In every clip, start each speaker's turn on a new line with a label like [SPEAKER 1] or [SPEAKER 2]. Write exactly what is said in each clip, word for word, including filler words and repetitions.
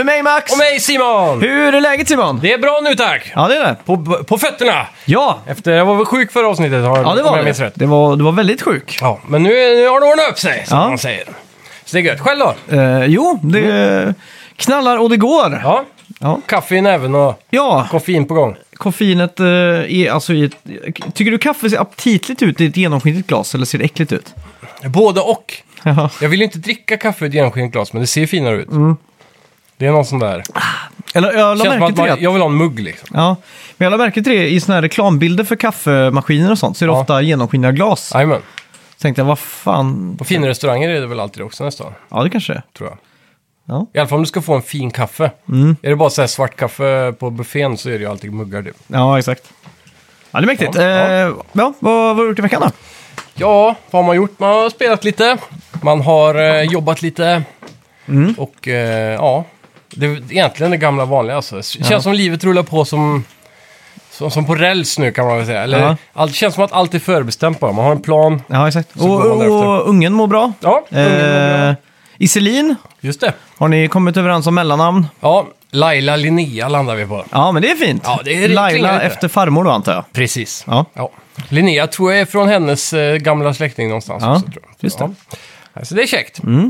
[SPEAKER 1] mig Max!
[SPEAKER 2] Och mig Simon!
[SPEAKER 1] Hur är läget Simon?
[SPEAKER 2] Det är bra nu tack!
[SPEAKER 1] Ja, det är det.
[SPEAKER 2] På, på fötterna!
[SPEAKER 1] Ja,
[SPEAKER 2] Efter, jag var väl sjuk förra avsnittet, har,
[SPEAKER 1] ja det
[SPEAKER 2] om
[SPEAKER 1] var
[SPEAKER 2] jag minns
[SPEAKER 1] det.
[SPEAKER 2] rätt.
[SPEAKER 1] Det var, du var väldigt sjuk.
[SPEAKER 2] Ja, men nu, nu har det ordnat upp sig, som
[SPEAKER 1] Ja.
[SPEAKER 2] man säger. Så det är gött. Själv då?
[SPEAKER 1] Eh, jo, det knallar och det går.
[SPEAKER 2] Ja.
[SPEAKER 1] Ja.
[SPEAKER 2] Kaffe i näven och
[SPEAKER 1] Ja,
[SPEAKER 2] koffein på gång.
[SPEAKER 1] koffeinet eh, är alltså i ett... Tycker du kaffe ser aptitligt ut i ett genomskinligt glas eller ser det äckligt ut?
[SPEAKER 2] Både och.
[SPEAKER 1] Ja.
[SPEAKER 2] Jag vill ju inte dricka kaffe i ett genomskinligt glas, men det ser finare ut.
[SPEAKER 1] Mm.
[SPEAKER 2] Det är någon sån där.
[SPEAKER 1] Eller jag la
[SPEAKER 2] Känns som
[SPEAKER 1] märke
[SPEAKER 2] att
[SPEAKER 1] till det.
[SPEAKER 2] man,
[SPEAKER 1] att-
[SPEAKER 2] jag vill ha en mugg liksom.
[SPEAKER 1] Ja, men jag la märke till det i såna här reklambilder för kaffemaskiner och sånt. Så är det
[SPEAKER 2] Ja.
[SPEAKER 1] ofta genomskinliga glas.
[SPEAKER 2] Jajamän.
[SPEAKER 1] Så tänkte jag, vad fan...
[SPEAKER 2] På fina restauranger är det väl alltid det också nästan,
[SPEAKER 1] Ja, det kanske är.
[SPEAKER 2] tror jag.
[SPEAKER 1] Ja.
[SPEAKER 2] I alla fall om du ska få en fin kaffe.
[SPEAKER 1] Mm.
[SPEAKER 2] Är det bara så här svart kaffe på buffén så är det ju alltid muggar typ.
[SPEAKER 1] Ja, exakt. Ja, det är mäktigt.
[SPEAKER 2] Ja,
[SPEAKER 1] Ja,
[SPEAKER 2] ja.
[SPEAKER 1] eh, ja vad, vad har du gjort i veckan då?
[SPEAKER 2] Ja, vad har man gjort? Man har spelat lite. Man har eh, jobbat lite.
[SPEAKER 1] Mm.
[SPEAKER 2] Och eh, ja, det är egentligen det gamla vanliga alltså. Det känns
[SPEAKER 1] Ja.
[SPEAKER 2] som livet rullar på som, som, som på räls nu kan man väl säga. Eller,
[SPEAKER 1] Ja.
[SPEAKER 2] allt känns som att allt är förbestämt bara. Man har en plan.
[SPEAKER 1] Ja, exakt.
[SPEAKER 2] Så
[SPEAKER 1] Och,
[SPEAKER 2] går man därefter.
[SPEAKER 1] och ungen mår bra.
[SPEAKER 2] Ja, ungen mår bra.
[SPEAKER 1] Eh, Iselin,
[SPEAKER 2] Just det.
[SPEAKER 1] har ni kommit överens om mellannamn?
[SPEAKER 2] Ja, Laila Linnea landar vi på.
[SPEAKER 1] Ja, men det är fint.
[SPEAKER 2] Ja, det är- det klingar
[SPEAKER 1] Laila
[SPEAKER 2] lite.
[SPEAKER 1] efter farmor då, antar jag.
[SPEAKER 2] Precis.
[SPEAKER 1] Ja,
[SPEAKER 2] Ja. Linnea tror jag är från hennes eh, gamla släkting någonstans.
[SPEAKER 1] Ja,
[SPEAKER 2] också, tror jag.
[SPEAKER 1] just det.
[SPEAKER 2] Ja. Så det är käckt.
[SPEAKER 1] Mm.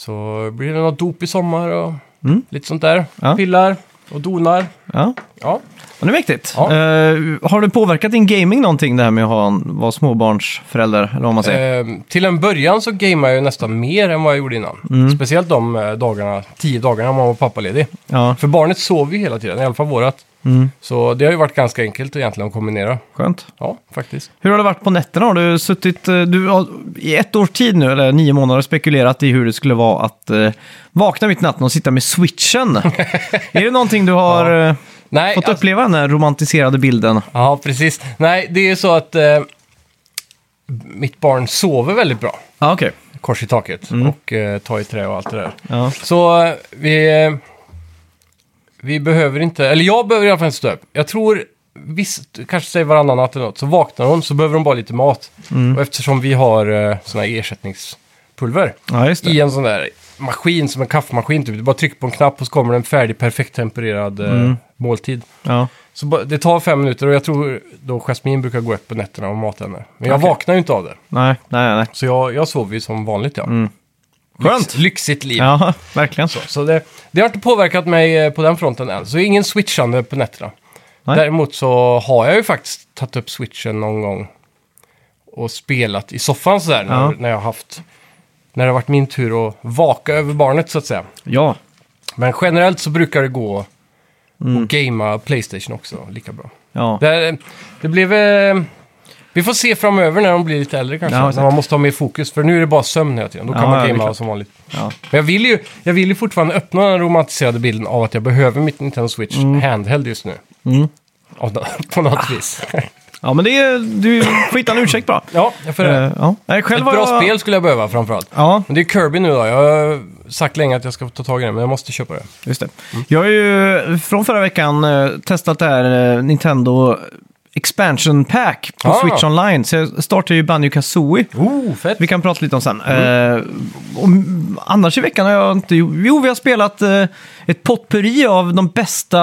[SPEAKER 2] Så blir det något dop i sommar och
[SPEAKER 1] Mm.
[SPEAKER 2] lite sånt där.
[SPEAKER 1] Ja.
[SPEAKER 2] Pillar och donar.
[SPEAKER 1] ja.
[SPEAKER 2] Ja.
[SPEAKER 1] Men det är mäktigt.
[SPEAKER 2] Ja.
[SPEAKER 1] Eh, har det påverkat din gaming någonting, det här med att ha en, vara småbarnsförälder, eller vad man säger?
[SPEAKER 2] Eh, till en början så gameade jag ju nästan mer än vad jag gjorde innan.
[SPEAKER 1] Mm.
[SPEAKER 2] Speciellt de eh, dagarna, tio dagarna man var pappaledig.
[SPEAKER 1] Ja,
[SPEAKER 2] För barnet sov ju hela tiden, i alla fall vårat.
[SPEAKER 1] mm.
[SPEAKER 2] Så det har ju varit ganska enkelt egentligen att kombinera.
[SPEAKER 1] Skönt.
[SPEAKER 2] Ja, faktiskt.
[SPEAKER 1] Hur har det varit på nätterna? Har du suttit, eh, du har i ett års tid nu, eller nio månader, spekulerat i hur det skulle vara att eh, vakna mitt i natten och sitta med switchen? Är det någonting du har eh,
[SPEAKER 2] Nej,
[SPEAKER 1] fått
[SPEAKER 2] alltså-
[SPEAKER 1] uppleva, den här romantiserade bilden?
[SPEAKER 2] Ja, precis. Nej, det är så att eh, mitt barn sover väldigt bra.
[SPEAKER 1] Ja, okej.
[SPEAKER 2] Kors i taket
[SPEAKER 1] Mm.
[SPEAKER 2] och eh, ta i trä och allt det där.
[SPEAKER 1] Ja.
[SPEAKER 2] Så eh, vi, eh, vi behöver inte, eller jag behöver i alla fall inte stå upp. Jag tror, visst, kanske säger varannan natt eller något, så vaknar hon så behöver hon bara lite mat.
[SPEAKER 1] Mm.
[SPEAKER 2] Och eftersom vi har eh, såna här ersättningspulver
[SPEAKER 1] Ja, just det.
[SPEAKER 2] i en sån där maskin som en kaffemaskin typ. Du bara trycker på en knapp och så kommer det en färdig, perfekt tempererad eh,
[SPEAKER 1] Mm.
[SPEAKER 2] måltid.
[SPEAKER 1] Ja.
[SPEAKER 2] Så ba- det tar fem minuter och jag tror då Jasmine brukar gå upp på nätterna och mata henne. Men jag
[SPEAKER 1] Okej.
[SPEAKER 2] vaknar ju inte av det.
[SPEAKER 1] Nej, nej, nej.
[SPEAKER 2] Så jag, jag sover ju som vanligt, ja.
[SPEAKER 1] Mm. Skönt.
[SPEAKER 2] Lyx, lyxigt liv.
[SPEAKER 1] Ja, verkligen.
[SPEAKER 2] Så, så det, det har inte påverkat mig eh, på den fronten än. Så ingen switchande på nätterna.
[SPEAKER 1] Nej.
[SPEAKER 2] Däremot så har jag ju faktiskt tagit upp switchen någon gång och spelat i soffan sådär. När,
[SPEAKER 1] Ja.
[SPEAKER 2] när jag har haft... När det har varit min tur att vaka över barnet så att säga.
[SPEAKER 1] Ja.
[SPEAKER 2] Men generellt så brukar det gå
[SPEAKER 1] Mm.
[SPEAKER 2] och gamea PlayStation också lika bra.
[SPEAKER 1] Ja.
[SPEAKER 2] Det, det blev... eh, Vi får se framöver när de blir lite äldre kanske.
[SPEAKER 1] Ja,
[SPEAKER 2] när
[SPEAKER 1] exakt.
[SPEAKER 2] man måste ha mer fokus. För nu är det bara sömn hela tiden. Då kan
[SPEAKER 1] Ja,
[SPEAKER 2] man
[SPEAKER 1] ja, det är
[SPEAKER 2] gamea
[SPEAKER 1] klart.
[SPEAKER 2] som vanligt.
[SPEAKER 1] Ja.
[SPEAKER 2] Men jag vill, ju, jag vill ju fortfarande öppna den romantiserade bilden av att jag behöver mitt Nintendo Switch handheld just nu.
[SPEAKER 1] Mm.
[SPEAKER 2] Av nå- På något vis.
[SPEAKER 1] Ja, men det är, du får hitta en ursäkt bra.
[SPEAKER 2] Ja, jag får det.
[SPEAKER 1] Eh, ja. Nej, själv
[SPEAKER 2] Ett
[SPEAKER 1] har
[SPEAKER 2] bra
[SPEAKER 1] jag...
[SPEAKER 2] spel skulle jag behöva framförallt.
[SPEAKER 1] Ja,
[SPEAKER 2] Men det är Kirby nu då. Jag har sagt länge att jag ska ta tag i det, men jag måste köpa det.
[SPEAKER 1] just det. Jag har ju från förra veckan eh, testat det här eh, Nintendo Expansion Pack på
[SPEAKER 2] Ah.
[SPEAKER 1] Switch Online. Så jag startar ju Banjo-Kazooie.
[SPEAKER 2] Oh, fett!
[SPEAKER 1] Vi kan prata lite om sen. Eh, och m- annars i veckan har jag inte... Jo, vi har spelat eh, ett potpurri av de bästa...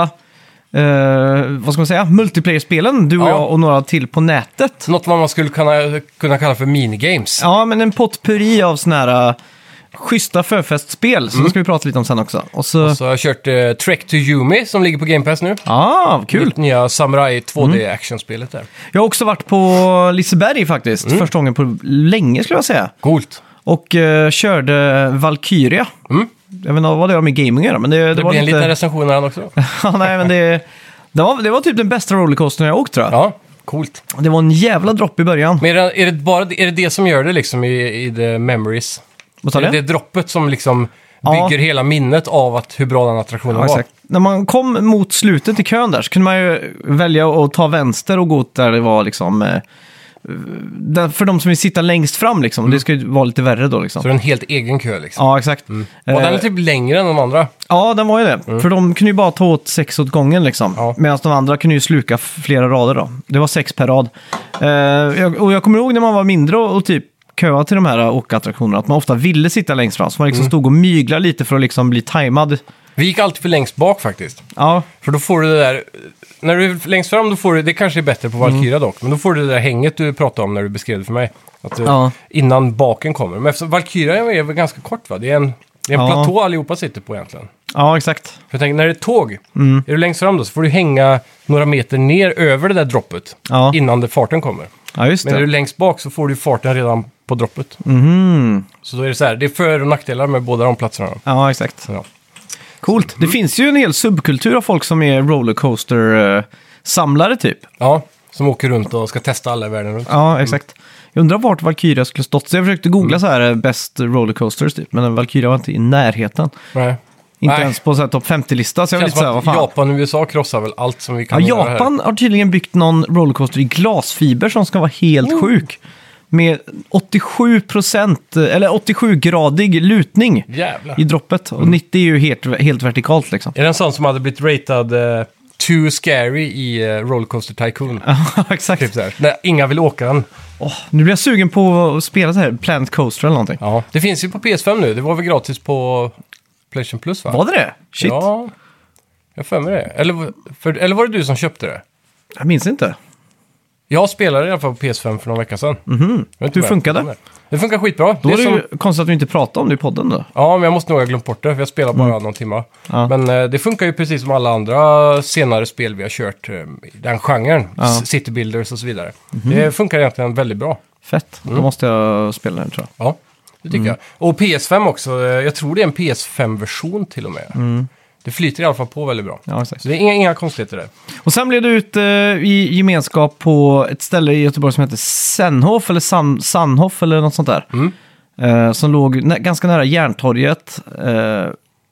[SPEAKER 1] Eh, vad ska man säga? Multiplayer-spelen, du och
[SPEAKER 2] Ja.
[SPEAKER 1] jag och några till på nätet.
[SPEAKER 2] Något vad man skulle kunna, kunna kalla för minigames.
[SPEAKER 1] Ja, men en potpurri av såna här uh, schyssta förfestspel. Så det ska vi prata lite om sen också. Och så...
[SPEAKER 2] Så jag har kört eh, Trek to Yumi som ligger på Game Pass nu.
[SPEAKER 1] Ah, kul!
[SPEAKER 2] Mitt nya Samurai två D-actionspelet där.
[SPEAKER 1] Jag har också varit på Liseberg faktiskt.
[SPEAKER 2] Mm.
[SPEAKER 1] Första gången på länge skulle jag säga.
[SPEAKER 2] Coolt.
[SPEAKER 1] Och uh, körde Valkyria.
[SPEAKER 2] Mm.
[SPEAKER 1] Jag vet inte vad det har med gaming att göra, men det, det,
[SPEAKER 2] Det
[SPEAKER 1] var
[SPEAKER 2] blir en
[SPEAKER 1] lite...
[SPEAKER 2] liten recension här också.
[SPEAKER 1] Ja, nej, men det, det, var, det var typ den bästa rollercoastern jag åkt tror jag.
[SPEAKER 2] Ja, coolt.
[SPEAKER 1] Det var en jävla dropp i början.
[SPEAKER 2] Men är det, är det bara är det, det som gör det liksom i, i the memories?
[SPEAKER 1] Vad sa
[SPEAKER 2] Är det
[SPEAKER 1] du?
[SPEAKER 2] det droppet som liksom
[SPEAKER 1] Ja.
[SPEAKER 2] bygger hela minnet av att hur bra den attraktionen
[SPEAKER 1] Ja,
[SPEAKER 2] var?
[SPEAKER 1] exakt. När man kom mot slutet i kön där så kunde man ju välja att ta vänster och gå åt där det var liksom... Eh, där, för de som vill sitta längst fram liksom. Det ska ju vara lite värre då liksom.
[SPEAKER 2] Så det är en helt egen kö liksom.
[SPEAKER 1] Ja, exakt.
[SPEAKER 2] Och den är
[SPEAKER 1] Eh,
[SPEAKER 2] typ längre än de andra.
[SPEAKER 1] Ja, den var ju det. För de kunde ju bara ta åt sex åt gången liksom.
[SPEAKER 2] Ja.
[SPEAKER 1] Medan de andra kunde ju sluka f- flera rader då. Det var sex per rad. Eh, jag, och jag kommer ihåg när man var mindre och, och typ köa till de här åkattraktionerna att man ofta ville sitta längst fram. Så man liksom stod och myglade lite för att liksom bli tajmad
[SPEAKER 2] Vi gick alltid för längst bak faktiskt.
[SPEAKER 1] Ja,
[SPEAKER 2] För då får du det där... När du är längst fram, då får du... Det kanske är bättre på Valkyria dock. Men då får du det där hänget du pratade om när du beskrev det för mig. Att du,
[SPEAKER 1] Ja.
[SPEAKER 2] Innan baken kommer. Men eftersom Valkyria är väl ganska kort va? Det är en, det är en
[SPEAKER 1] Ja.
[SPEAKER 2] platå allihopa sitter på egentligen.
[SPEAKER 1] ja exakt.
[SPEAKER 2] För jag tänker, när det är ett tåg,
[SPEAKER 1] Mm.
[SPEAKER 2] är du längst fram då så får du hänga några meter ner över det där droppet.
[SPEAKER 1] Ja.
[SPEAKER 2] Innan det farten kommer.
[SPEAKER 1] Ja, just
[SPEAKER 2] Men när du
[SPEAKER 1] det.
[SPEAKER 2] är längst bak så får du farten redan på droppet.
[SPEAKER 1] Mhm.
[SPEAKER 2] Så då är det så här, det är för- och nackdelar med båda de platserna.
[SPEAKER 1] Ja, exakt.
[SPEAKER 2] Ja.
[SPEAKER 1] Coolt. Det finns ju en hel subkultur av folk som är rollercoaster-samlare typ.
[SPEAKER 2] ja, som åker runt och ska testa alla i världen runt.
[SPEAKER 1] Ja, exakt. Jag undrar vart Valkyria skulle stått. Så jag försökte googla så här eh, best rollercoasters typ, men Valkyria var inte i närheten.
[SPEAKER 2] Nej.
[SPEAKER 1] Inte
[SPEAKER 2] Nej.
[SPEAKER 1] ens på så här topp femtio-lista, så jag
[SPEAKER 2] Det
[SPEAKER 1] var
[SPEAKER 2] känns
[SPEAKER 1] lite så här,
[SPEAKER 2] som
[SPEAKER 1] vad
[SPEAKER 2] att
[SPEAKER 1] fan.
[SPEAKER 2] Japan och U S A krossar väl allt som vi
[SPEAKER 1] Ja,
[SPEAKER 2] kan göra här.
[SPEAKER 1] Japan har tydligen byggt någon rollercoaster i glasfiber som ska vara helt
[SPEAKER 2] Oh.
[SPEAKER 1] sjuk. Med åttiosju procent, eller åttiosju-gradig lutning
[SPEAKER 2] Jävlar.
[SPEAKER 1] i droppet. Och nittio är ju helt, helt vertikalt liksom.
[SPEAKER 2] Är det en sån som hade blivit ratad uh, too scary i uh, Rollercoaster Tycoon?
[SPEAKER 1] Ja, exakt.
[SPEAKER 2] Typ så här. När inga vill åka den.
[SPEAKER 1] Åh, nu blir jag sugen på att spela så här Planet Coaster eller någonting.
[SPEAKER 2] Ja. Det finns ju på P S fem nu. Det var väl gratis på PlayStation Plus va?
[SPEAKER 1] Var det det? Shit,
[SPEAKER 2] Ja, jag för mig det. Eller, för, eller var det du som köpte det?
[SPEAKER 1] jag minns inte.
[SPEAKER 2] Jag spelade i alla fall på P S fem för några veckor sedan.
[SPEAKER 1] Mhm.
[SPEAKER 2] Jag vet inte
[SPEAKER 1] Hur
[SPEAKER 2] vad-
[SPEAKER 1] funkar det?
[SPEAKER 2] Det funkar skitbra.
[SPEAKER 1] Då
[SPEAKER 2] det
[SPEAKER 1] är
[SPEAKER 2] är
[SPEAKER 1] det
[SPEAKER 2] som...
[SPEAKER 1] ju konstigt att du inte pratade om det i podden då.
[SPEAKER 2] Ja, men jag måste nog ha glömt bort det, för jag spelar bara någon timma.
[SPEAKER 1] Ja.
[SPEAKER 2] Men eh, det funkar ju precis som alla andra senare spel vi har kört eh, i den genren.
[SPEAKER 1] Ja.
[SPEAKER 2] S- City Builders och så vidare. Det funkar egentligen väldigt bra.
[SPEAKER 1] Fett, då måste jag spela den tror jag.
[SPEAKER 2] Ja, det tycker jag. Och P S fem också. eh, Jag tror det är en P S fem-version till och med. Det flyter i alla fall på väldigt bra.
[SPEAKER 1] Ja, exakt.
[SPEAKER 2] Så det är inga, inga konstigheter där.
[SPEAKER 1] Och sen blev du ut eh, i gemenskap på ett ställe i Göteborg som heter Senhof, eller San, Sandhof eller något sånt där.
[SPEAKER 2] Mm.
[SPEAKER 1] Eh, som låg nä- ganska nära Järntorget. Eh,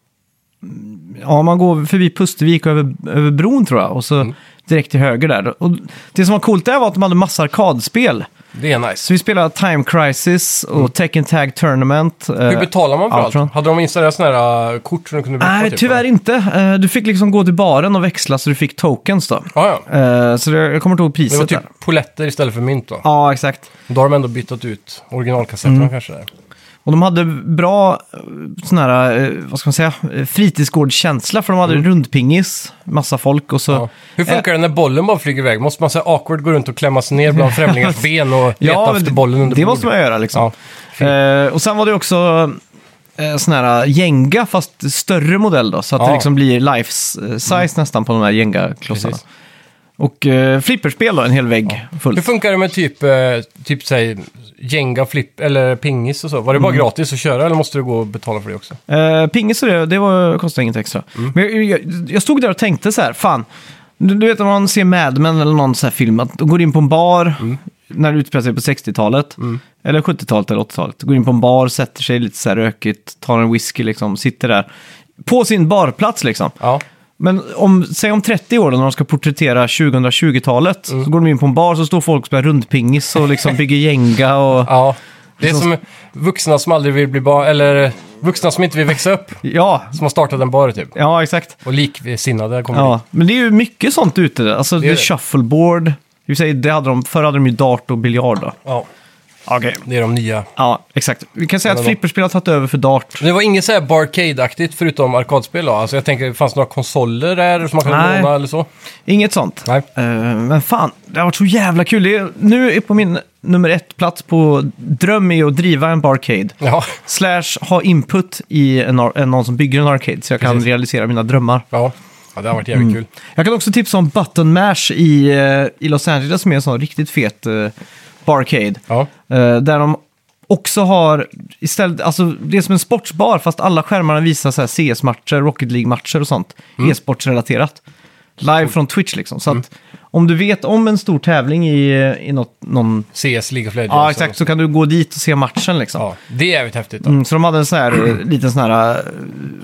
[SPEAKER 1] ja, man går förbi Pustervik och över, över bron tror jag. Och så
[SPEAKER 2] Mm.
[SPEAKER 1] direkt till höger där. Och det som var coolt där var att de hade massa arkadspel.
[SPEAKER 2] Det är nice.
[SPEAKER 1] Så vi spelade Time Crisis och Tekken Tag Tournament. eh,
[SPEAKER 2] Hur betalar man för
[SPEAKER 1] Outrun.
[SPEAKER 2] allt? Hade de installerat sådana här uh, kort som du kunde
[SPEAKER 1] Nej,
[SPEAKER 2] typ,
[SPEAKER 1] tyvärr
[SPEAKER 2] va?
[SPEAKER 1] inte. Eh, Du fick liksom gå till baren och växla så du fick tokens då.
[SPEAKER 2] Ja, ja.
[SPEAKER 1] Eh, Så det, jag kommer inte ihåg
[SPEAKER 2] Det var
[SPEAKER 1] priset
[SPEAKER 2] typ
[SPEAKER 1] där.
[SPEAKER 2] poletter istället för mynt då.
[SPEAKER 1] Ja, exakt.
[SPEAKER 2] Då har de ändå bytt ut originalkassetterna
[SPEAKER 1] Mm.
[SPEAKER 2] kanske där.
[SPEAKER 1] Och de hade bra eh, sån här, eh, vad ska man säga, eh, fritidsgårdskänsla, för de hade rundpingis, massa folk och så...
[SPEAKER 2] Mm. Ja. Hur funkar det när bollen bara flyger iväg? Måste man säga awkward gå runt och klämma sig ner bland främlingars ben och leta
[SPEAKER 1] Ja, men
[SPEAKER 2] efter
[SPEAKER 1] det-
[SPEAKER 2] bollen under
[SPEAKER 1] det
[SPEAKER 2] bordet?
[SPEAKER 1] måste man göra liksom.
[SPEAKER 2] Ja, fint.
[SPEAKER 1] Eh, och sen var det också eh, sån här Jenga, fast större modell då, så att
[SPEAKER 2] Ja.
[SPEAKER 1] det liksom blir life size nästan på de här Jenga-klossarna.
[SPEAKER 2] Precis.
[SPEAKER 1] Och eh, flipperspel då, en hel vägg fullt.
[SPEAKER 2] Hur funkar det med typ, eh, typ säg, Jenga, flip eller pingis och så? Var det
[SPEAKER 1] Mm.
[SPEAKER 2] bara gratis att köra eller måste du gå och betala för det också?
[SPEAKER 1] Uh, pingis och det, det var, kostade inget extra.
[SPEAKER 2] Mm.
[SPEAKER 1] Men jag, jag, jag stod där och tänkte så här, fan, du, du vet om man ser Mad Men eller någon så här film, att de går in på en bar
[SPEAKER 2] Mm.
[SPEAKER 1] när det utspelar sig på sextiotalet, eller sjuttiotalet eller åttiotalet, går in på en bar, sätter sig lite så här rökigt, tar en whisky liksom, sitter där på sin barplats liksom.
[SPEAKER 2] Ja,
[SPEAKER 1] Men om, säg om trettio år då, när de ska porträttera tjugohundratjugotalet,
[SPEAKER 2] Mm.
[SPEAKER 1] så går de in på en bar, så står folk och spelar rundpingis och liksom bygger Jenga och...
[SPEAKER 2] ja. Det är
[SPEAKER 1] Så-
[SPEAKER 2] som vuxna som aldrig vill bli barn, eller vuxna som inte vill växa upp,
[SPEAKER 1] Ja,
[SPEAKER 2] som har startat en bar typ.
[SPEAKER 1] ja exakt.
[SPEAKER 2] Och liksinnade kommer
[SPEAKER 1] Ja, men det är ju mycket sånt ute. Alltså, det
[SPEAKER 2] är
[SPEAKER 1] är
[SPEAKER 2] det.
[SPEAKER 1] shuffleboard. Det vill säga, det hade de, förr hade de ju dart och biljard då.
[SPEAKER 2] Ja,
[SPEAKER 1] Okej.
[SPEAKER 2] det är de nya.
[SPEAKER 1] Ja, exakt. Vi kan säga att
[SPEAKER 2] Ja,
[SPEAKER 1] flipperspel har tagit över för dart.
[SPEAKER 2] Det var inget så här barcade-aktigt förutom arkadspel då? Alltså jag tänker, det fanns några konsoler där som man kan
[SPEAKER 1] Nej.
[SPEAKER 2] låna eller så?
[SPEAKER 1] Inget sånt.
[SPEAKER 2] Nej.
[SPEAKER 1] Eh, men fan, det har varit så jävla kul. Det är, nu är på min nummer ett plats på dröm är att driva en barcade.
[SPEAKER 2] Ja,
[SPEAKER 1] Slash ha input i en, ar- en, någon som bygger en arcade, så jag kan
[SPEAKER 2] Precis.
[SPEAKER 1] realisera mina drömmar.
[SPEAKER 2] ja. ja det har varit jävligt
[SPEAKER 1] Mm.
[SPEAKER 2] kul.
[SPEAKER 1] Jag kan också tipsa om Button Mash i, eh, i Los Angeles, som är en sån riktigt fet uh, barcade.
[SPEAKER 2] Ja,
[SPEAKER 1] Eh, där de också har, istället, alltså det är som en sportsbar, fast alla skärmarna visar så här C S-matcher, Rocket League-matcher och sånt. E-sportsrelaterat. Live från Twitch liksom. Så att om du vet om en stor tävling i, i något, någon...
[SPEAKER 2] C S, League of Legends.
[SPEAKER 1] Ja, exakt. Så kan du gå dit och se matchen liksom.
[SPEAKER 2] Ja, det är jävligt häftigt då.
[SPEAKER 1] Mm, så de hade en sån här eh, liten sån här, eh,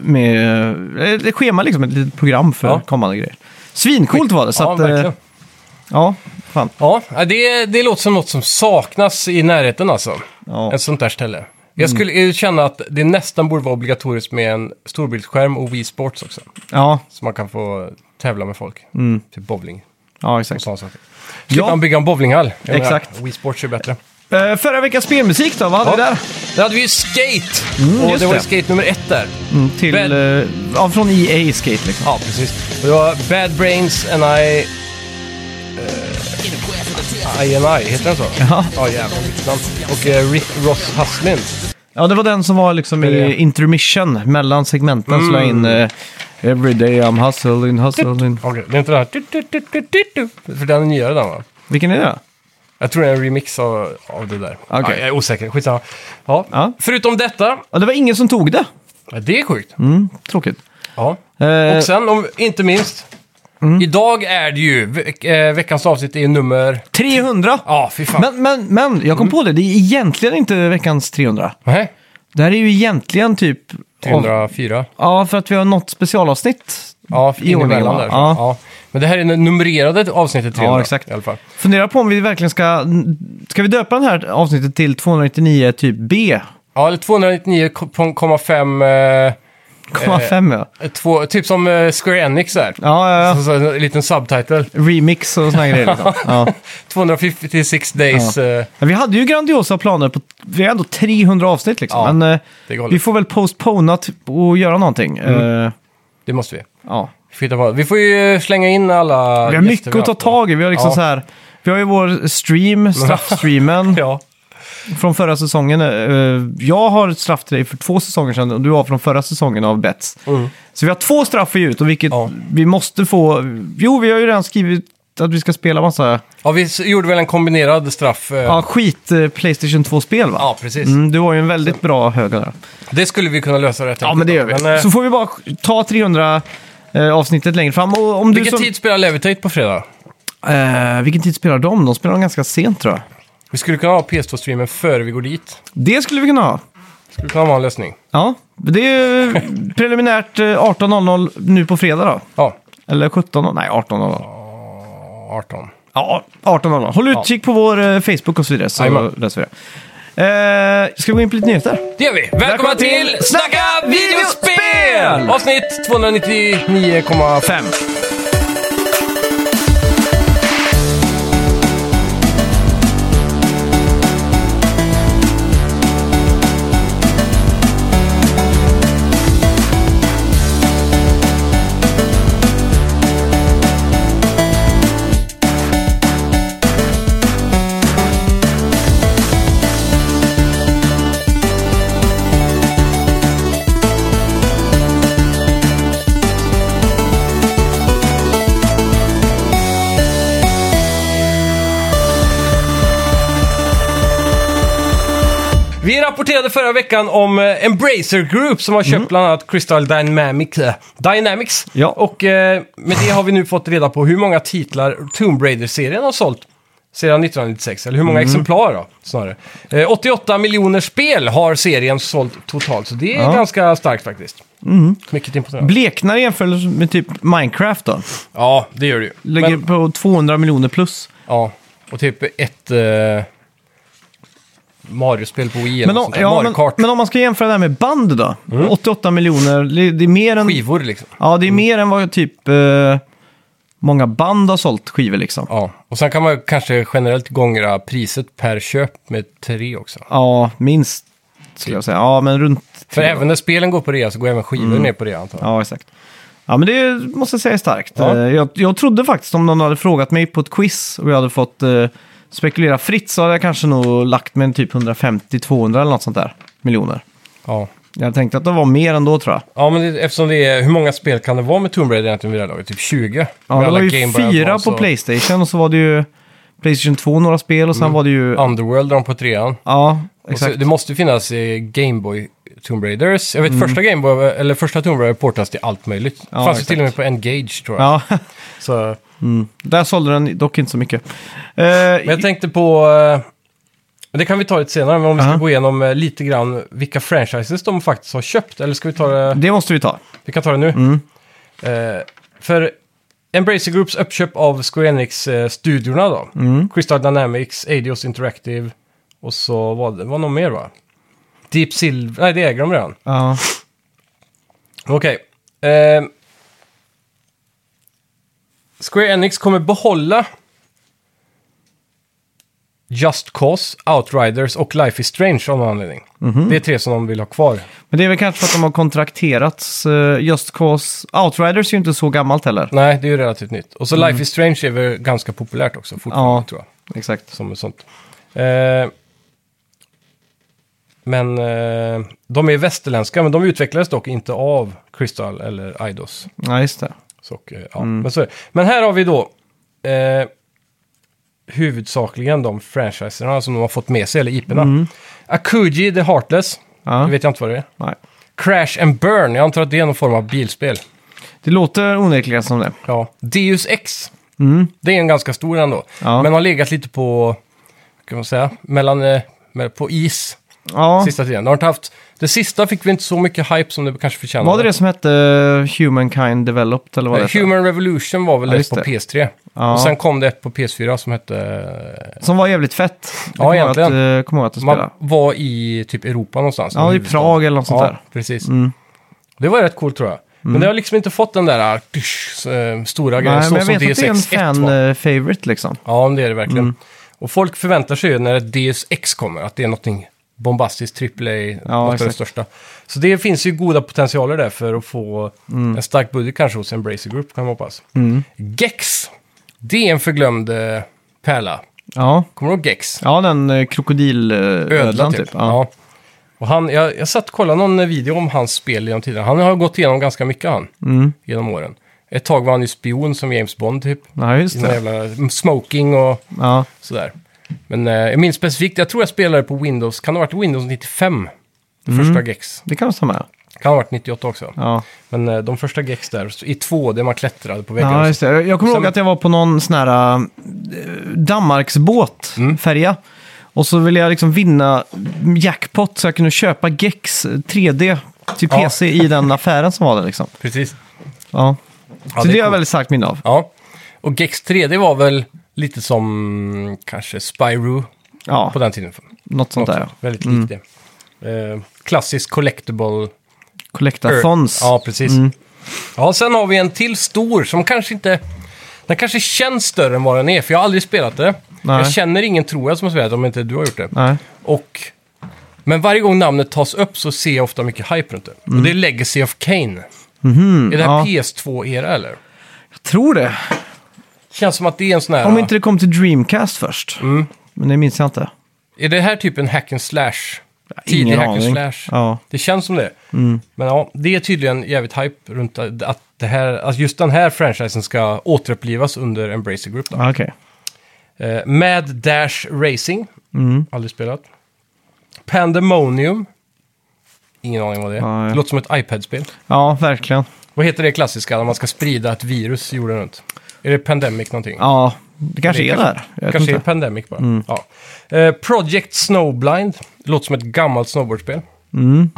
[SPEAKER 1] med eh, ett schema liksom, ett litet program för
[SPEAKER 2] Ja.
[SPEAKER 1] kommande grejer. Svincoolt var det, så
[SPEAKER 2] Ja,
[SPEAKER 1] att... eh,
[SPEAKER 2] verkligen.
[SPEAKER 1] Ja, fan.
[SPEAKER 2] Ja, det, det låter som något som saknas i närheten alltså.
[SPEAKER 1] Ja.
[SPEAKER 2] Ett sånt där ställe. Jag skulle ju känna att det nästan borde vara obligatoriskt med en storbildsskärm och Wii Sports också.
[SPEAKER 1] Ja,
[SPEAKER 2] Så man kan få tävla med folk.
[SPEAKER 1] mm.
[SPEAKER 2] Typ bowling
[SPEAKER 1] ja
[SPEAKER 2] och
[SPEAKER 1] exakt.
[SPEAKER 2] sådana saker. Slipper
[SPEAKER 1] Ja.
[SPEAKER 2] man bygga en bowlinghall. Jag menar,
[SPEAKER 1] Exakt.
[SPEAKER 2] Wii Sports är bättre.
[SPEAKER 1] Uh, förra veckans spelmusik då, vad hade
[SPEAKER 2] Ja.
[SPEAKER 1] vi där?
[SPEAKER 2] Där hade vi ju Skate.
[SPEAKER 1] Mm,
[SPEAKER 2] och
[SPEAKER 1] just
[SPEAKER 2] det var ju
[SPEAKER 1] det.
[SPEAKER 2] Skate nummer ett där.
[SPEAKER 1] Mm, till,
[SPEAKER 2] Bad-
[SPEAKER 1] uh, ja, från E A Skate liksom.
[SPEAKER 2] Ja, precis. Och det var Bad Brains and I... Uh, I and I, heter den så?
[SPEAKER 1] Ja.
[SPEAKER 2] Ja, jävlar vilket namn. Och uh, Rick Ross Hustlin.
[SPEAKER 1] Ja, det var den som var liksom
[SPEAKER 2] Är
[SPEAKER 1] i
[SPEAKER 2] det?
[SPEAKER 1] intermission mellan segmenten. Mm. Så la in uh, Every day I'm hustling, hustling.
[SPEAKER 2] Okej, det är inte den här... tu, tu, tu, tu, tu, tu. För den är nyare den, va?
[SPEAKER 1] Vilken är det?
[SPEAKER 2] Jag tror det är en remix av, av det där.
[SPEAKER 1] Okej.
[SPEAKER 2] Ja, jag är osäker, skitsamma. Ja.
[SPEAKER 1] Ja.
[SPEAKER 2] Förutom detta,
[SPEAKER 1] Ja, det var ingen som tog det.
[SPEAKER 2] ja, det är sjukt.
[SPEAKER 1] Mm, tråkigt.
[SPEAKER 2] Ja.
[SPEAKER 1] Eh,
[SPEAKER 2] Och sen, om inte minst, idag är det ju, veck, eh, veckans avsnitt är ju nummer...
[SPEAKER 1] trehundra!
[SPEAKER 2] Ja, fy fan.
[SPEAKER 1] Men, men, men, jag kom på det. Det är egentligen inte veckans trehundra.
[SPEAKER 2] Nej,
[SPEAKER 1] Det här är ju egentligen typ...
[SPEAKER 2] trehundrafyra.
[SPEAKER 1] Ja, för att vi har något specialavsnitt.
[SPEAKER 2] Ja,
[SPEAKER 1] I ordningen,
[SPEAKER 2] inemellan
[SPEAKER 1] va?
[SPEAKER 2] där.
[SPEAKER 1] Ja.
[SPEAKER 2] Ja. Men det här är det numrerade avsnittet trehundra.
[SPEAKER 1] Ja, exakt.
[SPEAKER 2] I alla fall.
[SPEAKER 1] Fundera på om vi verkligen ska... Ska vi döpa den här avsnittet till tvåhundranittionio typ B?
[SPEAKER 2] Ja, eller tvåhundranittionio komma fem... Eh,
[SPEAKER 1] komma fem ja.
[SPEAKER 2] två, typ som eh, Square Enix där.
[SPEAKER 1] Ja, ja, ja.
[SPEAKER 2] Så, så, en liten subtitle.
[SPEAKER 1] Remix och såna här grejer liksom. Ja.
[SPEAKER 2] tvåhundrafemtiosex days.
[SPEAKER 1] Ja.
[SPEAKER 2] Eh,
[SPEAKER 1] Men vi hade ju grandiosa planer på... Vi har ändå trehundra avsnitt liksom.
[SPEAKER 2] Ja,
[SPEAKER 1] Men eh,
[SPEAKER 2] det går
[SPEAKER 1] vi
[SPEAKER 2] lätt.
[SPEAKER 1] får väl postpona typ och göra någonting. Eh,
[SPEAKER 2] det måste vi.
[SPEAKER 1] ja.
[SPEAKER 2] Fitta på. Vi får ju slänga in alla
[SPEAKER 1] Vi har mycket att ta
[SPEAKER 2] haft.
[SPEAKER 1] tag i. Vi har liksom
[SPEAKER 2] Ja.
[SPEAKER 1] så här... Vi har ju vår stream, straffstreamen
[SPEAKER 2] Ja.
[SPEAKER 1] från förra säsongen. Eh, Jag har ett straff till dig för två säsonger sedan och du har från förra säsongen av Bets.
[SPEAKER 2] Mm.
[SPEAKER 1] Så vi har två straff i ut och vilket
[SPEAKER 2] Ja.
[SPEAKER 1] vi måste få... Jo, vi har ju redan skrivit att vi ska spela massa
[SPEAKER 2] ja, vi s- gjorde väl en kombinerad straff. eh,
[SPEAKER 1] ja, skit eh, Playstation två-spel va?
[SPEAKER 2] Ja, precis.
[SPEAKER 1] Mm, du har ju en väldigt bra höga där.
[SPEAKER 2] Det skulle vi kunna lösa rätt
[SPEAKER 1] Ja, men det gör vi.
[SPEAKER 2] Men, eh,
[SPEAKER 1] Så får vi bara ta trehundra eh, avsnittet längre fram. Och om du
[SPEAKER 2] vilken
[SPEAKER 1] som,
[SPEAKER 2] tid spelar Levitate på fredag?
[SPEAKER 1] Eh, vilken tid spelar de? De spelar ganska sent tror jag.
[SPEAKER 2] Vi skulle kunna ha P S två-streamen före vi går dit.
[SPEAKER 1] Det skulle vi kunna ha.
[SPEAKER 2] Skulle kunna vara en lösning.
[SPEAKER 1] Ja, det är preliminärt eh, arton noll noll nu på fredag då.
[SPEAKER 2] Ja,
[SPEAKER 1] Eller sjutton noll noll. Nej, arton noll noll.
[SPEAKER 2] arton.
[SPEAKER 1] Ja, arton noll noll. Håll utkik på vår eh, Facebook och så vidare så
[SPEAKER 2] Jajamän.
[SPEAKER 1] löser vi det. Eh, ska vi gå in på lite nyheter?
[SPEAKER 2] Det gör vi. Välkomna,
[SPEAKER 1] Välkomna
[SPEAKER 2] till
[SPEAKER 1] till
[SPEAKER 2] Snacka videospel! Avsnitt tvåhundranittionio komma fem. Vi rapporterade förra veckan om eh, Embracer Group som har köpt bland annat Crystal Dynamics. eh, Dynamics.
[SPEAKER 1] Ja.
[SPEAKER 2] Och eh, med det har vi nu fått reda på hur många titlar Tomb Raider-serien har sålt sedan nittonhundranittiosex. Eller hur många exemplar då, snarare. Eh, åttioåtta miljoner spel har serien sålt totalt, så det är
[SPEAKER 1] Ja.
[SPEAKER 2] ganska starkt faktiskt. Mycket imponerande.
[SPEAKER 1] Bleknar i jämförelse med typ Minecraft då.
[SPEAKER 2] Ja, det gör det ju.
[SPEAKER 1] Lägger
[SPEAKER 2] Men,
[SPEAKER 1] på tvåhundra miljoner plus.
[SPEAKER 2] ja, och typ ett eh, Mario-spel på Wii eller
[SPEAKER 1] Men
[SPEAKER 2] något
[SPEAKER 1] om,
[SPEAKER 2] sånt där.
[SPEAKER 1] ja,
[SPEAKER 2] Mario
[SPEAKER 1] men,
[SPEAKER 2] Kart.
[SPEAKER 1] men om man ska jämföra det här med band då. åttioåtta miljoner, det det är mer än...
[SPEAKER 2] Skivor liksom.
[SPEAKER 1] Ja, det är mer än vad typ eh, många band har sålt skivor liksom.
[SPEAKER 2] Ja, och sen kan man kanske generellt gångra priset per köp med tre också.
[SPEAKER 1] Ja, minst skulle jag säga. Ja, men runt...
[SPEAKER 2] För även när spelen går på rea så går även skivor ner på rea antar jag.
[SPEAKER 1] Ja, exakt. Ja, men det måste jag säga är starkt.
[SPEAKER 2] Ja.
[SPEAKER 1] Eh, Jag, jag trodde faktiskt om någon hade frågat mig på ett quiz och jag hade fått eh, spekulera fritt så hade jag kanske nog lagt med en typ hundrafemtio till tvåhundra eller något sånt där miljoner.
[SPEAKER 2] Ja,
[SPEAKER 1] Jag tänkte att det var mer ändå tror jag.
[SPEAKER 2] ja men det, eftersom det är, hur många spel kan det vara med Tomb Raider egentligen vid det här laget? Typ tjugo?
[SPEAKER 1] Ja,
[SPEAKER 2] Med
[SPEAKER 1] det
[SPEAKER 2] alla
[SPEAKER 1] var ju
[SPEAKER 2] Game Boy
[SPEAKER 1] fyra
[SPEAKER 2] Advance
[SPEAKER 1] på
[SPEAKER 2] och
[SPEAKER 1] Playstation och så var det ju Playstation två några spel och sen var det ju...
[SPEAKER 2] Underworld de på trean.
[SPEAKER 1] Ja,
[SPEAKER 2] Och så,
[SPEAKER 1] exakt.
[SPEAKER 2] det måste ju finnas eh, Game Boy Tomb Raiders. Jag vet första Game Boy, eller första Tomb Raider portas till allt möjligt.
[SPEAKER 1] Ja,
[SPEAKER 2] Det fanns ju
[SPEAKER 1] exakt.
[SPEAKER 2] till och med på Engage tror jag.
[SPEAKER 1] Ja,
[SPEAKER 2] Så,
[SPEAKER 1] mm. Där sålde den dock inte så mycket. Eh,
[SPEAKER 2] men jag tänkte på... Eh, det kan vi ta lite senare, men om vi ska
[SPEAKER 1] Aha.
[SPEAKER 2] gå igenom eh, lite grann vilka franchises de faktiskt har köpt. Eller ska vi ta det...
[SPEAKER 1] det måste vi ta.
[SPEAKER 2] Vi kan ta det nu.
[SPEAKER 1] Mm.
[SPEAKER 2] Eh, för Embracer Groups uppköp av Square Enix-studiorna då.
[SPEAKER 1] Mm.
[SPEAKER 2] Crystal Dynamics, Eidos Interactive och så var det var någon mer va? Deep Silver, nej det äger de redan.
[SPEAKER 1] Ja.
[SPEAKER 2] Okej. Eh, Square Enix kommer behålla Just Cause, Outriders och Life is Strange av någon anledning.
[SPEAKER 1] Mhm.
[SPEAKER 2] Det är tre som de vill ha kvar.
[SPEAKER 1] Men det är väl kanske för att de har kontrakterats. Uh, Just Cause Outriders är ju inte så gammalt heller.
[SPEAKER 2] Nej, det är ju relativt nytt. Och så Life is Strange är väl ganska populärt också fortfarande,
[SPEAKER 1] Ja.
[SPEAKER 2] tror jag.
[SPEAKER 1] Exakt.
[SPEAKER 2] Som ett sånt. Eh, men eh, de är västerländska, men de utvecklades dock inte av Crystal eller Eidos.
[SPEAKER 1] Ja, just det.
[SPEAKER 2] Så, eh, ja, men, så, men här har vi då eh, huvudsakligen de franchiserna som de har fått med sig, eller I P-erna.
[SPEAKER 1] Mm.
[SPEAKER 2] Akuji the Heartless,
[SPEAKER 1] Ja.
[SPEAKER 2] det vet jag inte vad det är.
[SPEAKER 1] Nej.
[SPEAKER 2] Crash and Burn, jag antar att det är någon form av bilspel.
[SPEAKER 1] Det låter onekligen som det.
[SPEAKER 2] Ja. Deus Ex,
[SPEAKER 1] Mm.
[SPEAKER 2] det är en ganska stor ändå.
[SPEAKER 1] Ja.
[SPEAKER 2] Men har legat lite på, kan man säga, mellan, eh, med, på is
[SPEAKER 1] Ja.
[SPEAKER 2] sista tiden. De har inte haft, det sista fick vi inte så mycket hype som det kanske förtjänade.
[SPEAKER 1] Var det det som hette Humankind Developed eller vad det hette?
[SPEAKER 2] Human Revolution var väl
[SPEAKER 1] Ja,
[SPEAKER 2] ett
[SPEAKER 1] just
[SPEAKER 2] på
[SPEAKER 1] det.
[SPEAKER 2] P S tre.
[SPEAKER 1] Ja.
[SPEAKER 2] Och sen kom det ett på P S fyra som hette...
[SPEAKER 1] Som var jävligt fett. Jag
[SPEAKER 2] Ja,
[SPEAKER 1] kommer ihåg
[SPEAKER 2] egentligen.
[SPEAKER 1] Att, uh, kommer ihåg att du
[SPEAKER 2] Man
[SPEAKER 1] spelade.
[SPEAKER 2] var i typ Europa någonstans.
[SPEAKER 1] Ja, i Prag eller något sånt
[SPEAKER 2] ja,
[SPEAKER 1] där.
[SPEAKER 2] precis.
[SPEAKER 1] Mm.
[SPEAKER 2] Det var rätt coolt tror jag. Men det har liksom inte fått den där uh, dysch, uh, stora grejen.
[SPEAKER 1] Nej,
[SPEAKER 2] Så
[SPEAKER 1] men jag
[SPEAKER 2] som
[SPEAKER 1] vet att
[SPEAKER 2] Deus
[SPEAKER 1] det är en
[SPEAKER 2] Ex ett var.
[SPEAKER 1] fan-favorite liksom.
[SPEAKER 2] Ja, det är det verkligen.
[SPEAKER 1] Mm.
[SPEAKER 2] Och folk förväntar sig ju när ett Deus Ex kommer att det är någonting bombastiskt, triple A,
[SPEAKER 1] Ja,
[SPEAKER 2] något av det
[SPEAKER 1] exakt.
[SPEAKER 2] största. Så det finns ju goda potentialer där för att få en stark budget kanske hos Embracer Group, kan man hoppas.
[SPEAKER 1] Mm.
[SPEAKER 2] Gex, det är en förglömd eh, pärla.
[SPEAKER 1] Ja.
[SPEAKER 2] Kommer du ihåg Gex?
[SPEAKER 1] Ja, den uh, krokodilödlan typ.
[SPEAKER 2] Ja.
[SPEAKER 1] Ja.
[SPEAKER 2] Och han, jag, jag satt och kollade någon video om hans spel genom tiden. Han har gått igenom ganska mycket han,
[SPEAKER 1] Mm.
[SPEAKER 2] genom åren. Ett tag var han ju spion som James Bond typ.
[SPEAKER 1] Ja, just
[SPEAKER 2] I någon
[SPEAKER 1] det.
[SPEAKER 2] jävla smoking och
[SPEAKER 1] Ja.
[SPEAKER 2] sådär. Men eh, jag minns specifikt, jag tror jag spelade på Windows, kan det ha varit Windows nittiofem? Det
[SPEAKER 1] Mm.
[SPEAKER 2] första Gex.
[SPEAKER 1] Det kan du ta med.
[SPEAKER 2] Kan ha varit nittioåtta också.
[SPEAKER 1] Ja.
[SPEAKER 2] Men eh, de första Gex där, i två, där man klättrade på väggar.
[SPEAKER 1] Ja,
[SPEAKER 2] och
[SPEAKER 1] just
[SPEAKER 2] så.
[SPEAKER 1] det. Jag kommer
[SPEAKER 2] Sen-
[SPEAKER 1] ihåg att jag var på någon sån här uh, Danmarksbåt,
[SPEAKER 2] Mm.
[SPEAKER 1] färja. Och så ville jag liksom vinna jackpot så jag kunde köpa Gex tre D till P C i den affären som var där liksom.
[SPEAKER 2] Precis.
[SPEAKER 1] Ja.
[SPEAKER 2] Ja,
[SPEAKER 1] Så
[SPEAKER 2] det är
[SPEAKER 1] det har jag
[SPEAKER 2] coolt.
[SPEAKER 1] väldigt starkt minne av.
[SPEAKER 2] Ja. Och Gex tre D var väl lite som kanske Spyro
[SPEAKER 1] Ja,
[SPEAKER 2] på den tiden.
[SPEAKER 1] något sånt
[SPEAKER 2] Något
[SPEAKER 1] där.
[SPEAKER 2] sånt. Väldigt likt det. Eh, klassisk collectible.
[SPEAKER 1] Collectathons.
[SPEAKER 2] Ja, precis.
[SPEAKER 1] Mm.
[SPEAKER 2] Ja, sen har vi en till stor som kanske inte... Den kanske känns större än vad den är, för jag har aldrig spelat det.
[SPEAKER 1] Nej.
[SPEAKER 2] Jag känner ingen, tror jag, som har spelat om inte du har gjort det.
[SPEAKER 1] Nej.
[SPEAKER 2] Och, men varje gång namnet tas upp så ser jag ofta mycket hype runt det. Och det är Legacy of Kain.
[SPEAKER 1] Mhm,
[SPEAKER 2] Är det här
[SPEAKER 1] ja.
[SPEAKER 2] P S två-era eller?
[SPEAKER 1] Jag tror det.
[SPEAKER 2] Känns som att det är en sån här...
[SPEAKER 1] Om inte det kom till Dreamcast först.
[SPEAKER 2] Mm.
[SPEAKER 1] Men det minns jag inte.
[SPEAKER 2] Är det här typ en hack and slash? Tidig
[SPEAKER 1] Ingen
[SPEAKER 2] hack and
[SPEAKER 1] aning.
[SPEAKER 2] slash?
[SPEAKER 1] Ja.
[SPEAKER 2] Det känns som det.
[SPEAKER 1] Mm.
[SPEAKER 2] Men ja, det är tydligen jävligt hype runt att det här, att just den här franchisen ska återupplivas under Embracer Group. Då.
[SPEAKER 1] Ja, okej.
[SPEAKER 2] Eh, Mad Dash Racing,
[SPEAKER 1] Mm.
[SPEAKER 2] aldrig spelat. Pandemonium, ingen aning vad det är.
[SPEAKER 1] Ja, ja.
[SPEAKER 2] Det låter som ett iPad-spel.
[SPEAKER 1] Ja, verkligen.
[SPEAKER 2] Vad heter det klassiska när man ska sprida ett virus jorden runt? Är det Pandemic någonting?
[SPEAKER 1] Ja, det kanske
[SPEAKER 2] Det
[SPEAKER 1] är
[SPEAKER 2] kanske-
[SPEAKER 1] där. Jag vet
[SPEAKER 2] Kanske är
[SPEAKER 1] inte.
[SPEAKER 2] Pandemic bara.
[SPEAKER 1] Mm.
[SPEAKER 2] Ja. Eh, Project Snowblind, det låter som ett gammalt snowboardspel.
[SPEAKER 1] Mm.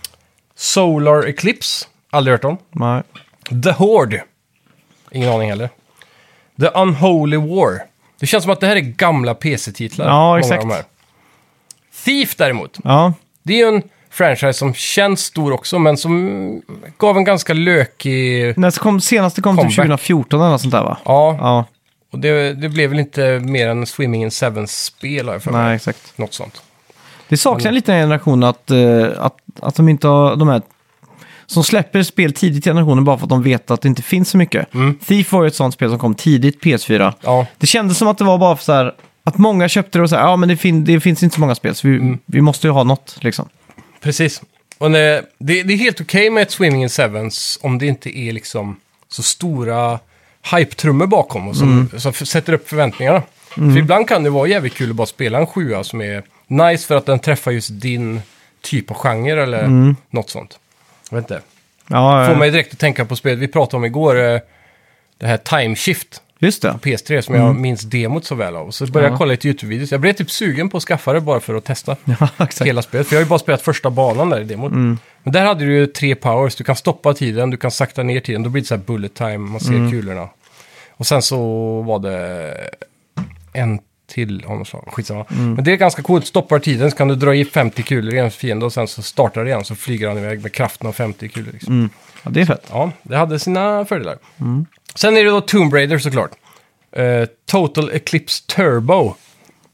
[SPEAKER 2] Solar Eclipse, aldrig hört om.
[SPEAKER 1] Nej.
[SPEAKER 2] The Horde, ingen aning heller. The Unholy War. Det känns som att det här är gamla P C-titlar.
[SPEAKER 1] Ja,
[SPEAKER 2] många av
[SPEAKER 1] exakt.
[SPEAKER 2] de här. Thief däremot,
[SPEAKER 1] Ja,
[SPEAKER 2] det är ju en franchise som känns stor också, men som gav en ganska lökig...
[SPEAKER 1] nästa kom, senaste kom
[SPEAKER 2] Comeback.
[SPEAKER 1] typ tjugohundrafjorton eller något sånt där va?
[SPEAKER 2] Ja,
[SPEAKER 1] Ja,
[SPEAKER 2] och det, det blev väl inte mer än Swimming in Sevens-spel, har jag för mig.
[SPEAKER 1] nej exakt.
[SPEAKER 2] Något sånt.
[SPEAKER 1] Det saknar en liten generation att, eh, att, att de inte har, de här som släpper spel tidigt i generationen bara för att de vet att det inte finns så mycket.
[SPEAKER 2] Mm.
[SPEAKER 1] Thief var ju ett sånt spel som kom tidigt, P S fyra.
[SPEAKER 2] Ja,
[SPEAKER 1] Det kändes som att det var bara för så här, att många köpte det och sa ja men det, fin- det finns inte så många spel så vi,
[SPEAKER 2] Mm.
[SPEAKER 1] vi måste ju ha något liksom.
[SPEAKER 2] precis. Och det, det, det är helt okej med ett Swimming in Sevens om det inte är liksom så stora hype-trummor bakom och som, som f- sätter upp förväntningarna. För ibland kan det vara jävligt kul att bara spela en sjua som är nice för att den träffar just din typ av genre eller något sånt. Jag vet inte.
[SPEAKER 1] Ja,
[SPEAKER 2] Får
[SPEAKER 1] eh,
[SPEAKER 2] mig direkt att tänka på spel vi pratade om igår, eh, det här Time Shift.
[SPEAKER 1] just det.
[SPEAKER 2] P S tre som jag minns demot så väl av. Och så började
[SPEAKER 1] Ja.
[SPEAKER 2] jag kolla lite YouTube-videos. Jag blev typ sugen på att skaffa det bara för att testa
[SPEAKER 1] Ja, exakt.
[SPEAKER 2] hela spelet. För jag har ju bara spelat första banan där i demot. Men där hade du ju tre powers. Du kan stoppa tiden, du kan sakta ner tiden. Då blir det så här bullet time, man ser kulorna. Och sen så var det en till av något slag. Skitsamma. Men det är ganska coolt. Stoppar tiden så kan du dra i femtio kulor i en fiende och sen så startar det igen. Så flyger han iväg med kraften av femtio kulor. Liksom.
[SPEAKER 1] Mm. Ja, det är fett.
[SPEAKER 2] Ja, det hade sina fördelar. Sen är det då Tomb Raider såklart. Eh, Total Eclipse Turbo.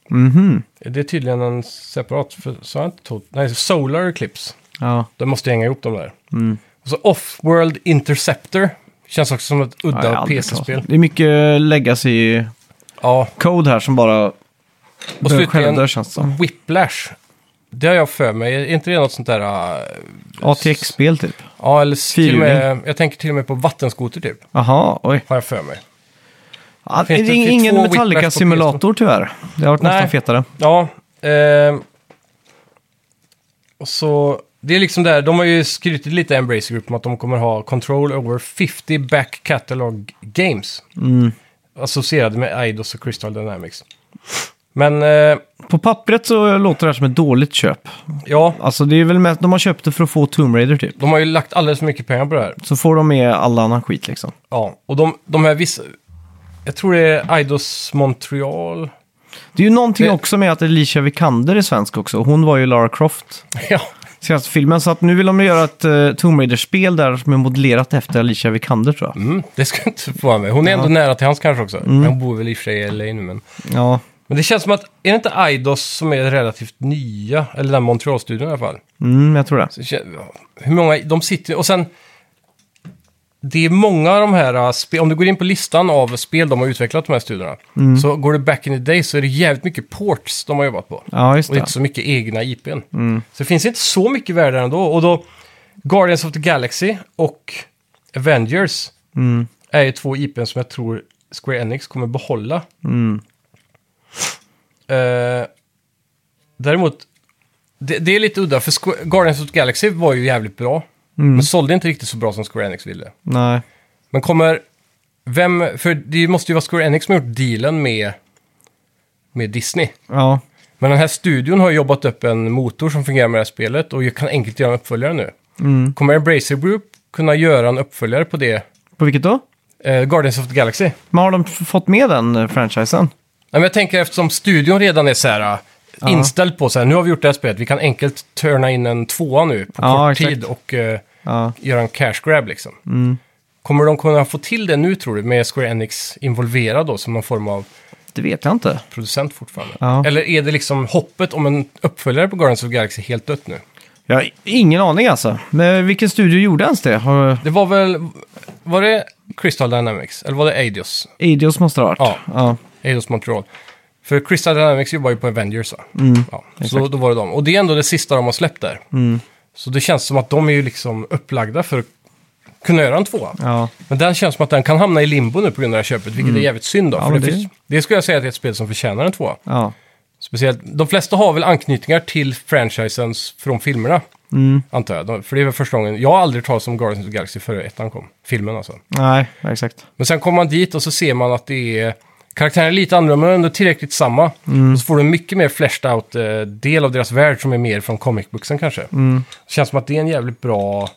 [SPEAKER 1] Mhm.
[SPEAKER 2] Det är tydligen en separat, för, så har jag inte tog, nej, Solar Eclipse.
[SPEAKER 1] Ja.
[SPEAKER 2] De måste hänga ihop dem där.
[SPEAKER 1] Mm.
[SPEAKER 2] Och så Off-World Interceptor. Känns också som ett
[SPEAKER 1] Ja, jag har
[SPEAKER 2] udda
[SPEAKER 1] aldrig
[SPEAKER 2] P C-spel.
[SPEAKER 1] talat. Det är mycket legacy-code
[SPEAKER 2] Ja,
[SPEAKER 1] här som bara
[SPEAKER 2] och
[SPEAKER 1] dör
[SPEAKER 2] slutligen
[SPEAKER 1] självdör, känns det som.
[SPEAKER 2] Whiplash. Det har jag för mig. Är inte det något sånt där... äh,
[SPEAKER 1] A T X-spel typ.
[SPEAKER 2] Ja, eller s- till och med,
[SPEAKER 1] Fyrhjuling.
[SPEAKER 2] jag tänker till och med på vattenskoter typ.
[SPEAKER 1] Jaha, oj.
[SPEAKER 2] Har jag för mig.
[SPEAKER 1] Ja,
[SPEAKER 2] Finns
[SPEAKER 1] det
[SPEAKER 2] det
[SPEAKER 1] är
[SPEAKER 2] typ
[SPEAKER 1] ingen
[SPEAKER 2] två Whiplash på
[SPEAKER 1] Metallica-simulator tyvärr. Det har varit
[SPEAKER 2] Nej.
[SPEAKER 1] nästan fetare.
[SPEAKER 2] Ja, ehm, och så... Det är liksom där, de har ju skrytit lite i Embracer Group om att de kommer ha control over femtio back catalog games.
[SPEAKER 1] Mm.
[SPEAKER 2] Associerade med Eidos och Crystal Dynamics. Men, eh,
[SPEAKER 1] På pappret så låter det här som ett dåligt köp.
[SPEAKER 2] ja,
[SPEAKER 1] Alltså det är väl mest, de har köpt det för att få Tomb Raider typ.
[SPEAKER 2] de har ju lagt alldeles för mycket pengar på det här.
[SPEAKER 1] Så får de med all annan skit liksom.
[SPEAKER 2] Ja, och de, de här vissa... Jag tror det är Eidos Montreal.
[SPEAKER 1] Det är ju någonting
[SPEAKER 2] Det-
[SPEAKER 1] också med att Alicia Vikander är svensk också. Hon var ju Lara Croft
[SPEAKER 2] Ja,
[SPEAKER 1] senaste filmen. Så att nu vill de göra ett uh, Tomb Raider-spel där som är modellerat efter Alicia Vikander tror jag.
[SPEAKER 2] mm, det ska jag inte få med. Hon är ändå nära till hans kanske också. Han bor väl i och för sig i L A nu, men...
[SPEAKER 1] Ja,
[SPEAKER 2] Men det känns som att, är det inte Eidos som är relativt nya? Eller den Montreal-studion i alla fall.
[SPEAKER 1] mm, jag tror det.
[SPEAKER 2] Så, kän- ja, hur många, de sitter, och sen... Det är många av de här uh, spel, om du går in på listan av spel de har utvecklat de här studierna. Så går du back in the day så är det jävligt mycket ports de har jobbat på.
[SPEAKER 1] Ja, just
[SPEAKER 2] Och
[SPEAKER 1] det.
[SPEAKER 2] inte så mycket egna I P:n. Så det finns inte så mycket värde ändå. Och då, Guardians of the Galaxy och Avengers
[SPEAKER 1] Mm.
[SPEAKER 2] är ju två I P:n som jag tror Square Enix kommer behålla.
[SPEAKER 1] Mm.
[SPEAKER 2] Eh, däremot, det, det är lite udda, för Squ- Guardians of the Galaxy var ju jävligt bra. Men sålde inte riktigt så bra som Square Enix ville.
[SPEAKER 1] Nej.
[SPEAKER 2] Men kommer... Vem... För det måste ju vara Square Enix som har gjort dealen med, med Disney.
[SPEAKER 1] Ja.
[SPEAKER 2] Men den här studion har jobbat upp en motor som fungerar med det här spelet och jag kan enkelt göra en uppföljare nu.
[SPEAKER 1] Mm.
[SPEAKER 2] Kommer Embracer Group kunna göra en uppföljare på det?
[SPEAKER 1] På vilket då?
[SPEAKER 2] Eh, Guardians of the Galaxy?
[SPEAKER 1] Men har de f- fått med den eh, franchisen?
[SPEAKER 2] Nej, men jag tänker eftersom studion redan är så här... äh,
[SPEAKER 1] Ja.
[SPEAKER 2] Inställd på så här, nu har vi gjort det här spelet, vi kan enkelt turna in en tvåa nu på
[SPEAKER 1] Ja,
[SPEAKER 2] kort
[SPEAKER 1] exakt.
[SPEAKER 2] tid och eh,
[SPEAKER 1] Ja.
[SPEAKER 2] göra en cash grab liksom.
[SPEAKER 1] Mm.
[SPEAKER 2] Kommer de kunna få till det nu tror du, med Square Enix involverad då som någon form av
[SPEAKER 1] Det vet jag inte.
[SPEAKER 2] producent fortfarande?
[SPEAKER 1] Ja.
[SPEAKER 2] Eller är det liksom hoppet om en uppföljare på Guardians of the Galaxy helt dött nu?
[SPEAKER 1] Jag har ingen aning alltså. Men vilken studio gjorde ens det? Har...
[SPEAKER 2] Det var väl, var det Crystal Dynamics? Eller var det Eidos?
[SPEAKER 1] Eidos måste det ha varit.
[SPEAKER 2] Ja.
[SPEAKER 1] Ja.
[SPEAKER 2] Eidos Montreal. För Crystal Dynamics jobbar ju på Avengers va?
[SPEAKER 1] Mm.
[SPEAKER 2] Ja, så då var det dem. Och det är ändå det sista de har släppt där.
[SPEAKER 1] Mm.
[SPEAKER 2] Så det känns som att de är ju liksom upplagda för att kunna göra en tvåa.
[SPEAKER 1] Ja.
[SPEAKER 2] Men den känns som att den kan hamna i limbo nu på grund av det här köpet, vilket är jävligt synd då.
[SPEAKER 1] Ja,
[SPEAKER 2] för
[SPEAKER 1] men
[SPEAKER 2] det,
[SPEAKER 1] det-
[SPEAKER 2] det... det skulle jag säga att det är ett spel som förtjänar en tvåa.
[SPEAKER 1] Ja.
[SPEAKER 2] Speciellt, de flesta har väl anknytningar till franchisens från filmerna,
[SPEAKER 1] Mm.
[SPEAKER 2] antar jag. De- För det är väl första gången, jag har aldrig talat om Guardians of the Galaxy före ettan kom, filmen alltså.
[SPEAKER 1] Nej, exakt.
[SPEAKER 2] Men sen kommer man dit och så ser man att det är, karaktärerna är lite annorlunda men ändå tillräckligt samma.
[SPEAKER 1] Mm.
[SPEAKER 2] Och så får du en mycket mer fleshed out eh, del av deras värld som är mer från comic booksen kanske.
[SPEAKER 1] Mm.
[SPEAKER 2] Det känns som att det är en jävligt bra...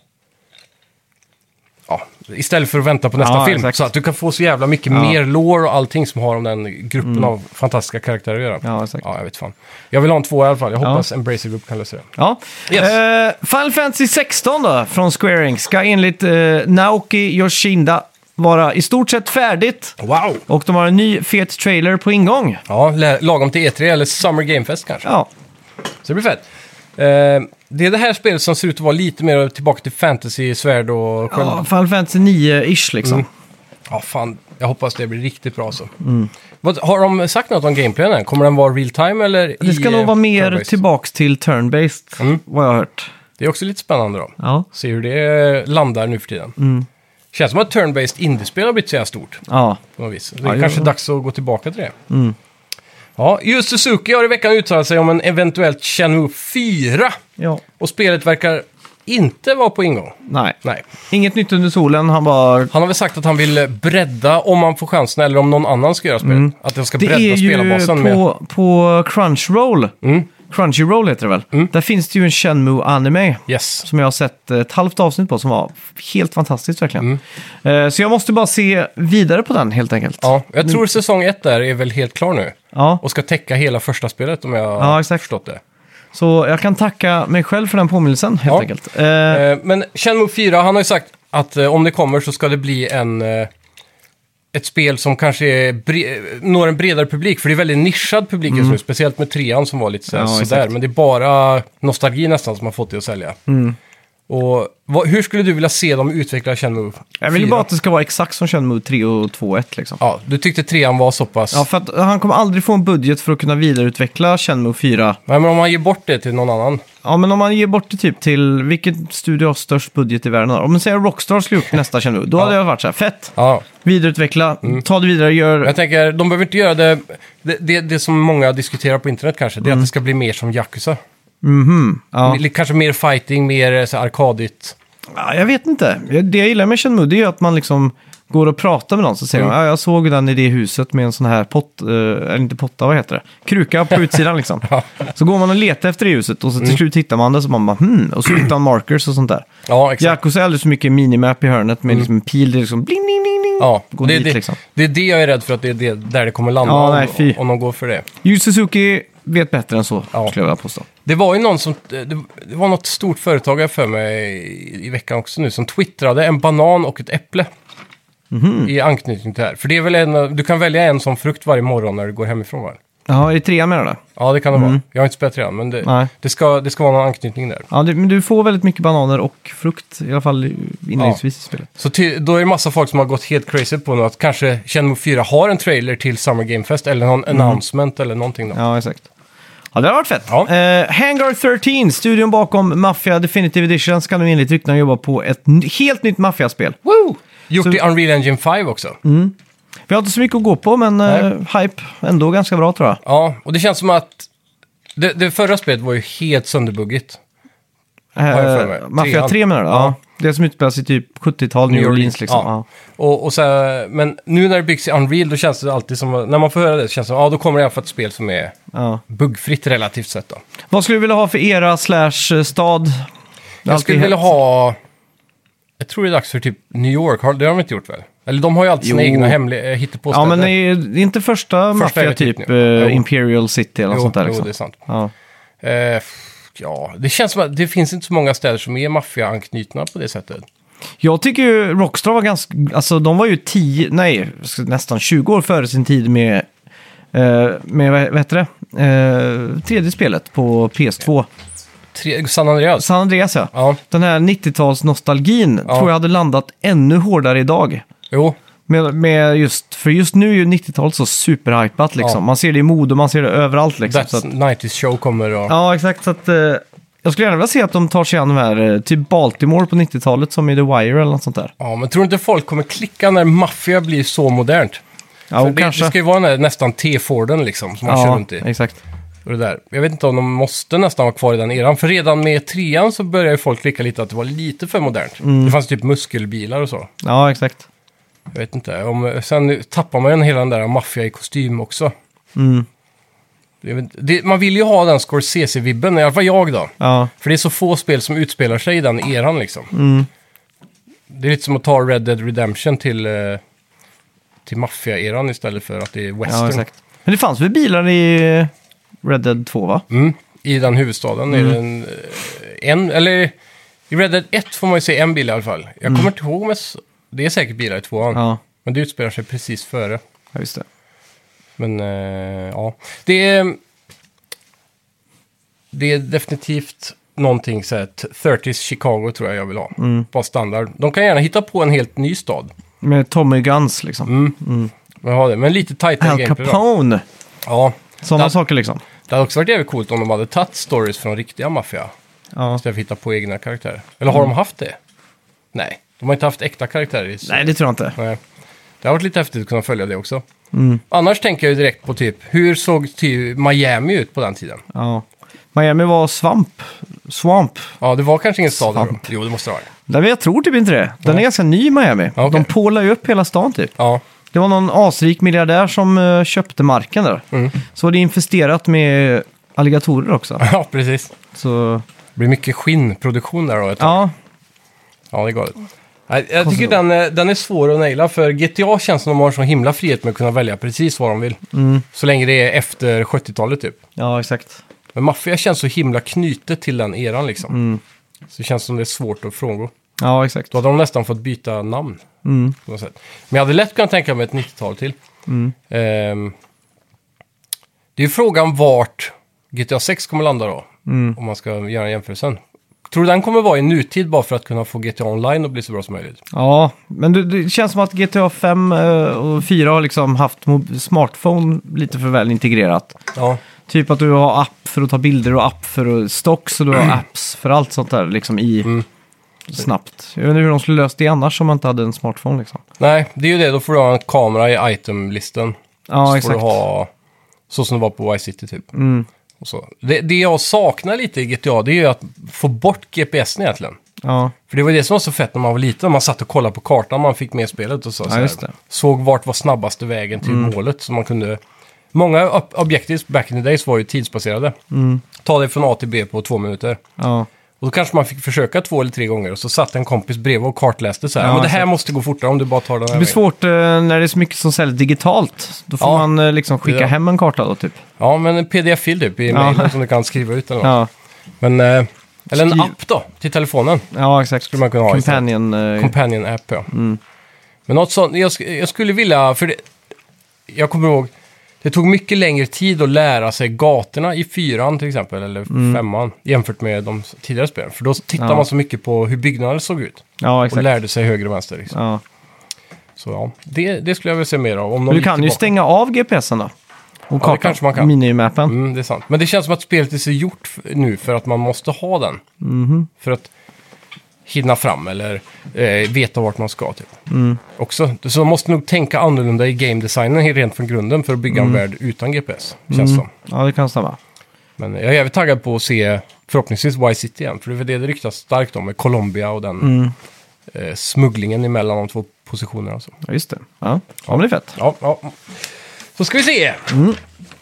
[SPEAKER 2] Ja, istället för att vänta på nästa
[SPEAKER 1] Ja,
[SPEAKER 2] film.
[SPEAKER 1] exakt.
[SPEAKER 2] Så att du kan få så jävla mycket
[SPEAKER 1] Ja.
[SPEAKER 2] mer lore och allting som har om den gruppen av fantastiska karaktärer att göra. Ja.
[SPEAKER 1] Ja, exakt.
[SPEAKER 2] jag vet fan. Jag vill ha en två i alla fall. Jag
[SPEAKER 1] Ja.
[SPEAKER 2] hoppas Embracer Group kan lösa det.
[SPEAKER 1] Ja.
[SPEAKER 2] Yes.
[SPEAKER 1] Eh, Final Fantasy sexton då, från Square Enix, ska enligt eh, Naoki Yoshinda vara i stort sett färdigt.
[SPEAKER 2] Wow!
[SPEAKER 1] Och de har en ny fet trailer på ingång.
[SPEAKER 2] Ja, lä- lagom till E tre eller Summer Game Fest kanske.
[SPEAKER 1] Ja,
[SPEAKER 2] Så det blir fett. Eh, det är det här spelet som ser ut att vara lite mer tillbaka till fantasy, svärd och själv...
[SPEAKER 1] ja Final Fantasy nio-ish liksom.
[SPEAKER 2] Mm. Ja, fan. Jag hoppas det blir riktigt bra så. Vad, har de sagt något om gameplayen än? Kommer den vara real time eller
[SPEAKER 1] Det ska
[SPEAKER 2] i,
[SPEAKER 1] nog
[SPEAKER 2] eh,
[SPEAKER 1] vara mer
[SPEAKER 2] turn-based?
[SPEAKER 1] tillbaks till turn-based,
[SPEAKER 2] Mm.
[SPEAKER 1] vad jag har hört.
[SPEAKER 2] Det är också lite spännande då.
[SPEAKER 1] Ja,
[SPEAKER 2] Se hur det landar nu för tiden.
[SPEAKER 1] Mm.
[SPEAKER 2] Känns som att turn-based indiespel har blivit så här stort
[SPEAKER 1] ja.
[SPEAKER 2] på något vis. Det är
[SPEAKER 1] Ja, jo.
[SPEAKER 2] kanske dags att gå tillbaka till det.
[SPEAKER 1] Mm.
[SPEAKER 2] Ja, Yu Suzuki har i veckan uttalat sig om en eventuellt Shenmue fyra.
[SPEAKER 1] ja.
[SPEAKER 2] Och spelet verkar inte vara på ingång.
[SPEAKER 1] Nej,
[SPEAKER 2] Nej.
[SPEAKER 1] inget nytt under solen. Han bara...
[SPEAKER 2] Han har väl sagt att han vill bredda om han får chansen eller om någon annan ska göra spelet. Att de ska
[SPEAKER 1] Det
[SPEAKER 2] bredda
[SPEAKER 1] är ju
[SPEAKER 2] spelarbasen med...
[SPEAKER 1] på, på Crunchyroll.
[SPEAKER 2] Mm.
[SPEAKER 1] Crunchyroll heter det väl?
[SPEAKER 2] Mm.
[SPEAKER 1] Där finns det ju en Shenmue-anime
[SPEAKER 2] Yes.
[SPEAKER 1] som jag har sett ett halvt avsnitt på som var helt fantastiskt verkligen.
[SPEAKER 2] Mm.
[SPEAKER 1] Eh, Så jag måste bara se vidare på den helt enkelt.
[SPEAKER 2] Ja, jag tror säsong ett där är väl helt klar nu.
[SPEAKER 1] Ja.
[SPEAKER 2] Och ska täcka hela första spelet om jag
[SPEAKER 1] Ja,
[SPEAKER 2] har
[SPEAKER 1] exakt.
[SPEAKER 2] förstått det.
[SPEAKER 1] Så jag kan tacka mig själv för den påminnelsen helt
[SPEAKER 2] Ja.
[SPEAKER 1] enkelt. Eh,
[SPEAKER 2] Eh, men Shenmue fyra, han har ju sagt att eh, om det kommer så ska det bli en... Eh, ett spel som kanske är bre- når en bredare publik, för det är väldigt nischad publik just nu, speciellt med trean som var lite så här,
[SPEAKER 1] Ja,
[SPEAKER 2] sådär,
[SPEAKER 1] exakt.
[SPEAKER 2] men det är bara nostalgi nästan som har fått det att sälja. Och vad, hur skulle du vilja se dem utveckla Shenmue
[SPEAKER 1] Jag vill ju
[SPEAKER 2] fyra?
[SPEAKER 1] bara att det ska vara exakt som Shenmue tre och två ett liksom.
[SPEAKER 2] Ja, du tyckte trean var så pass...
[SPEAKER 1] Ja, för att han kommer aldrig få en budget för att kunna vidareutveckla Shenmue fyra.
[SPEAKER 2] Nej, men om man ger bort det till någon annan.
[SPEAKER 1] Ja, men om man ger bort det typ till vilken studio har störst budget i världen har? Om man säger Rockstar skulle upp nästa Shenmue, då hade jag varit så här, fett.
[SPEAKER 2] Ja.
[SPEAKER 1] Vidareutveckla, ta det vidare, gör...
[SPEAKER 2] Jag tänker, de behöver inte göra det... Det, det, det som många diskuterar på internet kanske, det är att det ska bli mer som Yakuza.
[SPEAKER 1] Mhm, ja.
[SPEAKER 2] Eller kanske mer fighting, mer så här arkadigt.
[SPEAKER 1] Ja, jag vet inte. Det jag gillar med Shenmue det är ju att man liksom går och pratar med någon så säger
[SPEAKER 2] Mm.
[SPEAKER 1] de, ja, jag såg den i det huset med en sån här pott, eh, eller inte potta, vad heter det? Kruka på utsidan liksom. Så går man och letar efter det huset och så till
[SPEAKER 2] Mm.
[SPEAKER 1] slut hittar man det så man bara, hmm, och så utan markers och sånt där.
[SPEAKER 2] Ja, exakt.
[SPEAKER 1] Yakuza är alldeles så mycket minimap i hörnet med liksom en pil, det är liksom bling, bling, bling, bling.
[SPEAKER 2] Ja,
[SPEAKER 1] Gå
[SPEAKER 2] det är
[SPEAKER 1] dit
[SPEAKER 2] det,
[SPEAKER 1] liksom.
[SPEAKER 2] det är det jag är rädd för, att det är det, där det kommer landa
[SPEAKER 1] Ja,
[SPEAKER 2] om,
[SPEAKER 1] nej, fy.
[SPEAKER 2] om de går för det.
[SPEAKER 1] Yu Suzuki vet bättre än så,
[SPEAKER 2] Ja.
[SPEAKER 1] skulle jag vilja påstå.
[SPEAKER 2] Det var ju någon som, det, det var något stort företag för mig i, i veckan också nu, som twittrade en banan och ett äpple.
[SPEAKER 1] Mhm.
[SPEAKER 2] I anknytning till det här. För det är väl en, du kan välja en som frukt varje morgon när du går hemifrån, va?
[SPEAKER 1] Ja, i trean menar du?
[SPEAKER 2] Ja, det kan det vara. Jag har inte spelat redan, men det,
[SPEAKER 1] Nej.
[SPEAKER 2] det, ska, det ska vara någon anknytning där.
[SPEAKER 1] Ja, det, men du får väldigt mycket bananer och frukt, i alla fall inledningsvis i spelet.
[SPEAKER 2] Så till, då är det massa folk som har gått helt crazy på nu att kanske Shenmue fyra har en trailer till Summer Game Fest eller någon announcement eller någonting då.
[SPEAKER 1] Ja, exakt. Ja, det har varit fett.
[SPEAKER 2] Ja.
[SPEAKER 1] Eh, Hangar tretton, studion bakom Mafia Definitive Edition, ska nu enligt ryktena jobba på ett n- helt nytt Mafia-spel.
[SPEAKER 2] Woo! Gjort
[SPEAKER 1] Så-
[SPEAKER 2] i Unreal Engine fem också.
[SPEAKER 1] Vi har inte så mycket att gå på, men eh, hype ändå ganska bra tror jag.
[SPEAKER 2] Ja, och det känns som att det, det förra spelet var ju helt sönderbuggigt.
[SPEAKER 1] Eh,
[SPEAKER 2] jag för mig.
[SPEAKER 1] Mafia
[SPEAKER 2] Trean.
[SPEAKER 1] tre menar du? Ja.
[SPEAKER 2] Ja.
[SPEAKER 1] Det som utspelas i typ sjuttiotal, New Orleans liksom.
[SPEAKER 2] Ja.
[SPEAKER 1] Ja.
[SPEAKER 2] Och, och så här, men nu när det byggs i Unreal, då känns det alltid som, när man får höra det, så känns det som, ja, då kommer det i alla fall ett spel som är
[SPEAKER 1] Ja.
[SPEAKER 2] buggfritt relativt sett då.
[SPEAKER 1] Vad skulle du vilja ha för era slash eh, stad?
[SPEAKER 2] Jag skulle vilja ha, jag tror det är dags för typ New York, Har- det har de inte gjort väl? Eller de har ju alltid sina
[SPEAKER 1] Jo.
[SPEAKER 2] egna hemliga hittepåstäder.
[SPEAKER 1] Ja, men det är, det är inte första, Mafia
[SPEAKER 2] är
[SPEAKER 1] typ
[SPEAKER 2] typ nu.
[SPEAKER 1] eh,
[SPEAKER 2] Jo.
[SPEAKER 1] Imperial City eller något
[SPEAKER 2] jo,
[SPEAKER 1] sånt där
[SPEAKER 2] jo,
[SPEAKER 1] liksom.
[SPEAKER 2] det är sant.
[SPEAKER 1] Ja.
[SPEAKER 2] Eh, f- ja, det känns som att det finns inte så många städer som är maffia-anknutna på det sättet.
[SPEAKER 1] Jag tycker ju Rockstar var ganska, alltså de var ju tio, nej, nästan tjugo år före sin tid med, eh, med vad vad heter det, eh, tredje spelet på P S två.
[SPEAKER 2] Tre, San Andreas?
[SPEAKER 1] San Andreas ja.
[SPEAKER 2] Ja,
[SPEAKER 1] Den här nittio-tals-nostalgin
[SPEAKER 2] Ja.
[SPEAKER 1] tror jag hade landat ännu hårdare idag.
[SPEAKER 2] jo.
[SPEAKER 1] Med, med just, för just nu är ju nittio-talet så superhypat liksom.
[SPEAKER 2] Ja.
[SPEAKER 1] Man ser det i mode och man ser det överallt liksom. Så
[SPEAKER 2] That's
[SPEAKER 1] att,
[SPEAKER 2] nittio show kommer och...
[SPEAKER 1] ja, exakt. Så att, eh, jag skulle gärna vilja se att de tar sig an de här, eh, typ Baltimore på nittio-talet som i The Wire eller något sånt där.
[SPEAKER 2] Ja, men tror du inte folk kommer klicka när maffia blir så modernt?
[SPEAKER 1] Ja,
[SPEAKER 2] För
[SPEAKER 1] och
[SPEAKER 2] det,
[SPEAKER 1] kanske.
[SPEAKER 2] det ska ju vara den här nästan T-Forden liksom, som man kör
[SPEAKER 1] Ja,
[SPEAKER 2] runt i.
[SPEAKER 1] exakt.
[SPEAKER 2] Och det där. Jag vet inte om de måste nästan vara kvar i den eran, för redan med trean så började ju folk klicka lite att det var lite för modernt.
[SPEAKER 1] Mm.
[SPEAKER 2] Det fanns typ muskelbilar och så.
[SPEAKER 1] Ja, exakt.
[SPEAKER 2] Jag vet inte. Om, sen tappar man ju hela den där maffia i kostym också.
[SPEAKER 1] Mm.
[SPEAKER 2] Jag vet, inte. det, man vill ju ha den Scorsese-vibben, i alla fall jag då.
[SPEAKER 1] Ja,
[SPEAKER 2] För det är så få spel som utspelar sig i den eran liksom.
[SPEAKER 1] mm.
[SPEAKER 2] Det är lite som att ta Red Dead Redemption till, eh, till maffia-eran istället för att det är
[SPEAKER 1] ja,
[SPEAKER 2] western.
[SPEAKER 1] exakt. Men det fanns väl bilar i Red Dead två va?
[SPEAKER 2] Mm. I den huvudstaden
[SPEAKER 1] Mm.
[SPEAKER 2] är det en, eh, en, eller i Red Dead ett får man ju se en bil i alla fall. Jag kommer inte ihåg, men s- det är säkert bilar i tvåan.
[SPEAKER 1] Mm. Ja,
[SPEAKER 2] Men det utspelar sig precis före.
[SPEAKER 1] ja just det.
[SPEAKER 2] Men eh, ja, det är, det är definitivt någonting så här, t- trettio Chicago tror jag jag vill ha.
[SPEAKER 1] Mm.
[SPEAKER 2] Bara standard. De kan gärna hitta på en helt ny stad.
[SPEAKER 1] Med Tommy Guns liksom.
[SPEAKER 2] Mm. Men, ha det. Men lite tajtare
[SPEAKER 1] Al
[SPEAKER 2] gameplay då.
[SPEAKER 1] Capone.
[SPEAKER 2] Ja,
[SPEAKER 1] Sådana
[SPEAKER 2] Det-
[SPEAKER 1] saker liksom.
[SPEAKER 2] det hade också varit jävligt coolt om de hade tagit stories från riktiga maffia.
[SPEAKER 1] Ja.
[SPEAKER 2] Istället för att hitta på egna karaktärer. Eller har de haft det? Nej, de har inte haft äkta karaktärer. I
[SPEAKER 1] Nej, det tror jag inte.
[SPEAKER 2] Nej. Det har varit lite häftigt att kunna följa det också.
[SPEAKER 1] Mm.
[SPEAKER 2] Annars tänker jag ju direkt på typ, hur såg typ Miami ut på den tiden?
[SPEAKER 1] Ja. Miami var svamp. Swamp.
[SPEAKER 2] Ja, det var kanske ingen stad då.
[SPEAKER 1] Svamp.
[SPEAKER 2] Jo, det måste det vara.
[SPEAKER 1] Där jag tror typ inte det. Den är ganska ny i Miami.
[SPEAKER 2] Ja, okej.
[SPEAKER 1] De pålar ju upp hela stan typ.
[SPEAKER 2] Ja,
[SPEAKER 1] Det var någon asrik miljardär som eh, köpte marken där.
[SPEAKER 2] Mm.
[SPEAKER 1] Så var det infesterat med alligatorer också.
[SPEAKER 2] ja precis.
[SPEAKER 1] Så
[SPEAKER 2] Det blir mycket skinnproduktion där då. ett tag.
[SPEAKER 1] ja,
[SPEAKER 2] Ja, det är galet. Nej, jag tycker den, är- den är svår att naila, för G T A känns som de har så himla frihet med att kunna välja precis vad de vill.
[SPEAKER 1] mm,
[SPEAKER 2] Så länge det är efter sjuttiotalet typ.
[SPEAKER 1] ja exakt.
[SPEAKER 2] Men Mafia känns så himla knutet till den eran liksom.
[SPEAKER 1] Mm.
[SPEAKER 2] Så det känns som det är svårt att frångå.
[SPEAKER 1] Ja, exakt.
[SPEAKER 2] Då hade de nästan fått byta namn.
[SPEAKER 1] Mm.
[SPEAKER 2] På något sätt. Men jag hade lätt kunnat tänka mig ett nittiotal till.
[SPEAKER 1] Mm.
[SPEAKER 2] Ehm, det är ju frågan vart G T A sex kommer landa då.
[SPEAKER 1] Mm.
[SPEAKER 2] Om man ska göra en jämförelse. Tror du den kommer vara i nutid bara för att kunna få G T A Online och bli så bra som möjligt?
[SPEAKER 1] Ja, men det, det känns som att G T A fem och fyra har liksom haft mob- smartphone lite för väl integrerat.
[SPEAKER 2] Ja.
[SPEAKER 1] Typ att du har app för att ta bilder och app för att stocks och du har apps för allt sånt där liksom i
[SPEAKER 2] Mm.
[SPEAKER 1] snabbt. Jag vet inte hur de skulle lösa det annars om man inte hade en smartphone liksom.
[SPEAKER 2] Nej, det är ju det. Då får du ha en kamera i item-listen.
[SPEAKER 1] Ja,
[SPEAKER 2] så
[SPEAKER 1] exakt.
[SPEAKER 2] får du ha så som det var på Vice City typ.
[SPEAKER 1] Mm.
[SPEAKER 2] Och så. Det, det jag saknar lite i G T A det är ju att få bort G P S'en egentligen.
[SPEAKER 1] Ja,
[SPEAKER 2] För det var det som var så fett när man var liten. Man satt och kollade på kartan man fick med spelet och så,
[SPEAKER 1] Ja,
[SPEAKER 2] så här,
[SPEAKER 1] just det.
[SPEAKER 2] såg vart var snabbaste vägen till målet. Så man kunde... Många ob- objectives back in the days var ju tidsbaserade.
[SPEAKER 1] Mm.
[SPEAKER 2] Ta dig från A till B på två minuter.
[SPEAKER 1] ja.
[SPEAKER 2] Och då kanske man fick försöka två eller tre gånger och så satt en kompis bredvid och kartläste så här.
[SPEAKER 1] Ja,
[SPEAKER 2] men det här
[SPEAKER 1] exakt.
[SPEAKER 2] måste gå fortare om du bara tar den här
[SPEAKER 1] Det blir
[SPEAKER 2] vägen.
[SPEAKER 1] svårt eh, när det är så mycket som säljs digitalt. Då får
[SPEAKER 2] Ja.
[SPEAKER 1] man eh, liksom skicka
[SPEAKER 2] Ja.
[SPEAKER 1] hem en karta då typ.
[SPEAKER 2] Ja, men en pdf-fil typ i
[SPEAKER 1] Ja.
[SPEAKER 2] mejlen som du kan skriva ut eller något.
[SPEAKER 1] Ja,
[SPEAKER 2] Men, eh, eller en
[SPEAKER 1] Skriv-
[SPEAKER 2] app då, till telefonen.
[SPEAKER 1] ja exakt.
[SPEAKER 2] Skulle man kunna ha istället.
[SPEAKER 1] Companion. Eh,
[SPEAKER 2] Companion app, ja.
[SPEAKER 1] Mm.
[SPEAKER 2] Men något sånt, jag, sk- jag skulle vilja, för det, jag kommer ihåg, det tog mycket längre tid att lära sig gatorna i fyran till exempel, eller femman, jämfört med de tidigare spelen. För då tittade
[SPEAKER 1] Ja.
[SPEAKER 2] man så mycket på hur byggnader såg ut
[SPEAKER 1] ja,
[SPEAKER 2] och
[SPEAKER 1] exakt.
[SPEAKER 2] lärde sig höger och vänster. Liksom.
[SPEAKER 1] Ja.
[SPEAKER 2] Så ja, det, det skulle jag vilja se mer av. Om
[SPEAKER 1] Men
[SPEAKER 2] någon
[SPEAKER 1] du
[SPEAKER 2] gick
[SPEAKER 1] kan ju
[SPEAKER 2] tillbaka.
[SPEAKER 1] stänga av G P S'en då. Och
[SPEAKER 2] det kanske man kan.
[SPEAKER 1] Minimappen.
[SPEAKER 2] Mm, det är sant. Men det känns som att spelet är så gjort f- nu för att man måste ha den.
[SPEAKER 1] Mhm.
[SPEAKER 2] För att hinna fram eller eh, veta vart man ska. Typ.
[SPEAKER 1] Mm.
[SPEAKER 2] Också. Så man måste nog tänka annorlunda i game designen rent från grunden för att bygga
[SPEAKER 1] Mm.
[SPEAKER 2] en värld utan G P S. Känns som.
[SPEAKER 1] Ja, det kan stämma.
[SPEAKER 2] Men jag är jävligt taggad på att se förhoppningsvis Vice City igen. För det är det det ryktas starkt om med Colombia och den
[SPEAKER 1] Mm.
[SPEAKER 2] eh, smugglingen emellan de två positionerna. Så.
[SPEAKER 1] Ja, just det. Ja, ja men det är fett.
[SPEAKER 2] Ja, ja. Så ska vi se.
[SPEAKER 1] Mm.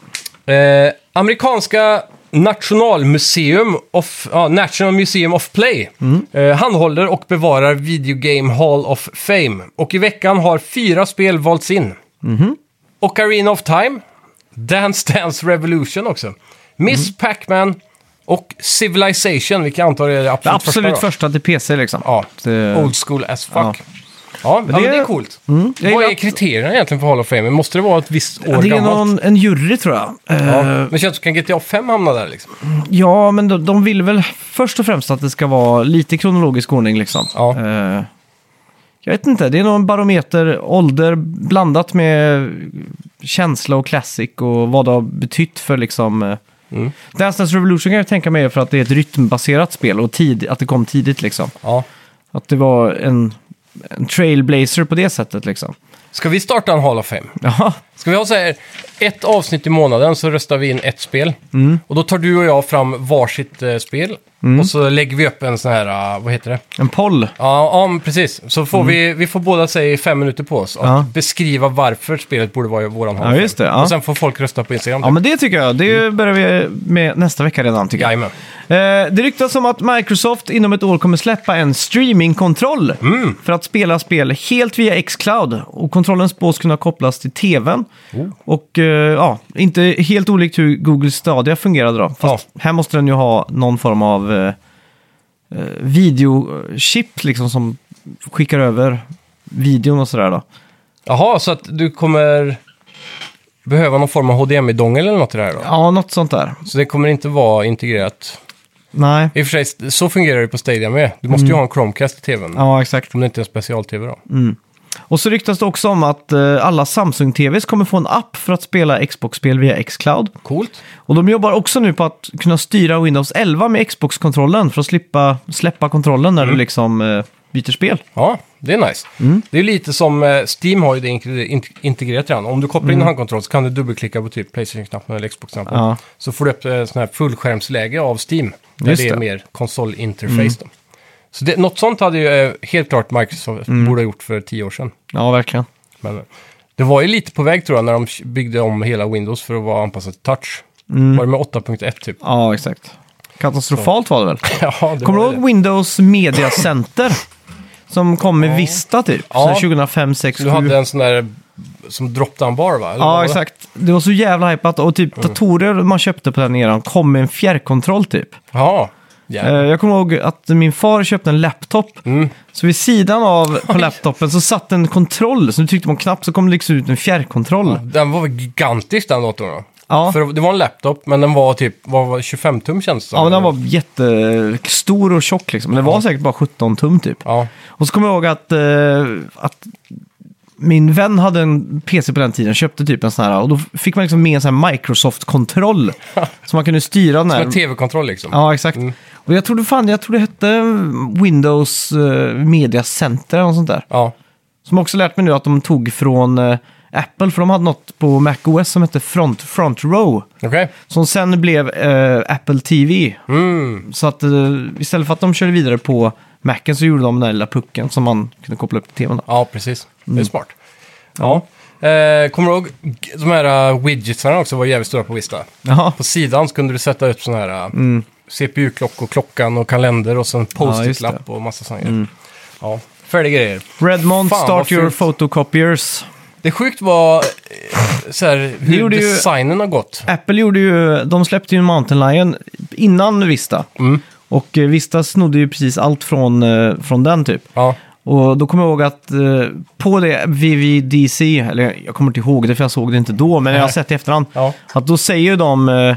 [SPEAKER 2] Eh, amerikanska Nationalmuseum of, ja, National Museum of Play
[SPEAKER 1] Mm.
[SPEAKER 2] eh, handhåller och bevarar Video Game Hall of Fame. Och i veckan har fyra spel valts in.
[SPEAKER 1] Mhm.
[SPEAKER 2] Ocarina of Time, Dance Dance Revolution också, Miss
[SPEAKER 1] Mm.
[SPEAKER 2] Pac-Man och Civilization, vilka jag antar är det absolut,
[SPEAKER 1] Det absolut
[SPEAKER 2] första.
[SPEAKER 1] första, till P C liksom.
[SPEAKER 2] Ja,
[SPEAKER 1] Det-
[SPEAKER 2] old school as fuck.
[SPEAKER 1] Ja.
[SPEAKER 2] Ja, ja, men
[SPEAKER 1] det-
[SPEAKER 2] det är coolt.
[SPEAKER 1] Mm, jag
[SPEAKER 2] Vad
[SPEAKER 1] gillar
[SPEAKER 2] är
[SPEAKER 1] att-
[SPEAKER 2] kriterierna egentligen för Hall of Fame? Måste det vara ett visst år
[SPEAKER 1] Ja, det är
[SPEAKER 2] gammalt?
[SPEAKER 1] någon, en jury tror jag.
[SPEAKER 2] Ja.
[SPEAKER 1] Eh,
[SPEAKER 2] Men känns som kan G T A fem hamna där liksom?
[SPEAKER 1] Ja, men de, de vill väl först och främst att det ska vara lite kronologisk ordning liksom.
[SPEAKER 2] Ja.
[SPEAKER 1] Eh, jag vet inte, det är någon barometer ålder blandat med känsla och classic och vad det har betytt för liksom... eh,
[SPEAKER 2] Mm.
[SPEAKER 1] Dance Dance Revolution kan jag tänka mig för att det är ett rytmbaserat spel och tid, att det kom tidigt liksom.
[SPEAKER 2] Ja.
[SPEAKER 1] Att det var en, en trailblazer på det sättet liksom.
[SPEAKER 2] Ska vi starta en Hall of Fame?
[SPEAKER 1] Ja,
[SPEAKER 2] Ska vi ha så här, ett avsnitt i månaden så röstar vi in ett spel.
[SPEAKER 1] Mm.
[SPEAKER 2] Och då tar du och jag fram varsitt eh, spel. Och så lägger vi upp en sån här, uh, vad heter det?
[SPEAKER 1] en poll.
[SPEAKER 2] Ja, ja men precis. Så får vi, vi får båda säga fem minuter på oss att
[SPEAKER 1] Ja.
[SPEAKER 2] beskriva varför spelet borde vara i våran Hall of
[SPEAKER 1] Ja,
[SPEAKER 2] Fame.
[SPEAKER 1] just det, ja.
[SPEAKER 2] Och sen får folk rösta på Instagram.
[SPEAKER 1] Ja, men det tycker jag. Det börjar vi med nästa vecka redan tycker jag.
[SPEAKER 2] Jajamän.
[SPEAKER 1] Eh, det ryktas om att Microsoft inom ett år kommer släppa en streamingkontroll
[SPEAKER 2] Mm.
[SPEAKER 1] för att spela spel helt via xCloud. Och kontrollen spås kunna kopplas till tvn.
[SPEAKER 2] Oh.
[SPEAKER 1] Och eh, ja, inte helt olikt hur Google Stadia fungerade då. Fast här måste den ju ha någon form av eh, eh, videochip liksom som skickar över videon och sådär då.
[SPEAKER 2] Jaha, så att du kommer behöva någon form av H D M I-dongel eller något i det här då?
[SPEAKER 1] Ja, något sånt där.
[SPEAKER 2] Så det kommer inte vara integrerat.
[SPEAKER 1] Nej,
[SPEAKER 2] I och för sig, så fungerar det på Stadia med. Du måste ju ha en Chromecast i tvn.
[SPEAKER 1] ja exakt.
[SPEAKER 2] Om det inte är en special-tv då.
[SPEAKER 1] Och så ryktas det också om att eh, alla Samsung-tvs kommer få en app för att spela Xbox-spel via xCloud.
[SPEAKER 2] Coolt.
[SPEAKER 1] Och de jobbar också nu på att kunna styra Windows elva med Xbox-kontrollen för att slippa släppa kontrollen när du liksom eh, byter spel.
[SPEAKER 2] Ja, det är nice. Det är lite som eh, Steam har ju det in- in- integrerat redan. Om du kopplar in en handkontroll så kan du dubbelklicka på typ PlayStation-knappen eller Xbox-knappen.
[SPEAKER 1] Ja.
[SPEAKER 2] Så får du upp ett sån här fullskärmsläge av Steam. Där
[SPEAKER 1] Just
[SPEAKER 2] det är
[SPEAKER 1] det.
[SPEAKER 2] mer konsolinterface då. Så det, något sånt hade ju eh, helt klart Microsoft borde ha gjort för tio år sedan.
[SPEAKER 1] Ja, verkligen.
[SPEAKER 2] Men eh, det var ju lite på väg tror jag när de byggde om hela Windows för att vara anpassat till touch. Var det med åtta punkt ett typ?
[SPEAKER 1] Ja, exakt. Katastrofalt var det väl.
[SPEAKER 2] Ja, det
[SPEAKER 1] Kommer du
[SPEAKER 2] var
[SPEAKER 1] ihåg
[SPEAKER 2] det.
[SPEAKER 1] Windows Media Center? Som kom med Vista typ.
[SPEAKER 2] Ja.
[SPEAKER 1] Så tjugohundrafem, sex,
[SPEAKER 2] Du
[SPEAKER 1] sju.
[SPEAKER 2] hade en sån där som drop-down bar va? Eller vad var
[SPEAKER 1] Ja,
[SPEAKER 2] det?
[SPEAKER 1] exakt. Det var så jävla hypat. Och typ datorer man köpte på den eran kom med en fjärrkontroll typ.
[SPEAKER 2] Ja, Yeah.
[SPEAKER 1] Eh, Jag kommer ihåg att min far köpte en laptop.
[SPEAKER 2] Mm.
[SPEAKER 1] Så vid sidan av på laptopen så satt en kontroll. Så du tryckte på en knapp så kom det liksom ut en fjärrkontroll.
[SPEAKER 2] Den var gigantisk den datorn då.
[SPEAKER 1] Ja,
[SPEAKER 2] För det var en laptop, men den var typ vad var det, tjugofem tum känns det som.
[SPEAKER 1] ja men den var jättestor och tjock liksom. Men det var
[SPEAKER 2] Ja.
[SPEAKER 1] säkert bara sjutton tum typ.
[SPEAKER 2] Ja,
[SPEAKER 1] Och så kommer jag ihåg att, eh, att min vän hade en P C på den tiden, köpte typ en sån här. Och då fick man liksom med en sån här Microsoft-kontroll. Så man kunde styra den
[SPEAKER 2] som
[SPEAKER 1] här.
[SPEAKER 2] en tv-kontroll liksom.
[SPEAKER 1] Ja, exakt.
[SPEAKER 2] Mm.
[SPEAKER 1] Och jag trodde fan, jag tror det hette Windows eh, Media Center eller något sånt där.
[SPEAKER 2] Ja,
[SPEAKER 1] Som också lärt mig nu att de tog från eh, Apple, för de hade något på macOS som hette Front, Front Row.
[SPEAKER 2] okej.
[SPEAKER 1] Som sen blev eh, Apple T V.
[SPEAKER 2] Mm.
[SPEAKER 1] Så att eh, istället för att de körde vidare på Macen så gjorde de den där lilla pucken som man kunde koppla upp till tvn. Då.
[SPEAKER 2] Ja, precis.
[SPEAKER 1] Mm.
[SPEAKER 2] Det är smart. Ja. Eh, kommer du ihåg g- de här uh, widgetsarna också var jävligt stora på Vista?
[SPEAKER 1] Jaha,
[SPEAKER 2] På sidan så kunde du sätta upp såna här uh,
[SPEAKER 1] mm.
[SPEAKER 2] C P U-klockor, klockan och kalender och så en
[SPEAKER 1] Ja, just
[SPEAKER 2] post-it-lapp och massa såna grejer. Ja, färdiga grejer.
[SPEAKER 1] Redmond,
[SPEAKER 2] Fan, vad
[SPEAKER 1] start your
[SPEAKER 2] fult.
[SPEAKER 1] photocopiers.
[SPEAKER 2] Det är sjukt vad eh, så här, hur
[SPEAKER 1] gjorde ju-
[SPEAKER 2] designen har gått.
[SPEAKER 1] Apple gjorde ju, de släppte ju Mountain Lion innan Vista.
[SPEAKER 2] Mm.
[SPEAKER 1] Och eh, Vista snodde ju precis allt från, eh, från den typ.
[SPEAKER 2] Ja,
[SPEAKER 1] Och då kommer jag ihåg att eh, på det V V D C, eller jag kommer inte ihåg det för jag såg det inte då, men jag har
[SPEAKER 2] Nej.
[SPEAKER 1] sett det i efterhand.
[SPEAKER 2] ja,
[SPEAKER 1] Att då säger ju de, eh,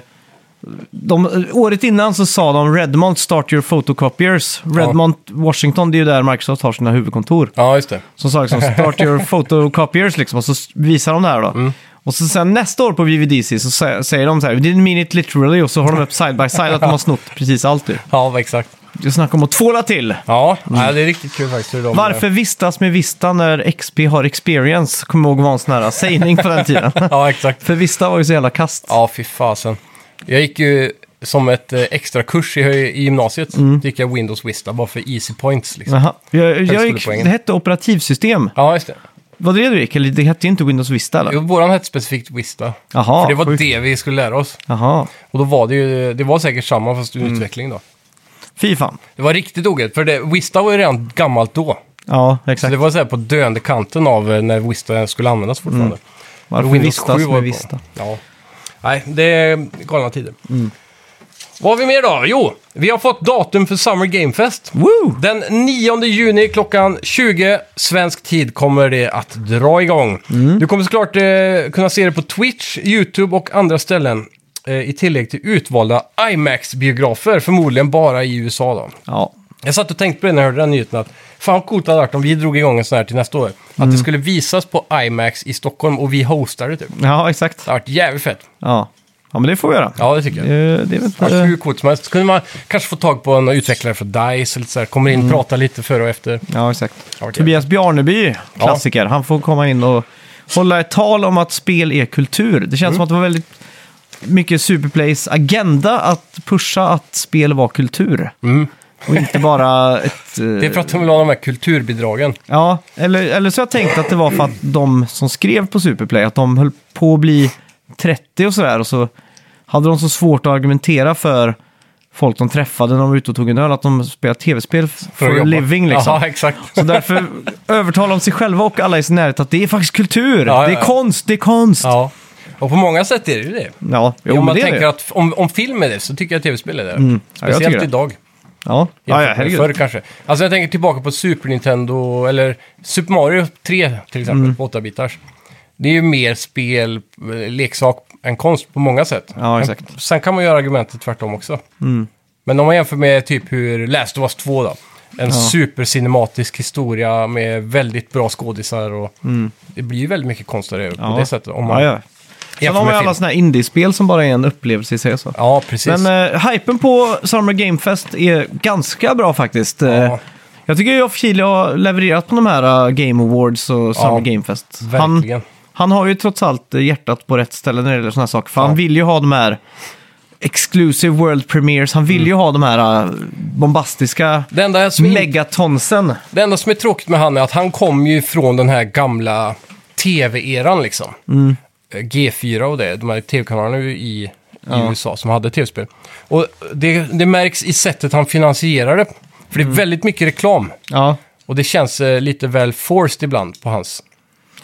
[SPEAKER 1] de, året innan så sa de Redmond start your photocopiers. Redmond, Washington, det är ju där Microsoft har sina huvudkontor.
[SPEAKER 2] ja, just det.
[SPEAKER 1] Som sa liksom start your photocopiers liksom, och så s- visar de det här då.
[SPEAKER 2] Mm.
[SPEAKER 1] Och så sen nästa år på V V D C så sä- säger de så här, we didn't mean it literally, och så har de upp side by side att de har snott precis allt typ.
[SPEAKER 2] Ja, exakt.
[SPEAKER 1] Jag snackar om att tvåla till.
[SPEAKER 2] Ja, nej, det är riktigt kul faktiskt. Hur de,
[SPEAKER 1] Varför vistas med Vista när X P har experience? Kommer ihåg var en sån här sägning på den tiden.
[SPEAKER 2] Ja, exakt.
[SPEAKER 1] För Vista var ju så jävla kast.
[SPEAKER 2] Ja, fy fasen. Jag gick ju som ett eh, extra kurs i, i gymnasiet.
[SPEAKER 1] Mm.
[SPEAKER 2] Då gick jag Windows Vista bara för easy points. Liksom.
[SPEAKER 1] Jaha. Jag, jag gick,
[SPEAKER 2] Högskolepoängen.
[SPEAKER 1] det hette operativsystem.
[SPEAKER 2] Ja, just det.
[SPEAKER 1] Var det det du gick? Eller det hette ju inte Windows Vista eller?
[SPEAKER 2] Jo, våran hette specifikt Vista.
[SPEAKER 1] Jaha.
[SPEAKER 2] för det var
[SPEAKER 1] sjukt.
[SPEAKER 2] det vi skulle lära oss.
[SPEAKER 1] Jaha.
[SPEAKER 2] Och då var det ju, det var säkert samma fast
[SPEAKER 1] Mm.
[SPEAKER 2] utveckling då.
[SPEAKER 1] Fy fan.
[SPEAKER 2] Det var riktigt ogett, för det, Vista var ju redan gammalt då.
[SPEAKER 1] Ja,
[SPEAKER 2] Så
[SPEAKER 1] exakt.
[SPEAKER 2] det var så här på döende kanten av eh, när Vista skulle användas fortfarande.
[SPEAKER 1] Mm. Varför
[SPEAKER 2] Windows
[SPEAKER 1] vistas
[SPEAKER 2] sju var
[SPEAKER 1] med
[SPEAKER 2] på.
[SPEAKER 1] Vista?
[SPEAKER 2] Ja. Nej, det är galna tider.
[SPEAKER 1] Mm.
[SPEAKER 2] Vad har vi mer då? Jo, vi har fått datum för Summer Game Fest.
[SPEAKER 1] Woo!
[SPEAKER 2] Den nionde juni klockan tjugo svensk tid kommer det att dra igång.
[SPEAKER 1] Mm.
[SPEAKER 2] Du kommer såklart eh, kunna se det på Twitch, YouTube och andra ställen. Eh, I tillägg till utvalda IMAX-biografer, förmodligen bara i U S A då.
[SPEAKER 1] Ja.
[SPEAKER 2] Jag satt och tänkte på det när jag hörde den nyheten att fan vad coolt det hade varit om vi drog igång en sån här till nästa år. Att
[SPEAKER 1] Mm.
[SPEAKER 2] det skulle visas på IMAX i Stockholm och vi hostade typ.
[SPEAKER 1] Ja, exakt.
[SPEAKER 2] Det hade varit jävligt fett.
[SPEAKER 1] Ja. Ja, men det får vi göra.
[SPEAKER 2] Ja, det tycker jag.
[SPEAKER 1] Det, det är väl
[SPEAKER 2] Det hade varit
[SPEAKER 1] inte...
[SPEAKER 2] hur coolt som helst. Så kunde man kanske få tag på en utvecklare för DICE eller så här. Kommer in,
[SPEAKER 1] Mm.
[SPEAKER 2] prata lite före och efter.
[SPEAKER 1] Ja, exakt.
[SPEAKER 2] Ja, det-
[SPEAKER 1] Tobias Bjarneby, klassiker. Han får komma in och hålla ett tal om att spel är kultur. Det känns
[SPEAKER 2] Mm.
[SPEAKER 1] som att det var väldigt mycket Superplays agenda att pusha att spel var kultur.
[SPEAKER 2] Mm.
[SPEAKER 1] Och inte bara ett... eh,
[SPEAKER 2] Det är för att de vill ha de här kulturbidragen.
[SPEAKER 1] Ja, eller, eller så har jag tänkt att det var för att de som skrev på Superplay, att de höll på att bli trettio och sådär. Och så hade de så svårt att argumentera för folk de träffade när de var ute och tog en öl, att de spelar tv-spel for
[SPEAKER 2] att
[SPEAKER 1] a
[SPEAKER 2] jobba.
[SPEAKER 1] living liksom.
[SPEAKER 2] Ja, exakt.
[SPEAKER 1] Så därför övertalar de sig själva och alla i sin närhet att det är faktiskt kultur,
[SPEAKER 2] Ja, ja,
[SPEAKER 1] det är
[SPEAKER 2] ja.
[SPEAKER 1] konst, det är konst. Ja,
[SPEAKER 2] Ja. Och på många sätt är det ju det.
[SPEAKER 1] ja jo,
[SPEAKER 2] om
[SPEAKER 1] men
[SPEAKER 2] man
[SPEAKER 1] det är
[SPEAKER 2] tänker
[SPEAKER 1] det.
[SPEAKER 2] att om, om film är det så tycker jag att tv-spel är det.
[SPEAKER 1] Mm. Ja, jag
[SPEAKER 2] Speciellt
[SPEAKER 1] tycker det.
[SPEAKER 2] idag.
[SPEAKER 1] Ja, ja, ja
[SPEAKER 2] Jämfört med
[SPEAKER 1] herregud.
[SPEAKER 2] förr kanske. Alltså jag tänker tillbaka på Super Nintendo eller Super Mario tre till exempel
[SPEAKER 1] Mm.
[SPEAKER 2] på åtta bitars. Det är ju mer spel, eh, leksak än konst på många sätt.
[SPEAKER 1] Ja, exakt.
[SPEAKER 2] Men sen kan man göra argumentet tvärtom också.
[SPEAKER 1] Mm.
[SPEAKER 2] Men om man jämför med typ hur Last of Us två då. En
[SPEAKER 1] Ja.
[SPEAKER 2] supercinematisk historia med väldigt bra skådisar och det blir ju väldigt mycket konst där på
[SPEAKER 1] Mm. Ja.
[SPEAKER 2] det sättet. Om man
[SPEAKER 1] Ja, ja. Sen
[SPEAKER 2] jämför
[SPEAKER 1] har man
[SPEAKER 2] med
[SPEAKER 1] ju alla
[SPEAKER 2] film.
[SPEAKER 1] sådana här indiespel som bara är en upplevelse i sig. Så.
[SPEAKER 2] Ja, precis.
[SPEAKER 1] Men uh, hypen på Summer Game Fest är ganska bra faktiskt. Eh,
[SPEAKER 2] Ja.
[SPEAKER 1] Jag tycker ju Officili har levererat på de här uh, Game Awards och Summer
[SPEAKER 2] Ja,
[SPEAKER 1] Game Fest. Han,
[SPEAKER 2] Verkligen.
[SPEAKER 1] han har ju trots allt eh, hjärtat på rätt ställe när det gäller sådana här saker. För
[SPEAKER 2] Ja.
[SPEAKER 1] han vill ju ha de här exclusive world premieres. Han vill
[SPEAKER 2] Mm.
[SPEAKER 1] ju ha de här uh, bombastiska
[SPEAKER 2] Det enda, som är,
[SPEAKER 1] megatonsen.
[SPEAKER 2] det enda som är tråkigt med han är att han kom ju från den här gamla tv-eran liksom.
[SPEAKER 1] Mm.
[SPEAKER 2] Eh, G fyra och det, de här tv-kanalerna i, i
[SPEAKER 1] Ja.
[SPEAKER 2] U S A som hade tv-spel. Och det, det märks i sättet han finansierar det. För det är
[SPEAKER 1] Mm.
[SPEAKER 2] väldigt mycket reklam.
[SPEAKER 1] Ja.
[SPEAKER 2] Och det känns eh, lite väl forced ibland på hans.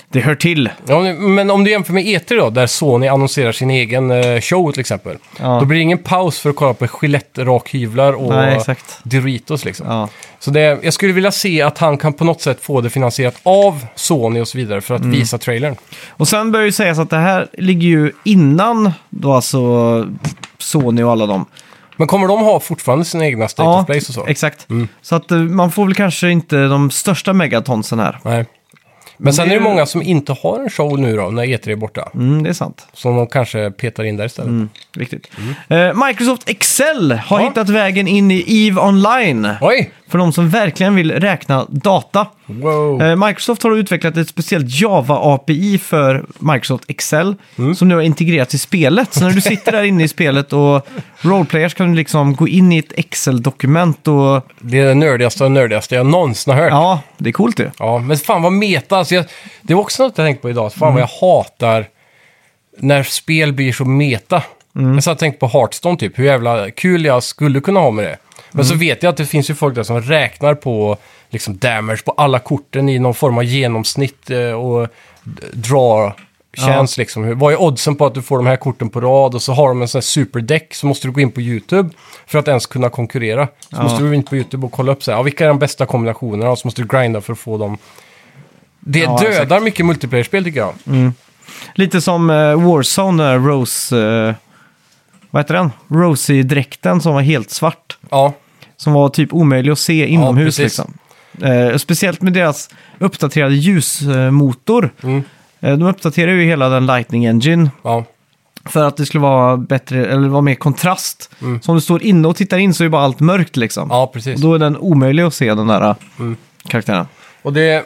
[SPEAKER 1] det hör till.
[SPEAKER 2] Ja, men om du jämför med E tre då, där Sony annonserar sin egen eh, show till exempel.
[SPEAKER 1] Ja.
[SPEAKER 2] Då blir det ingen paus för att kolla på Gillette-rakhyvlar och
[SPEAKER 1] Nej, exakt.
[SPEAKER 2] Doritos liksom.
[SPEAKER 1] Ja.
[SPEAKER 2] Så det, jag skulle vilja se att han kan på något sätt få det finansierat av Sony och så vidare för att
[SPEAKER 1] Mm.
[SPEAKER 2] visa trailern.
[SPEAKER 1] Och sen bör ju sägas att det här ligger ju innan då alltså Sony och alla dem.
[SPEAKER 2] Men kommer de ha fortfarande sina egna State
[SPEAKER 1] Ja,
[SPEAKER 2] of Plays och så?
[SPEAKER 1] exakt.
[SPEAKER 2] Mm.
[SPEAKER 1] Så att eh, man får väl kanske inte de största megatonsen här.
[SPEAKER 2] Nej. Men sen
[SPEAKER 1] det
[SPEAKER 2] är
[SPEAKER 1] är
[SPEAKER 2] det
[SPEAKER 1] ju-
[SPEAKER 2] många som inte har en show nu då, när E tre är borta.
[SPEAKER 1] Mm, det är sant.
[SPEAKER 2] Som de kanske petar in där istället.
[SPEAKER 1] Mm, riktigt. Eh, Microsoft Excel har
[SPEAKER 2] Ja.
[SPEAKER 1] hittat vägen in i EVE Online.
[SPEAKER 2] Oj!
[SPEAKER 1] För de som verkligen vill räkna data.
[SPEAKER 2] Wow.
[SPEAKER 1] Eh, Microsoft har utvecklat ett speciellt Java-A P I för Microsoft Excel
[SPEAKER 2] Mm.
[SPEAKER 1] som nu har integrerats i spelet. Så när du sitter där inne i spelet och roleplayers kan du liksom gå in i ett Excel-dokument och...
[SPEAKER 2] Det är det nördigaste och nördigaste jag någonsin har hört. Ja.
[SPEAKER 1] Ja, det är coolt ju.
[SPEAKER 2] men fan vad meta. Alltså jag, det var också något jag tänkte på idag. Fan vad jag hatar när spel blir så meta. Jag satt och tänkte på Hearthstone typ. Hur jävla kul jag skulle kunna ha med det. Men så vet jag att det finns ju folk där som räknar på liksom damage på alla korten i någon form av genomsnitt eh, och d- draw chance liksom. Hur- Vad är oddsen på att du får de här korten på rad och så har de en sån här superdeck så måste du gå in på YouTube för att ens kunna konkurrera. Så
[SPEAKER 1] Ja.
[SPEAKER 2] måste du gå in på YouTube och kolla upp så här, ja, vilka är de bästa kombinationerna och så måste du grinda för att få dem. Det
[SPEAKER 1] Ja,
[SPEAKER 2] dödar
[SPEAKER 1] exakt.
[SPEAKER 2] mycket multiplayer-spel tycker jag.
[SPEAKER 1] Lite som eh, Warzone, där Rose... Eh, vad heter den? Rosie-dräkten som var helt svart.
[SPEAKER 2] Ja,
[SPEAKER 1] Som var typ omöjlig att se inomhus
[SPEAKER 2] precis.
[SPEAKER 1] liksom. Eh, speciellt med deras uppdaterade ljusmotor.
[SPEAKER 2] Mm.
[SPEAKER 1] Eh, de uppdaterar ju hela den Lightning Engine
[SPEAKER 2] ja.
[SPEAKER 1] för att det skulle vara bättre, eller vara mer kontrast.
[SPEAKER 2] Mm.
[SPEAKER 1] Så om du står inne och tittar in så är ju bara allt mörkt liksom.
[SPEAKER 2] Ja, precis.
[SPEAKER 1] Och då är den omöjlig att se, den där
[SPEAKER 2] Mm.
[SPEAKER 1] karaktären.
[SPEAKER 2] Och det...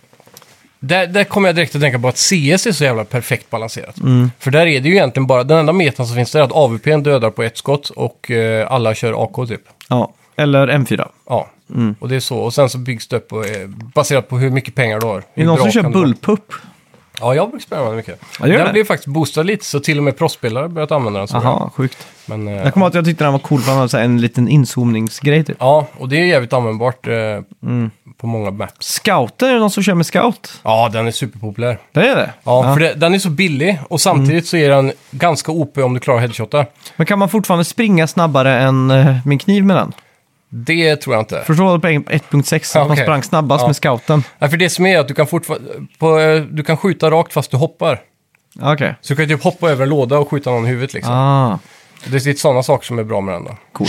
[SPEAKER 2] Där, där kommer jag direkt att tänka på att C S är så jävla perfekt balanserat.
[SPEAKER 1] Mm.
[SPEAKER 2] För där är det ju egentligen bara... Den enda metan som finns där är att A V P dödar på ett skott och eh, alla kör A K typ.
[SPEAKER 1] Ja, eller M fyra.
[SPEAKER 2] Ja,
[SPEAKER 1] Mm.
[SPEAKER 2] och det är så. Och sen så byggs det upp och, eh, baserat på hur mycket pengar du har.
[SPEAKER 1] Är
[SPEAKER 2] Hur
[SPEAKER 1] det någon
[SPEAKER 2] bra
[SPEAKER 1] som kör
[SPEAKER 2] kan det vara.
[SPEAKER 1] bullpup?
[SPEAKER 2] Ja, jag brukar spela med mycket.
[SPEAKER 1] Ja, det gör
[SPEAKER 2] den
[SPEAKER 1] det.
[SPEAKER 2] blir faktiskt boostad lite så till och med prospelare har börjat använda den. Så
[SPEAKER 1] Jaha, sjukt.
[SPEAKER 2] Men, eh,
[SPEAKER 1] Jag kommer ihåg att jag tyckte den var cool för han hade så här en liten inzoomningsgrej typ.
[SPEAKER 2] ja, och det är jävligt användbart eh,
[SPEAKER 1] Mm.
[SPEAKER 2] på många maps.
[SPEAKER 1] Scouten, är det någon som kör med Scout?
[SPEAKER 2] Ja, den är superpopulär.
[SPEAKER 1] Det är det?
[SPEAKER 2] Ja, för det, den är så billig och samtidigt så är den ganska O P om du klarar headshotta.
[SPEAKER 1] Men kan man fortfarande springa snabbare än eh, min kniv med den?
[SPEAKER 2] Det tror jag inte.
[SPEAKER 1] Förstår du på ett punkt sex att man
[SPEAKER 2] Okej.
[SPEAKER 1] sprang snabbast
[SPEAKER 2] Ja.
[SPEAKER 1] med Scouten?
[SPEAKER 2] Nej, för det som är att du kan fortfarande... På, eh, du kan skjuta rakt fast du hoppar.
[SPEAKER 1] Okej.
[SPEAKER 2] Så du kan typ hoppa över en låda och skjuta någon i huvudet liksom.
[SPEAKER 1] Ah,
[SPEAKER 2] Det är lite sådana saker som är bra med den då.
[SPEAKER 1] cool.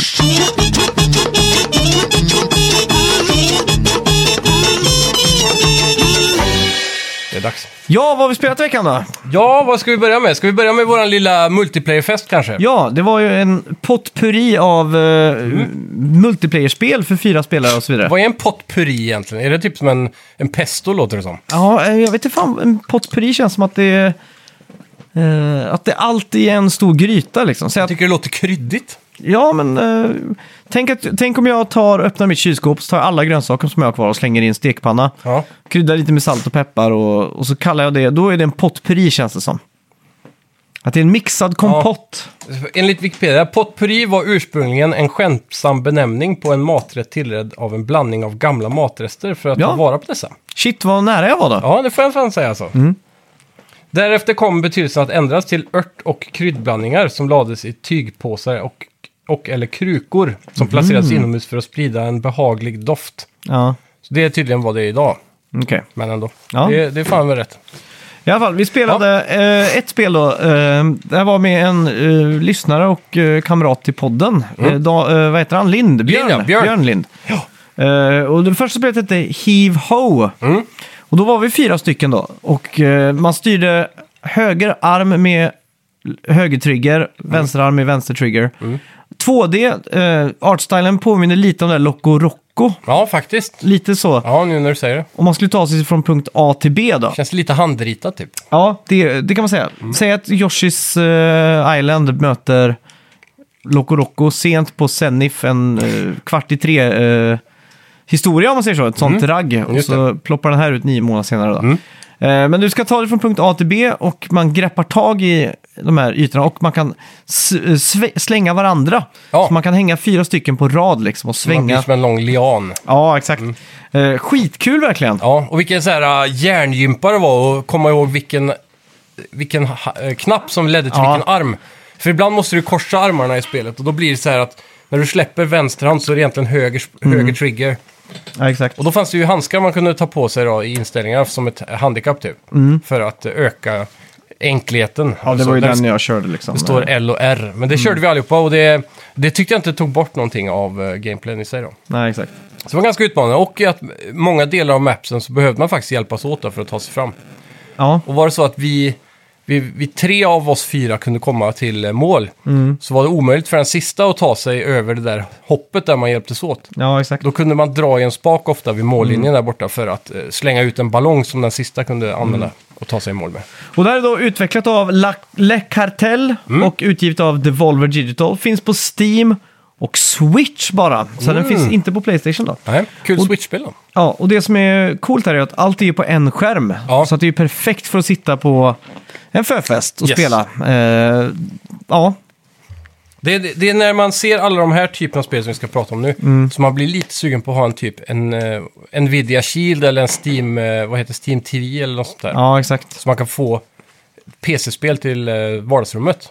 [SPEAKER 2] Det är dags.
[SPEAKER 1] Ja, vad har vi spelat i veckan då?
[SPEAKER 2] Ja, vad ska vi börja med? Ska vi börja med våran lilla multiplayer-fest kanske?
[SPEAKER 1] Ja, det var ju en potpurri av eh, multiplayer-spel för fyra spelare och så vidare.
[SPEAKER 2] Vad är en potpurri egentligen? Är det typ som en, en pesto låter det som?
[SPEAKER 1] Ja, eh, jag vet inte fan, en potpurri känns som att det är... eh, att det alltid är en stor gryta liksom. Så
[SPEAKER 2] Jag
[SPEAKER 1] att,
[SPEAKER 2] tycker det låter kryddigt.
[SPEAKER 1] ja, men eh, tänk, att, tänk om jag tar, öppnar mitt kylskåp så tar jag alla grönsaker som jag har kvar och slänger i en stekpanna.
[SPEAKER 2] Ja.
[SPEAKER 1] Kryddar lite med salt och peppar och, och så kallar jag det, då är det en potpurri känns det som. Att det är en mixad kompott.
[SPEAKER 2] Enligt Wikipedia, potpurri var ursprungligen en skämtsam benämning på en maträtt tillredd av en blandning av gamla matrester för att
[SPEAKER 1] Ja.
[SPEAKER 2] ta vara på dessa.
[SPEAKER 1] Shit, vad nära jag var då.
[SPEAKER 2] Ja, det får jag fan säga alltså.
[SPEAKER 1] Mm.
[SPEAKER 2] Därefter kom betydelsen att ändras till ört- och kryddblandningar som lades i tygpåsar och, och eller krukor som placerades inomhus för att sprida en behaglig doft.
[SPEAKER 1] Ja,
[SPEAKER 2] Så det är tydligen vad det är idag,
[SPEAKER 1] okej.
[SPEAKER 2] men ändå.
[SPEAKER 1] Ja.
[SPEAKER 2] Det, det är fan väl rätt.
[SPEAKER 1] I alla fall, vi spelade eh, ett spel då. Eh, det här var med en eh, lyssnare och eh, kamrat till podden. Eh, da, eh, vad heter han? Lind? Björn,
[SPEAKER 2] Lind, ja, Björn.
[SPEAKER 1] Lind. Eh, och det första spelet hette Heave Ho.
[SPEAKER 2] Mm.
[SPEAKER 1] Och då var vi fyra stycken då. Och eh, man styrde höger arm med högertrigger, vänster arm med vänstertrigger.
[SPEAKER 2] Mm.
[SPEAKER 1] två D, eh, artstylen påminner lite om det där Loco Roco.
[SPEAKER 2] Ja, faktiskt.
[SPEAKER 1] Lite så.
[SPEAKER 2] Ja, nu när du säger det.
[SPEAKER 1] Om man skulle ta sig från punkt A till B då.
[SPEAKER 2] Känns lite handritat typ.
[SPEAKER 1] Ja, det, det kan man säga. Säg att Yoshi's eh, Island möter Loco Roco sent på Zenith en eh, kvart i tre eh, historia om man säger så. Ett sånt ragg. Och
[SPEAKER 2] Just
[SPEAKER 1] så ploppar den här ut nio månader senare då.
[SPEAKER 2] Mm.
[SPEAKER 1] Eh, men du ska ta dig från punkt A till B och man greppar tag i de här ytorna och man kan s- sve- slänga varandra.
[SPEAKER 2] Ja.
[SPEAKER 1] Så man kan hänga fyra stycken på rad liksom och
[SPEAKER 2] Man blir
[SPEAKER 1] svänga.
[SPEAKER 2] som en lång lian.
[SPEAKER 1] Ja, exakt. Eh, skitkul verkligen.
[SPEAKER 2] Ja, och vilken så här uh, järngympa det var och komma ihåg vilken, vilken ha, eh, knapp som ledde till
[SPEAKER 1] Ja.
[SPEAKER 2] vilken arm. För ibland måste du korsa armarna i spelet och då blir det så här att när du släpper vänster hand så är det egentligen höger,
[SPEAKER 1] Mm.
[SPEAKER 2] höger trigger.
[SPEAKER 1] Ja, exakt.
[SPEAKER 2] Och då fanns det ju handskar man kunde ta på sig då, i inställningar som ett handikapp typ. För att eh, öka enkelheten.
[SPEAKER 1] Ja, det
[SPEAKER 2] Så
[SPEAKER 1] var ju
[SPEAKER 2] där
[SPEAKER 1] den jag körde liksom.
[SPEAKER 2] Det står L och R, men det körde vi allihopa och det, det tyckte jag inte tog bort någonting av uh, gameplayen i sig då.
[SPEAKER 1] Nej, exakt.
[SPEAKER 2] Så det var ganska utmanande och att många delar av mapsen så behövde man faktiskt hjälpas åt då för att ta sig fram.
[SPEAKER 1] Ja,
[SPEAKER 2] Och var det så att vi, vi, vi tre av oss fyra kunde komma till eh, mål så var det omöjligt för den sista att ta sig över det där hoppet där man hjälptes åt.
[SPEAKER 1] ja exakt.
[SPEAKER 2] Då kunde man dra i en spak ofta vid mållinjen där borta för att eh, slänga ut en ballong som den sista kunde använda och ta sig i mål med.
[SPEAKER 1] Och det här är då utvecklat av La- Le Cartel och utgivet av Devolver Digital. Finns på Steam och Switch bara. Så den finns inte på PlayStation då.
[SPEAKER 2] Nej, kul
[SPEAKER 1] Och-
[SPEAKER 2] Switch-spel då.
[SPEAKER 1] Ja, och det som är coolt här är att allt är ju på en skärm.
[SPEAKER 2] Ja.
[SPEAKER 1] Så att det är ju perfekt för att sitta på en förfest och
[SPEAKER 2] Yes.
[SPEAKER 1] spela. Eh, ja,
[SPEAKER 2] Det är, det är när man ser alla de här typerna av spel som vi ska prata om nu, så man blir lite sugen på att ha en typ en uh, Nvidia Shield eller en Steam, uh, vad heter Steam T V eller något sånt där.
[SPEAKER 1] ja exakt.
[SPEAKER 2] Så man kan få P C-spel till uh, vardagsrummet.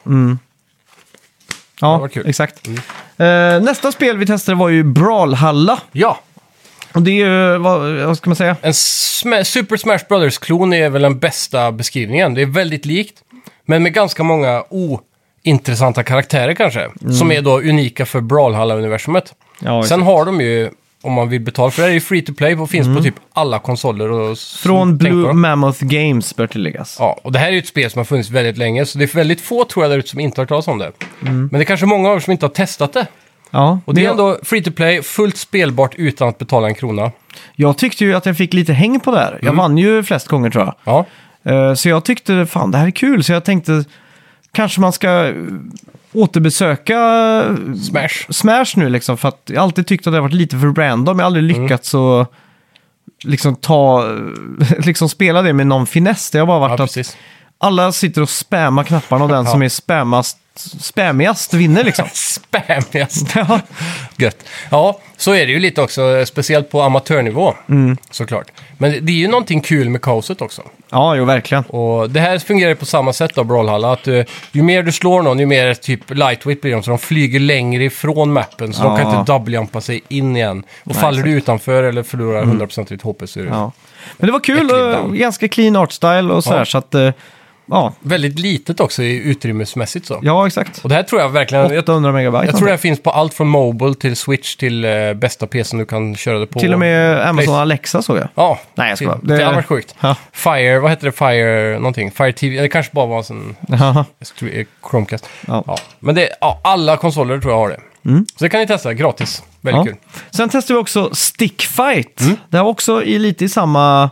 [SPEAKER 1] Ja,
[SPEAKER 2] det var kul.
[SPEAKER 1] exakt. Eh, nästa spel vi testade var ju Brawlhalla.
[SPEAKER 2] Ja,
[SPEAKER 1] Och det är ju, vad, vad ska man säga?
[SPEAKER 2] en sma- Super Smash Brothers-klon är väl den bästa beskrivningen. Det är väldigt likt, men med ganska många ointressanta karaktärer kanske, som är då unika för Brawlhalla-universumet.
[SPEAKER 1] Ja,
[SPEAKER 2] Sen har de ju, om man vill betala för det, är ju free to play och finns på typ alla konsoler. Och
[SPEAKER 1] Från Blue
[SPEAKER 2] tänkbara.
[SPEAKER 1] Mammoth Games bör tilläggas.
[SPEAKER 2] Ja, och det här är ju ett spel som har funnits väldigt länge, så det är väldigt få tror jag där ute som inte har hört talas om det. Men det är kanske många av er som inte har testat det.
[SPEAKER 1] Ja,
[SPEAKER 2] Och det är ändå free to play, fullt spelbart utan att betala en krona.
[SPEAKER 1] Jag tyckte ju att jag fick lite häng på det här. Jag vann ju flest gånger tror jag.
[SPEAKER 2] Ja,
[SPEAKER 1] Eh, Så jag tyckte, fan det här är kul. Så jag tänkte, kanske man ska eh, återbesöka
[SPEAKER 2] Smash.
[SPEAKER 1] Smash nu liksom. För att jag alltid tyckt att det har varit lite för random. Jag har aldrig lyckats att liksom ta, liksom spela det med någon finess. Det har bara
[SPEAKER 2] Ja,
[SPEAKER 1] varit att
[SPEAKER 2] precis.
[SPEAKER 1] alla sitter och spammar knapparna och den
[SPEAKER 2] Ja.
[SPEAKER 1] som är spammast, spammigast vinner liksom.
[SPEAKER 2] Spammigast.
[SPEAKER 1] Ja.
[SPEAKER 2] Gött. Ja, så är det ju lite också, speciellt på amatörnivå, såklart. Men det är ju någonting kul med kaoset också.
[SPEAKER 1] Ja, jo verkligen.
[SPEAKER 2] Och det här fungerar på samma sätt då, Brawlhalla, att uh, ju mer du slår någon, ju mer typ lightweight blir de, så de flyger längre ifrån mappen, så de kan
[SPEAKER 1] Ja.
[SPEAKER 2] inte double-jumpa sig in igen. Och
[SPEAKER 1] Nej,
[SPEAKER 2] faller du
[SPEAKER 1] exakt.
[SPEAKER 2] utanför eller förlorar hundra procent av ditt H P så är det
[SPEAKER 1] Ja. Men det var kul,
[SPEAKER 2] Äcklig
[SPEAKER 1] och
[SPEAKER 2] down.
[SPEAKER 1] ganska clean art style och sådär.
[SPEAKER 2] Ja.
[SPEAKER 1] Så att, eh, ja,
[SPEAKER 2] väldigt litet också i utrymmesmässigt så.
[SPEAKER 1] ja exakt.
[SPEAKER 2] Och det här tror jag verkligen... Jag,
[SPEAKER 1] åttahundra megabyte.
[SPEAKER 2] jag tror det här finns på allt från Mobile till Switch till uh, bästa P C du kan köra det på.
[SPEAKER 1] Till och med Amazon
[SPEAKER 2] Place-
[SPEAKER 1] Alexa såg jag.
[SPEAKER 2] Ja,
[SPEAKER 1] Nej, jag
[SPEAKER 2] till-
[SPEAKER 1] skojar.
[SPEAKER 2] Det,
[SPEAKER 1] Det-
[SPEAKER 2] har varit sjukt.
[SPEAKER 1] Ja.
[SPEAKER 2] Fire, vad heter det? Fire någonting? Fire T V, det kanske bara var en sån
[SPEAKER 1] Ja.
[SPEAKER 2] eh, Chromecast.
[SPEAKER 1] Ja.
[SPEAKER 2] Ja. Men det, ja, alla konsoler tror jag har det. Så det kan ni testa, gratis. Väldigt
[SPEAKER 1] Ja.
[SPEAKER 2] kul.
[SPEAKER 1] Sen testade vi också Stickfight.
[SPEAKER 2] Mm.
[SPEAKER 1] Det var också i lite i samma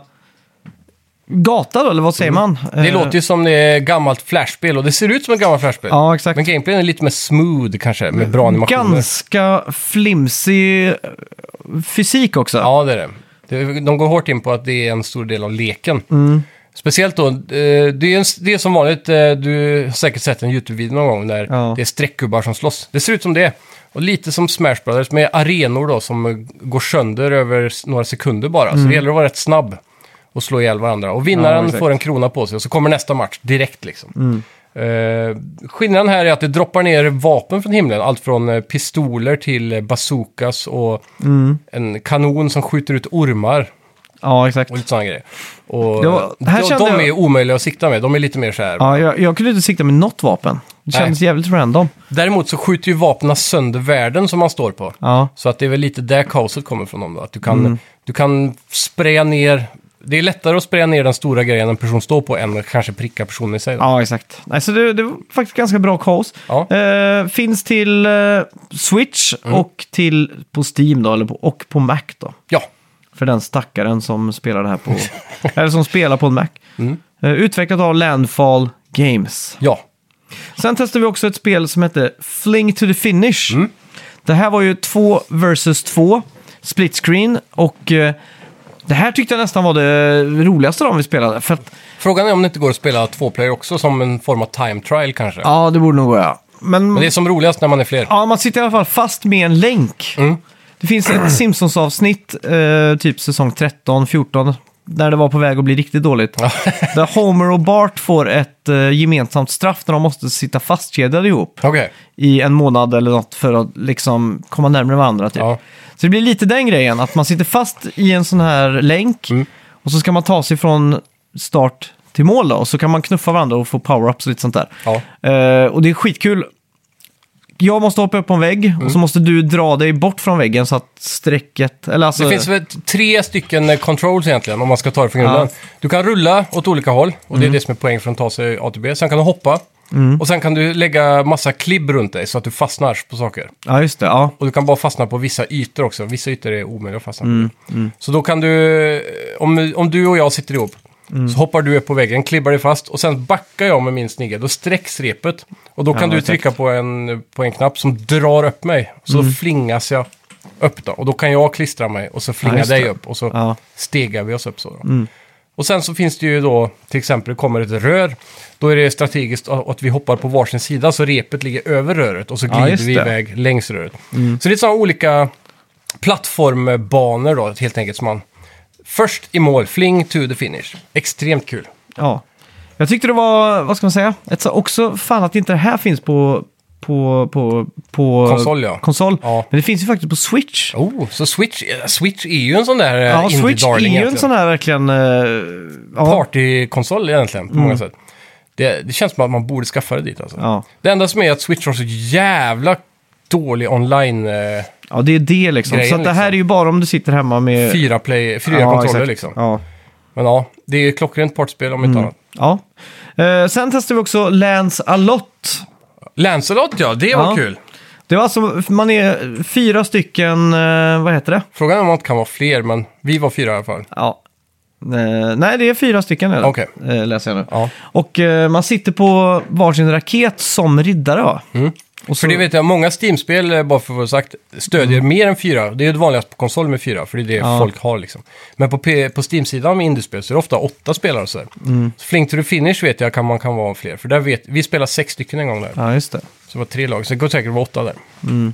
[SPEAKER 1] gata då, eller vad säger man?
[SPEAKER 2] Det
[SPEAKER 1] Eh,
[SPEAKER 2] låter ju som det är gammalt flashspel och det ser ut som ett gammalt flashspel.
[SPEAKER 1] Ja, exakt.
[SPEAKER 2] Men gameplayen är lite mer smooth kanske, med bra animationer.
[SPEAKER 1] Ganska flimsig eh, fysik också.
[SPEAKER 2] Ja, det är det. det. De går hårt in på att det är en stor del av leken.
[SPEAKER 1] Mm.
[SPEAKER 2] Speciellt då, eh, det är, en, det är som vanligt, eh, du har säkert sett en YouTube-video någon gång där
[SPEAKER 1] Ja.
[SPEAKER 2] det är streckgubbar som slåss. Det ser ut som det. Och lite som Smash Brothers med arenor då som eh, går sönder över s- några sekunder bara. Så det gäller att vara rätt snabb och slå ihjäl varandra. Och
[SPEAKER 1] Ja,
[SPEAKER 2] vinnaren
[SPEAKER 1] exakt.
[SPEAKER 2] får en krona på sig och så kommer nästa match direkt liksom. Eh, skillnaden här är att det droppar ner vapen från himlen. Allt från eh, pistoler till eh, bazookas och en kanon som skjuter ut ormar.
[SPEAKER 1] Ja, exakt.
[SPEAKER 2] Och lite sådana grejer. Och
[SPEAKER 1] Det var- här
[SPEAKER 2] de,
[SPEAKER 1] kände
[SPEAKER 2] de
[SPEAKER 1] jag-
[SPEAKER 2] är omöjliga att sikta med. De är lite mer så här.
[SPEAKER 1] Ja, jag, jag kunde inte sikta med något vapen. Det kändes jävligt random.
[SPEAKER 2] Däremot så skjuter ju vapnen sönder världen som man står på.
[SPEAKER 1] Ja,
[SPEAKER 2] Så att det är väl lite där kaoset kommer från dem då. Att du kan,
[SPEAKER 1] Mm.
[SPEAKER 2] du kan spraya ner... Det är lättare att spraya ner den stora grejen en person står på än att kanske pricka personen i sig. Då.
[SPEAKER 1] ja exakt. Nej, så det, det var faktiskt ganska bra kaos.
[SPEAKER 2] Ja.
[SPEAKER 1] Eh, finns till eh, Switch
[SPEAKER 2] Mm.
[SPEAKER 1] och till på Steam då, eller på, och på Mac då.
[SPEAKER 2] Ja.
[SPEAKER 1] För den stackaren som spelar det här på, eller som spelar på en Mac.
[SPEAKER 2] Mm.
[SPEAKER 1] Eh, utvecklat av Landfall Games.
[SPEAKER 2] Ja.
[SPEAKER 1] Sen testade vi också ett spel som heter Fling to the Finish. Det här var ju två versus två, split screen, och eh, Det här tyckte jag nästan var det roligaste de vi spelade. För att,
[SPEAKER 2] Frågan är om det inte går att spela två player också som en form av time trial kanske.
[SPEAKER 1] ja, det borde nog gå, ja. Men,
[SPEAKER 2] Men det är som roligast när man är fler.
[SPEAKER 1] ja, man sitter i alla fall fast med en länk.
[SPEAKER 2] Mm.
[SPEAKER 1] Det finns ett Simpsons-avsnitt, eh, typ säsong tretton fjorton, där det var på väg att bli riktigt dåligt. Där Homer och Bart får ett eh, gemensamt straff när de måste sitta fastkedjade ihop
[SPEAKER 2] Okej.
[SPEAKER 1] i en månad eller något för att liksom komma närmare varandra. Typ.
[SPEAKER 2] Ja.
[SPEAKER 1] Så det blir lite den grejen, att man sitter fast i en sån här länk
[SPEAKER 2] Mm.
[SPEAKER 1] och så ska man ta sig från start till mål då, och så kan man knuffa varandra och få power-ups och lite sånt där.
[SPEAKER 2] Ja.
[SPEAKER 1] Eh, och det är skitkul. Jag måste hoppa upp på en vägg
[SPEAKER 2] Mm.
[SPEAKER 1] och så måste du dra dig bort från väggen så att strecket... Eller alltså,
[SPEAKER 2] Det finns väl tre stycken eh, controls egentligen om man ska ta det från grunden.
[SPEAKER 1] Ja.
[SPEAKER 2] Du kan rulla åt olika håll och det är det som är poäng för att ta sig A till B. Sen kan du hoppa och sen kan du lägga massa klibb runt dig så att du fastnar på saker.
[SPEAKER 1] Ja, just det. Ja.
[SPEAKER 2] Och du kan bara fastna på vissa ytor också. Vissa ytor är omöjliga att fastna på. Så då kan du, om, om du och jag sitter ihop, så hoppar du upp på väggen, klibbar dig fast och sen backar jag med min snigel. Då sträcks repet. Och då kan
[SPEAKER 1] Ja,
[SPEAKER 2] du
[SPEAKER 1] exakt.
[SPEAKER 2] trycka på en, på en knapp som drar upp mig. Så då flingas jag upp då. Och då kan jag klistra mig och så flinga
[SPEAKER 1] just
[SPEAKER 2] dig
[SPEAKER 1] det.
[SPEAKER 2] upp. Och så
[SPEAKER 1] Ja.
[SPEAKER 2] stegar vi oss upp så då. Och sen så finns det ju då, till exempel det kommer ett rör. Då är det strategiskt att vi hoppar på varsin sida så repet ligger över röret. Och så
[SPEAKER 1] Ja,
[SPEAKER 2] glider
[SPEAKER 1] just
[SPEAKER 2] vi
[SPEAKER 1] det.
[SPEAKER 2] iväg längs röret. Så det är sådana olika plattformbanor då, helt enkelt, som man... Först i mål, fling to the finish. Extremt kul.
[SPEAKER 1] Ja. Jag tyckte det var, vad ska man säga, ett, så- också fan att inte det här finns på, på, på, på
[SPEAKER 2] Konsol, ja.
[SPEAKER 1] konsol.
[SPEAKER 2] Ja.
[SPEAKER 1] Men det finns ju faktiskt på Switch.
[SPEAKER 2] Oh, så Switch, eh, Switch är ju en sån där
[SPEAKER 1] Ja,
[SPEAKER 2] ja,
[SPEAKER 1] Switch är
[SPEAKER 2] indie-darling
[SPEAKER 1] ju en
[SPEAKER 2] egentligen.
[SPEAKER 1] sån här verkligen... eh, ja,
[SPEAKER 2] Partykonsol egentligen, på många sätt. Det, det känns som att man borde skaffa det dit alltså.
[SPEAKER 1] ja.
[SPEAKER 2] Det enda som är att Switch har så jävla dålig online... Eh,
[SPEAKER 1] ja, det är det liksom.
[SPEAKER 2] Grejen,
[SPEAKER 1] Så att det här
[SPEAKER 2] liksom.
[SPEAKER 1] är ju bara om du sitter hemma med...
[SPEAKER 2] fyra play, fyra
[SPEAKER 1] ja,
[SPEAKER 2] kontroller
[SPEAKER 1] exakt.
[SPEAKER 2] liksom.
[SPEAKER 1] Ja.
[SPEAKER 2] Men ja, det är klockrent partspel om inte annat.
[SPEAKER 1] ja. Eh, sen testade vi också Lance a lot.
[SPEAKER 2] Lancelot, ja, det var
[SPEAKER 1] Ja.
[SPEAKER 2] kul.
[SPEAKER 1] Det var alltså, man är fyra stycken, eh, vad heter det?
[SPEAKER 2] Frågan är om man inte kan vara fler, men vi var fyra i alla fall.
[SPEAKER 1] Ja. Eh, nej, det är fyra stycken är det.
[SPEAKER 2] Okej.
[SPEAKER 1] Eh, läser jag nu.
[SPEAKER 2] Ja.
[SPEAKER 1] Och eh, man sitter på varsin raket som riddare, va?
[SPEAKER 2] Mm.
[SPEAKER 1] Och så,
[SPEAKER 2] För det vet jag, många Steam-spel, eh, bara för att få sagt, stödjer mer än fyra. Det är ju det vanligaste på konsol med fyra, för det är det
[SPEAKER 1] Ja.
[SPEAKER 2] folk har liksom. Men på, P- på Steam-sidan med indiespel så är det ofta åtta spelare och så där.
[SPEAKER 1] Mm.
[SPEAKER 2] Så Fling to the Finish vet jag kan man kan vara fler. För där vet, vi spelade sex stycken en gång där.
[SPEAKER 1] Ja, just det.
[SPEAKER 2] Så det var tre lag, så det går säkert att vara åtta där. Men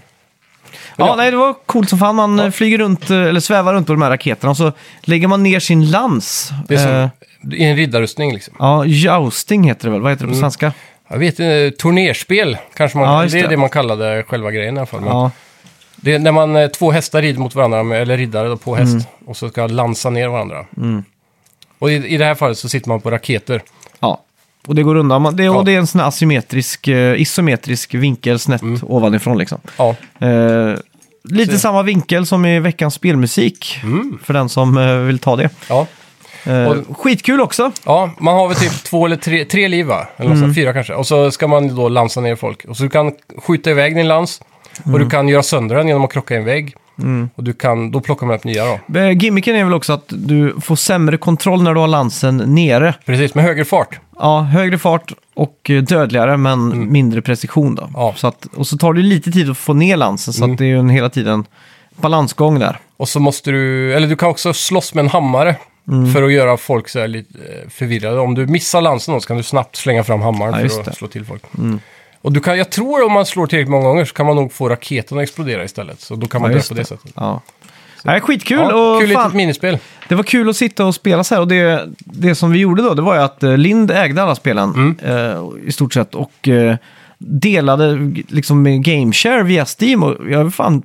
[SPEAKER 1] Ja,
[SPEAKER 2] ja.
[SPEAKER 1] nej, det var coolt som fan. Man
[SPEAKER 2] Ja.
[SPEAKER 1] eh, flyger runt, eh, eller svävar runt på de här raketerna och så lägger man ner sin lans.
[SPEAKER 2] Det är som
[SPEAKER 1] Eh,
[SPEAKER 2] i en riddarrustning liksom.
[SPEAKER 1] ja, jousting heter det väl? Vad heter det på svenska?
[SPEAKER 2] Jag vet inte, turnerspel kanske man,
[SPEAKER 1] Ja, just
[SPEAKER 2] det är
[SPEAKER 1] det.
[SPEAKER 2] det man kallade själva grejen i alla fall. Men
[SPEAKER 1] Ja,
[SPEAKER 2] det är när man, eh, två hästar rider mot varandra, med, eller riddare då, på häst,
[SPEAKER 1] Mm.
[SPEAKER 2] och så ska lansa ner varandra. Och i, i det här fallet så sitter man på raketer.
[SPEAKER 1] ja. Och det går undan. Man- Det,
[SPEAKER 2] Ja.
[SPEAKER 1] och det är en sån här asymmetrisk, eh, isometrisk vinkel snett ovanifrån liksom.
[SPEAKER 2] Ja,
[SPEAKER 1] Eh, lite
[SPEAKER 2] Så-
[SPEAKER 1] samma vinkel som i veckans spelmusik. För den som eh, vill ta det.
[SPEAKER 2] ja.
[SPEAKER 1] Eh,
[SPEAKER 2] Och-
[SPEAKER 1] skitkul också.
[SPEAKER 2] Ja, man har väl typ två eller tre, tre liv va? Eller något sånt, fyra kanske. Och så ska man då lansa ner folk. Och så du kan skjuta iväg din lans. Och du kan göra sönder den genom att krocka i en vägg. Och du kan, då plockar man upp nya då.
[SPEAKER 1] Eh, Gimmicken är väl också att du får sämre kontroll när du har lansen nere.
[SPEAKER 2] Precis, med högre fart.
[SPEAKER 1] Ja, högre fart och eh, dödligare men mindre precision då.
[SPEAKER 2] Ja.
[SPEAKER 1] Så att, och så tar det lite tid att få ner lansen så att det är ju en hela tiden balansgång där.
[SPEAKER 2] Och så måste du, eller du kan också slåss med en hammare. För att göra folk så här lite eh, förvirrade. Om du missar lansen då så kan du snabbt slänga fram hammaren
[SPEAKER 1] Ja, just
[SPEAKER 2] för
[SPEAKER 1] det.
[SPEAKER 2] att slå till folk. Och du kan, jag tror om man slår tillräckligt många gånger så kan man nog få raketen att explodera istället. Så då kan man
[SPEAKER 1] Ja,
[SPEAKER 2] dö
[SPEAKER 1] just
[SPEAKER 2] på det sättet.
[SPEAKER 1] Ja. Nej, skitkul
[SPEAKER 2] Ja,
[SPEAKER 1] och
[SPEAKER 2] kul litet
[SPEAKER 1] fan,
[SPEAKER 2] minispel.
[SPEAKER 1] det var kul att sitta och spela så här och det, det som vi gjorde då det var ju att eh, Lind ägde alla spelen eh, i stort sett och eh, delade liksom med GameShare via Steam och jag är fan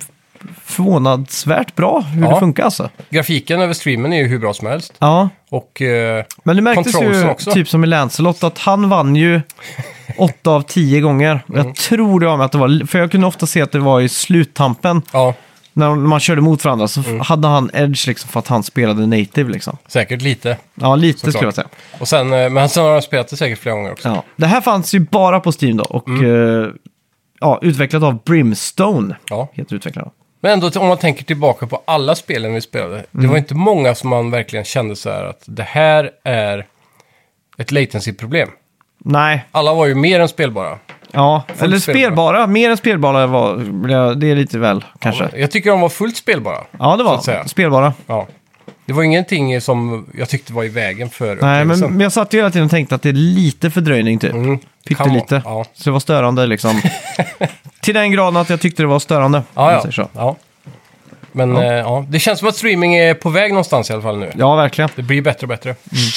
[SPEAKER 1] förvånansvärt bra hur
[SPEAKER 2] Ja.
[SPEAKER 1] det funkar alltså.
[SPEAKER 2] Grafiken över streamen är ju hur bra som helst.
[SPEAKER 1] Ja,
[SPEAKER 2] Och eh,
[SPEAKER 1] men det märktes
[SPEAKER 2] Controlsen
[SPEAKER 1] ju,
[SPEAKER 2] också.
[SPEAKER 1] typ som i Lancelot, att han vann ju åtta av tio gånger.
[SPEAKER 2] Mm.
[SPEAKER 1] Jag tror det var med att det var, för jag kunde ofta se att det var i sluttampen,
[SPEAKER 2] ja,
[SPEAKER 1] när man körde mot varandra, så
[SPEAKER 2] Mm.
[SPEAKER 1] hade han edge liksom för att han spelade native liksom.
[SPEAKER 2] säkert lite.
[SPEAKER 1] Ja, lite
[SPEAKER 2] Såklart.
[SPEAKER 1] skulle jag säga.
[SPEAKER 2] Och sen, eh, men sen har jag spelat det säkert flera gånger också.
[SPEAKER 1] Ja. Det här fanns ju bara på Steam då, och
[SPEAKER 2] Mm.
[SPEAKER 1] eh, ja, utvecklat av Brimstone,
[SPEAKER 2] Ja.
[SPEAKER 1] heter utvecklaren.
[SPEAKER 2] Men ändå om man tänker tillbaka på alla spelen vi spelade. Det var inte många som man verkligen kände så här att det här är ett latency-problem.
[SPEAKER 1] Nej,
[SPEAKER 2] Alla var ju mer än spelbara.
[SPEAKER 1] ja, eller
[SPEAKER 2] spelbara.
[SPEAKER 1] spelbara, mer än spelbara var, det är lite väl kanske.
[SPEAKER 2] Jag tycker de var fullt spelbara.
[SPEAKER 1] Ja, det
[SPEAKER 2] så att säga.
[SPEAKER 1] var spelbara.
[SPEAKER 2] Ja. Det var ingenting som jag tyckte var i vägen för
[SPEAKER 1] Nej,
[SPEAKER 2] upplevelsen.
[SPEAKER 1] men, men jag satt ju hela tiden och tänkte att det är lite fördröjning typ.
[SPEAKER 2] Mm,
[SPEAKER 1] Pyttelite.
[SPEAKER 2] ja.
[SPEAKER 1] Så det var störande liksom. Till den graden att jag tyckte det var störande. om
[SPEAKER 2] Ja,
[SPEAKER 1] man
[SPEAKER 2] ja.
[SPEAKER 1] säger så.
[SPEAKER 2] ja. Men
[SPEAKER 1] Ja.
[SPEAKER 2] eh, ja, det känns som att streaming är på väg någonstans i alla fall nu.
[SPEAKER 1] Ja, verkligen.
[SPEAKER 2] Det blir bättre och bättre.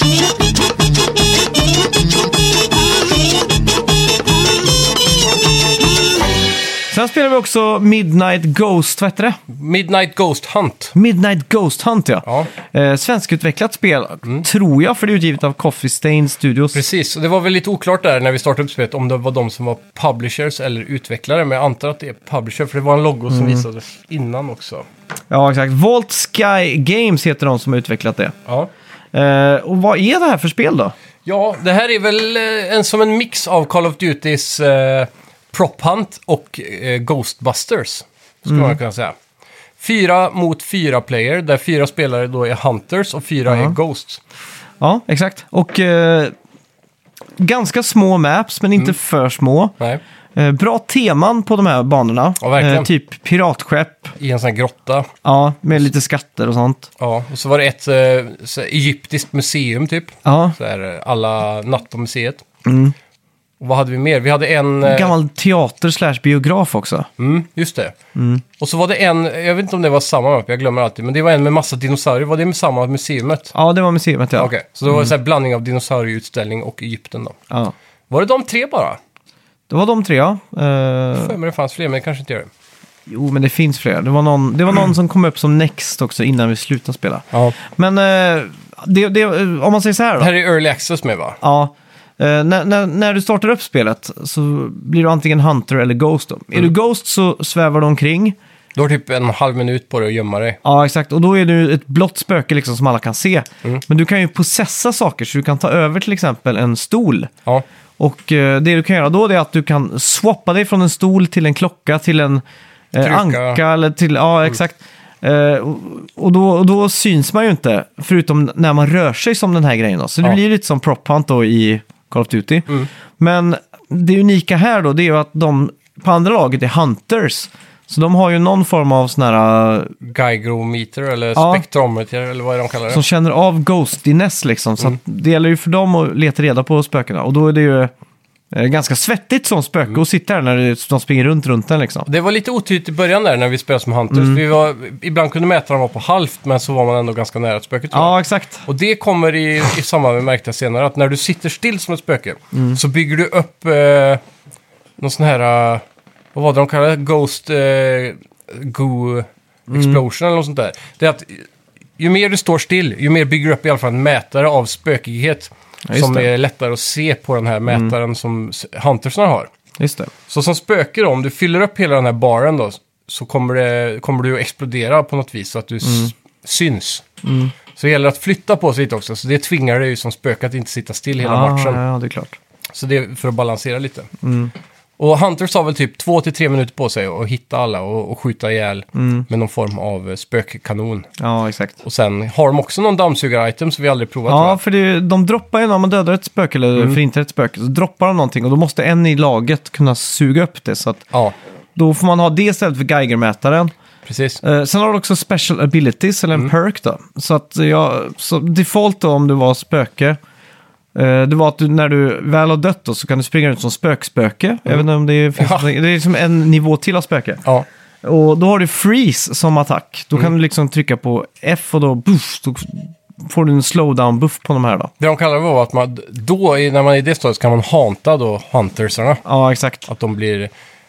[SPEAKER 1] Sen spelar vi också Midnight Ghost, vad heter det?
[SPEAKER 2] Midnight Ghost Hunt.
[SPEAKER 1] Midnight Ghost Hunt, ja.
[SPEAKER 2] Ja,
[SPEAKER 1] Eh, svenskutvecklat spel, tror jag, för det är utgivet av Coffee Stain Studios.
[SPEAKER 2] precis. Och det var väl lite oklart där när vi startade upp spelet om det var de som var publishers eller utvecklare. Men jag antar att det är publisher, för det var en logo som visades innan också.
[SPEAKER 1] Ja, exakt. Vault Sky Games heter de som har utvecklat det.
[SPEAKER 2] Ja.
[SPEAKER 1] Eh, och vad är det här för spel då?
[SPEAKER 2] Ja, det här är väl eh, en, som en mix av Call of Dutys eh, Prop Hunt och eh, Ghostbusters, skulle man kunna säga. Fyra mot fyra player, där fyra spelare då är Hunters och fyra
[SPEAKER 1] Ja.
[SPEAKER 2] är Ghosts.
[SPEAKER 1] Ja, exakt. Och eh, ganska små maps, men inte för små.
[SPEAKER 2] Nej,
[SPEAKER 1] Eh, bra teman på de här banorna.
[SPEAKER 2] Ja, verkligen.
[SPEAKER 1] Eh, typ piratskepp,
[SPEAKER 2] i en sån här grotta.
[SPEAKER 1] ja, med lite skatter och sånt.
[SPEAKER 2] Ja, och så var det ett eh, så här egyptiskt museum typ.
[SPEAKER 1] Ja,
[SPEAKER 2] Så här, alla Natto-museet.
[SPEAKER 1] Mm.
[SPEAKER 2] Och vad hade vi mer? Vi hade en... eh,
[SPEAKER 1] gammal teater slash biograf också.
[SPEAKER 2] Mm, just det.
[SPEAKER 1] Mm.
[SPEAKER 2] Och så var det en, jag vet inte om det var samma map, jag glömmer alltid, men det var en med massa dinosaurier. Var det med samma museumet?
[SPEAKER 1] Ja, det var museet, ja.
[SPEAKER 2] Okej, så det var en sån här blandning av dinosaurieutställning och Egypten då.
[SPEAKER 1] Ja.
[SPEAKER 2] Var det de tre bara?
[SPEAKER 1] Det var de tre, ja. Eh,
[SPEAKER 2] För mig det fanns fler, men det kanske inte gör det.
[SPEAKER 1] jo, men det finns fler. Det var någon, det var någon som kom upp som next också innan vi slutade spela.
[SPEAKER 2] Ja.
[SPEAKER 1] Men eh, det, det, om man säger så här då.
[SPEAKER 2] Det här är Early Access med, va?
[SPEAKER 1] Ja, eh, när, när, när du startar upp spelet så blir du antingen Hunter eller Ghost då. Är du Ghost så svävar du omkring.
[SPEAKER 2] Du har typ en halv minut på dig att gömma dig.
[SPEAKER 1] Ja, exakt. Och då är du ett blått spöke liksom som alla kan se. Men du kan ju possessa saker, så du kan ta över till exempel en stol.
[SPEAKER 2] Ja,
[SPEAKER 1] Och eh, det du kan göra då är att du kan swappa dig från en stol till en klocka, till en eh,
[SPEAKER 2] Trycka.
[SPEAKER 1] anka eller till... Ja, exakt. Eh, och, och, då, och då syns man ju inte, förutom när man rör sig som den här grejen då. Så det
[SPEAKER 2] Ja.
[SPEAKER 1] blir lite som Prop Hunt då i Call of Duty. Men det unika här då, det är ju att de på andra laget är Hunters. Så de har ju någon form av sån här...
[SPEAKER 2] Gygrometer eller
[SPEAKER 1] Ja.
[SPEAKER 2] spektrometer eller vad är de kallar det?
[SPEAKER 1] som känner av ghostiness liksom. Så att det gäller ju för dem att leta reda på spökena. Och då är det ju eh, ganska svettigt som spöke och sitta där när det- de springer runt runt den liksom.
[SPEAKER 2] Det var lite otydligt i början där när vi spelade som Hunters. Vi var, ibland kunde mätaren vara på halvt, men så var man ändå ganska nära ett spöke, tror jag.
[SPEAKER 1] Ja, exakt.
[SPEAKER 2] Och det kommer i, i samband med, märkte jag senare, att när du sitter still som ett spöke så bygger du upp eh, någon sån här, eh, vad var det de kallade det? Ghost eh, Goo Explosion eller något sånt där. Det är att ju mer du står still, ju mer bygger du upp i alla fall en mätare av spökighet
[SPEAKER 1] Ja, just
[SPEAKER 2] som
[SPEAKER 1] det.
[SPEAKER 2] är lättare att se på den här mätaren som s- Huntersna har.
[SPEAKER 1] Just det.
[SPEAKER 2] Så som spöke då, om du fyller upp hela den här baren då, så kommer, det, kommer du att explodera på något vis så att du s- syns. Så det gäller att flytta på sig lite också, så det tvingar dig ju som spöke att inte sitta still hela
[SPEAKER 1] Ja,
[SPEAKER 2] matchen.
[SPEAKER 1] ja, det är klart.
[SPEAKER 2] Så det är för att balansera lite. Och Hunters har väl typ två till tre minuter på sig att hitta alla och, och skjuta ihjäl med någon form av eh, spökkanon.
[SPEAKER 1] Ja, exakt.
[SPEAKER 2] Och sen har de också någon dammsugare-item som vi aldrig provat, tror
[SPEAKER 1] Ja,
[SPEAKER 2] jag.
[SPEAKER 1] för det, de droppar ju när man dödar ett spöke eller förintar ett spöke, så droppar de någonting och då måste en i laget kunna suga upp det. Så att
[SPEAKER 2] Ja,
[SPEAKER 1] då får man ha det istället för Geigermätaren.
[SPEAKER 2] precis.
[SPEAKER 1] Eh, sen har du också special abilities, eller en perk då. Så att jag, så default då om du var spöke, eh, det var att du, när du väl har dött då, så kan du springa ut som spökspöke. Jag vet inte om det finns,
[SPEAKER 2] Ja.
[SPEAKER 1] det är liksom en nivå till av spöke.
[SPEAKER 2] Ja,
[SPEAKER 1] Och då har du freeze som attack. Då kan du liksom trycka på F och då, buff, då får du en slowdown-buff på de här då.
[SPEAKER 2] det de kallar det var att man, då, i- när man är i det stadiet, så kan man hanta då Huntersarna.
[SPEAKER 1] Ja, exakt.
[SPEAKER 2] Att de blir,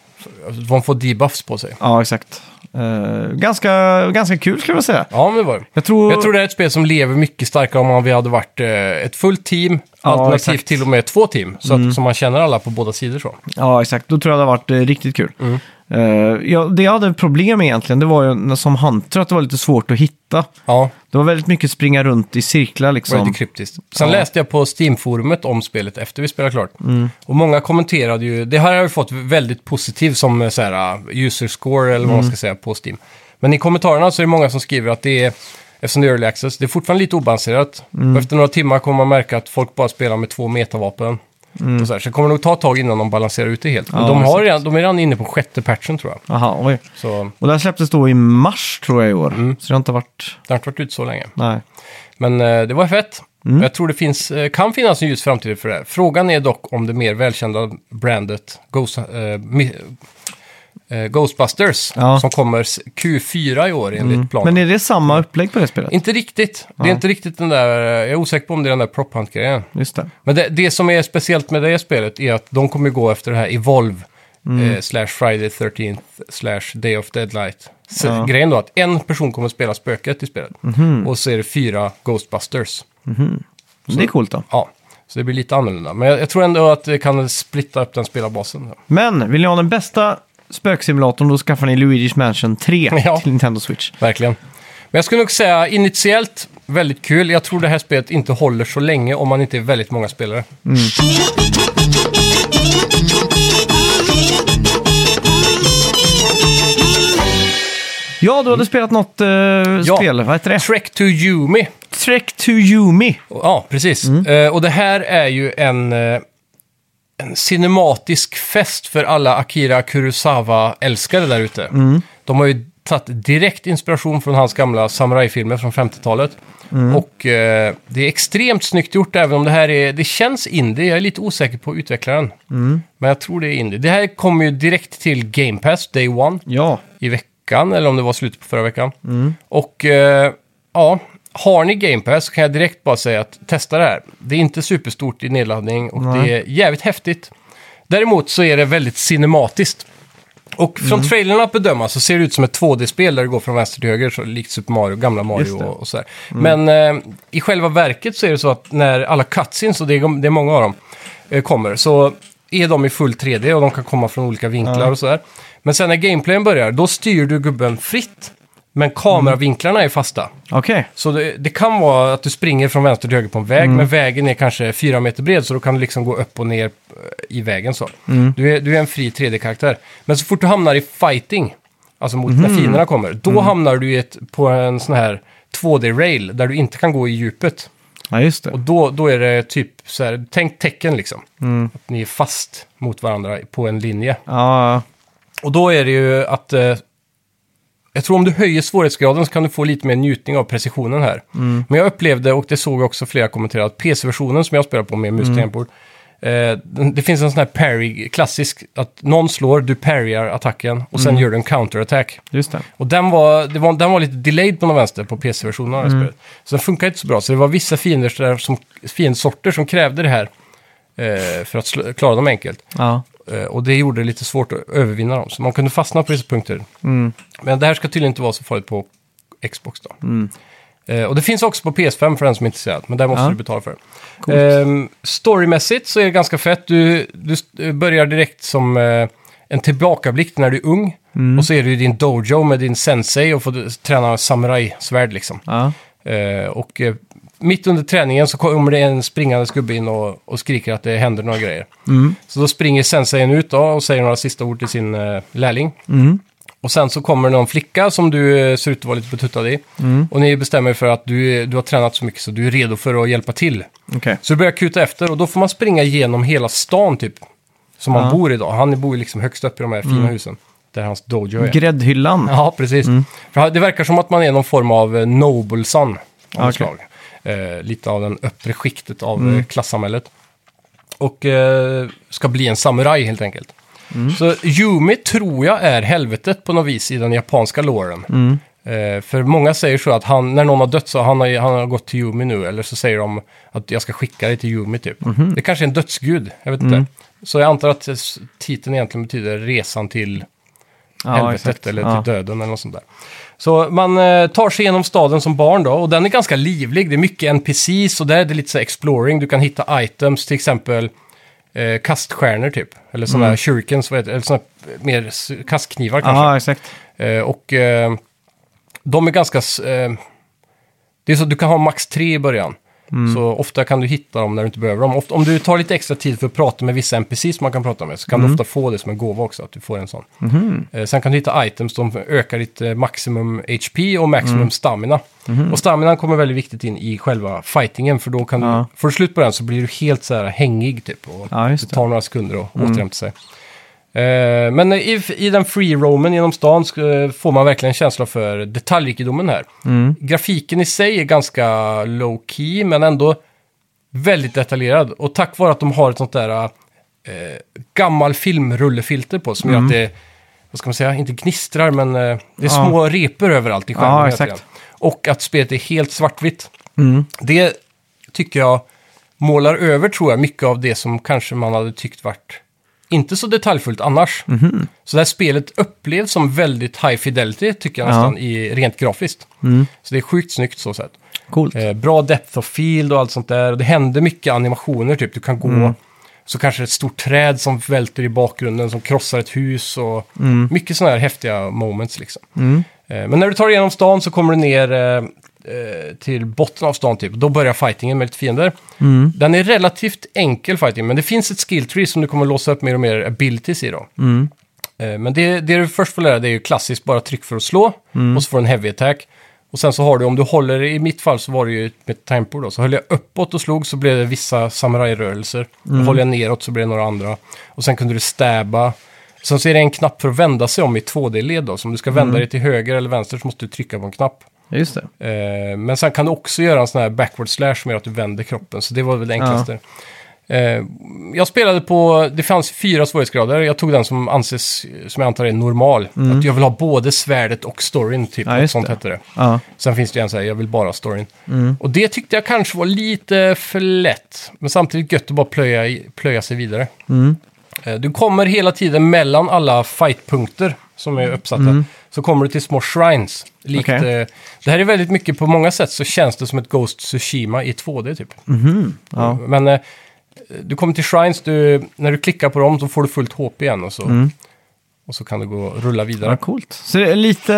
[SPEAKER 2] de får debuffs på sig.
[SPEAKER 1] Ja, exakt. Eh, ganska, ganska kul skulle jag säga.
[SPEAKER 2] Ja, men det var det.
[SPEAKER 1] Jag tror...
[SPEAKER 2] Jag tror det är ett spel som lever mycket starkare om vi hade varit eh, ett fullt team,
[SPEAKER 1] Ja,
[SPEAKER 2] alternativt
[SPEAKER 1] exakt.
[SPEAKER 2] till och med två team, så att så man känner alla på båda sidor så.
[SPEAKER 1] Ja, exakt. Då tror jag det har varit eh, riktigt kul.
[SPEAKER 2] Mm.
[SPEAKER 1] Eh, ja, det jag hade problem med egentligen, det var ju när- som Hunter att det var lite svårt att hitta.
[SPEAKER 2] Ja,
[SPEAKER 1] Det var väldigt mycket springa runt i cirklar
[SPEAKER 2] det var
[SPEAKER 1] liksom.
[SPEAKER 2] lite kryptiskt. Sen
[SPEAKER 1] Ja.
[SPEAKER 2] läste jag på Steam-forumet om spelet efter vi spelade klart.
[SPEAKER 1] Mm.
[SPEAKER 2] Och många kommenterade ju, det här har ju fått väldigt positivt som eh, så här, uh, user score eller vad
[SPEAKER 1] Mm.
[SPEAKER 2] man ska säga på Steam. Men i kommentarerna så är det många som skriver att det är, eftersom det är early access, det är fortfarande lite obalanserat.
[SPEAKER 1] Mm.
[SPEAKER 2] Och efter några timmar kommer man märka att folk bara spelar med två metavapen. Mm. Och så, här. Så det kommer nog ta ett tag innan de balanserar ut det helt. Men
[SPEAKER 1] Ja,
[SPEAKER 2] de, har
[SPEAKER 1] exakt.
[SPEAKER 2] redan, de är redan inne på sjätte patchen tror jag.
[SPEAKER 1] Aha, oj.
[SPEAKER 2] Så
[SPEAKER 1] Och det här släpptes då i mars tror jag i år.
[SPEAKER 2] Mm.
[SPEAKER 1] Så det har inte varit...
[SPEAKER 2] det har inte varit ute så länge.
[SPEAKER 1] Nej.
[SPEAKER 2] Men eh, det var fett.
[SPEAKER 1] Mm.
[SPEAKER 2] Jag tror det finns, eh, kan finnas en ljus framtid för det här. Frågan är dock om det mer välkända brandet Ghost, eh, mi, eh, Ghostbusters
[SPEAKER 1] Ja.
[SPEAKER 2] som kommer s- Q fyra i år enligt
[SPEAKER 1] Mm.
[SPEAKER 2] planen.
[SPEAKER 1] Men är det samma upplägg på det spelet?
[SPEAKER 2] Inte riktigt. Det är
[SPEAKER 1] Ja.
[SPEAKER 2] inte riktigt den där, jag är osäker på om det är den där prop hunt-grejen.
[SPEAKER 1] Just det.
[SPEAKER 2] Men det, det som är speciellt med det spelet är att de kommer gå efter det här Evolve
[SPEAKER 1] Mm.
[SPEAKER 2] eh, slash Friday thirteenth slash Day of Deadlight. Så
[SPEAKER 1] Ja.
[SPEAKER 2] grejen då att en person kommer spela spöket i spelet.
[SPEAKER 1] Mhm.
[SPEAKER 2] Och så är det fyra Ghostbusters.
[SPEAKER 1] Det är coolt då.
[SPEAKER 2] Ja, så det blir lite annorlunda. Men jag, jag tror ändå att det kan splitta upp den spelarbasen.
[SPEAKER 1] Men vill ni ha den bästa spöksimulatorn då skaffar ni Luigi's Mansion tre
[SPEAKER 2] Ja.
[SPEAKER 1] till Nintendo Switch.
[SPEAKER 2] Verkligen. Men jag skulle nog säga initiellt väldigt kul. Jag tror det här spelet inte håller så länge om man inte är väldigt många spelare.
[SPEAKER 1] Ja, du hade spelat något uh,
[SPEAKER 2] Ja.
[SPEAKER 1] spel. Vad heter det?
[SPEAKER 2] Trek to Yumi.
[SPEAKER 1] Trek to Yumi.
[SPEAKER 2] Ja, precis. Eh, och det här är ju en, eh, en cinematisk fest för alla Akira Kurosawa-älskare där ute. De har ju tagit direkt inspiration från hans gamla samurajfilmer från femtiotalet. Och eh, det är extremt snyggt gjort, även om det här är, det känns indie. Jag är lite osäker på utvecklaren. Men jag tror det är indie. Det här kommer ju direkt till Game Pass, Day One,
[SPEAKER 1] Ja.
[SPEAKER 2] i veckan, eller om det var slutet på förra veckan. Och eh, ja, har ni Game Pass så kan jag direkt bara säga att testa det här. Det är inte superstort i nedladdning och
[SPEAKER 1] Nej.
[SPEAKER 2] det är jävligt häftigt. Däremot så är det väldigt cinematiskt. Och från
[SPEAKER 1] Mm.
[SPEAKER 2] trailern att bedöma så ser det ut som ett två D-spel där det går från vänster till höger, så likt Super Mario, gamla
[SPEAKER 1] Just
[SPEAKER 2] Mario
[SPEAKER 1] det.
[SPEAKER 2] och, och så här. Men eh, i själva verket så är det så att när alla cutscenes, och det är, det är många av dem, eh, kommer, så är de i full tre D och de kan komma från olika vinklar
[SPEAKER 1] Ja.
[SPEAKER 2] och så här. Men sen när gameplayen börjar, då styr du gubben fritt. Men kameravinklarna är fasta.
[SPEAKER 1] Okej.
[SPEAKER 2] Så det, det kan vara att du springer från vänster till höger på en väg, men vägen är kanske fyra meter bred, så då kan du liksom gå upp och ner eh, i vägen så. Du, är, du är en fri tre D-karaktär. Men så fort du hamnar i fighting, alltså mot när fienderna kommer, då hamnar du i ett, på en sån här två D-rail där du inte kan gå i djupet.
[SPEAKER 1] Ja, just det.
[SPEAKER 2] Och då, då är det typ så här, tänk tecken liksom. Att ni är fast mot varandra på en linje.
[SPEAKER 1] Ja,
[SPEAKER 2] Och då är det ju att... Eh, jag tror om du höjer svårighetsgraden så kan du få lite mer njutning av precisionen här. Men jag upplevde, och det såg jag också flera kommentera, att P C-versionen som jag spelar på med mus och tangentbord, eh, den- det finns en sån här parry, klassisk, att någon slår, du parryar attacken och sen gör du en counter-attack.
[SPEAKER 1] just det.
[SPEAKER 2] Och den var, det var, den var lite delayed på någon vänster på P C-versionen av det här spelet. Så den funkar inte så bra. Så det var vissa fiender där som, fiendsorter som krävde det här eh, för att slå, klara dem enkelt.
[SPEAKER 1] Ja.
[SPEAKER 2] Eh, och det gjorde det lite svårt att övervinna dem. Så man kunde fastna på vissa punkter.
[SPEAKER 1] Mm.
[SPEAKER 2] Men det här ska tydligen inte vara så farligt på Xbox då.
[SPEAKER 1] Mm.
[SPEAKER 2] Eh, och det finns också på P S fem för den som är intresserad. Men där måste
[SPEAKER 1] Ja.
[SPEAKER 2] du betala för det.
[SPEAKER 1] Coolt.
[SPEAKER 2] Eh, storymässigt så är det ganska fett. Du, du st- börjar direkt som eh, en tillbakablick när du är ung.
[SPEAKER 1] Mm.
[SPEAKER 2] Och så är du i din dojo med din sensei och får träna samurajsvärd liksom.
[SPEAKER 1] Ja.
[SPEAKER 2] Eh, och eh, mitt under träningen så kommer det en springande gubbe in och, och skriker att det händer några grejer.
[SPEAKER 1] Mm.
[SPEAKER 2] Så då springer senseien ut då och säger några sista ord till sin eh, lärling.
[SPEAKER 1] Mm.
[SPEAKER 2] Och sen så kommer någon flicka som du eh, ser ut att vara lite betuttad i.
[SPEAKER 1] Mm.
[SPEAKER 2] Och ni bestämmer er för att du, du har tränat så mycket så du är redo för att hjälpa till.
[SPEAKER 1] Okej.
[SPEAKER 2] Så du börjar kuta efter och då får man springa igenom hela stan typ. Som han
[SPEAKER 1] Ja.
[SPEAKER 2] bor i då. Han bor ju liksom högst upp i de här fina husen. Där hans dojo är.
[SPEAKER 1] Gräddhyllan.
[SPEAKER 2] Ja, precis. För det verkar som att man är någon form av eh, noble son av
[SPEAKER 1] Okej.
[SPEAKER 2] något slag. Eh, lite av den övre skiktet av eh, klassamhället. Och eh, ska bli en samuraj helt enkelt. Så Yumi tror jag är helvetet på något vis i den japanska låren.
[SPEAKER 1] Mm.
[SPEAKER 2] Eh, för många säger så att han, när någon har dött så han har han har gått till Yumi nu. Eller så säger de att jag ska skicka dig till Yumi typ. Det kanske är en dödsgud, jag vet inte. Så jag antar att eh, titeln egentligen betyder resan till
[SPEAKER 1] Ja,
[SPEAKER 2] helvetet
[SPEAKER 1] exakt.
[SPEAKER 2] eller
[SPEAKER 1] Ja.
[SPEAKER 2] till döden eller något sånt där. Så man eh, tar sig igenom staden som barn då, och den är ganska livlig. Det är mycket N P Cs och där är det lite så här exploring. Du kan hitta items, till exempel eh, kaststjärnor typ. Eller sådana här shurikens, vad heter det? Eller sådana mer s- kastknivar kanske.
[SPEAKER 1] Ja, exakt.
[SPEAKER 2] Eh, och eh, de är ganska... s- Eh, det är så att du kan ha max tre i början. Mm. Så ofta kan du hitta dem när du inte behöver dem. Ofta, om du tar lite extra tid för att prata med vissa N P Cs som man kan prata med så kan mm. du ofta få det som en gåva också, att du får en sån. Mm. Eh, sen kan du hitta items som ökar ditt eh, maximum H P och maximum mm. stamina. Mm. Och stamina kommer väldigt viktigt in i själva fightingen, för då kan ja. du, får du slut på den så blir du helt så här hängig typ. Och ja, det tar några sekunder att mm. återhämta sig. Eh, men i, i den free roamen genom stan sk- får man verkligen en känsla för detaljrikedomen här. Mm. Grafiken i sig är ganska low key men ändå väldigt detaljerad. Och tack vare att de har ett sånt där eh, gammal filmrullefilter på som mm. gör att det, vad ska man säga, inte gnistrar men eh, det är ja. små repor överallt i skärmen.
[SPEAKER 1] Ja, exakt.
[SPEAKER 2] Och att spelet är helt svartvitt. Mm. Det tycker jag målar över, tror jag, mycket av det som kanske man hade tyckt varit inte så detaljfullt annars. Mm-hmm. Så det här spelet upplevs som väldigt high fidelity, tycker jag nästan, ja. i, rent grafiskt. Mm. Så det är sjukt snyggt så sett.
[SPEAKER 1] Coolt.
[SPEAKER 2] Eh, bra depth of field och allt sånt där. Och det händer mycket animationer, typ. Du kan gå, mm. så kanske ett stort träd som välter i bakgrunden, som krossar ett hus och mm. mycket sådana här häftiga moments liksom. Mm. Eh, men när du tar igenom stan så kommer du ner eh, till botten av stan typ. Då börjar fightingen med lite fiender. Mm. Den är relativt enkel fighting, men det finns ett skill tree som du kommer låsa upp mer och mer abilities i då. Mm. Eh, men det, det du först får lära dig är ju klassiskt bara tryck för att slå mm. och så får du en heavy attack. Och sen så har du, om du håller, i mitt fall så var det ju med timeport då, så höll jag uppåt och slog så blev det vissa samurai-rörelser. Mm. Och håller jag neråt så blev det några andra. Och sen kunde du stabba. Sen så är det en knapp för att vända sig om i två D-led då. Så om du ska vända mm. dig till höger eller vänster så måste du trycka på en knapp.
[SPEAKER 1] Just det.
[SPEAKER 2] Eh, men sen kan du också göra en sån här backward slash som gör att du vänder kroppen. Så det var väl det enklaste. Ja. Eh, jag spelade på, det fanns fyra svårighetsgrader. Jag tog den som anses, som jag antar är normal. Mm. Att jag vill ha både svärdet och storyn typ. Ja, sånt hette det. Ja. Sen finns det en så här, jag vill bara storyn. Mm. Och det tyckte jag kanske var lite för lätt. Men samtidigt gött att bara plöja, plöja sig vidare. Mm. Eh, du kommer hela tiden mellan alla fightpunkter som är uppsatta. Mm. Så kommer du till små shrines. Likt, okay. eh, det här är väldigt mycket, på många sätt så känns det som ett Ghost Tsushima i två D typ. Mm-hmm. Ja. Men eh, du kommer till shrines, du, när du klickar på dem så får du fullt H P igen och så, mm. och så kan du gå och rulla vidare.
[SPEAKER 1] Ja, coolt. Så det är lite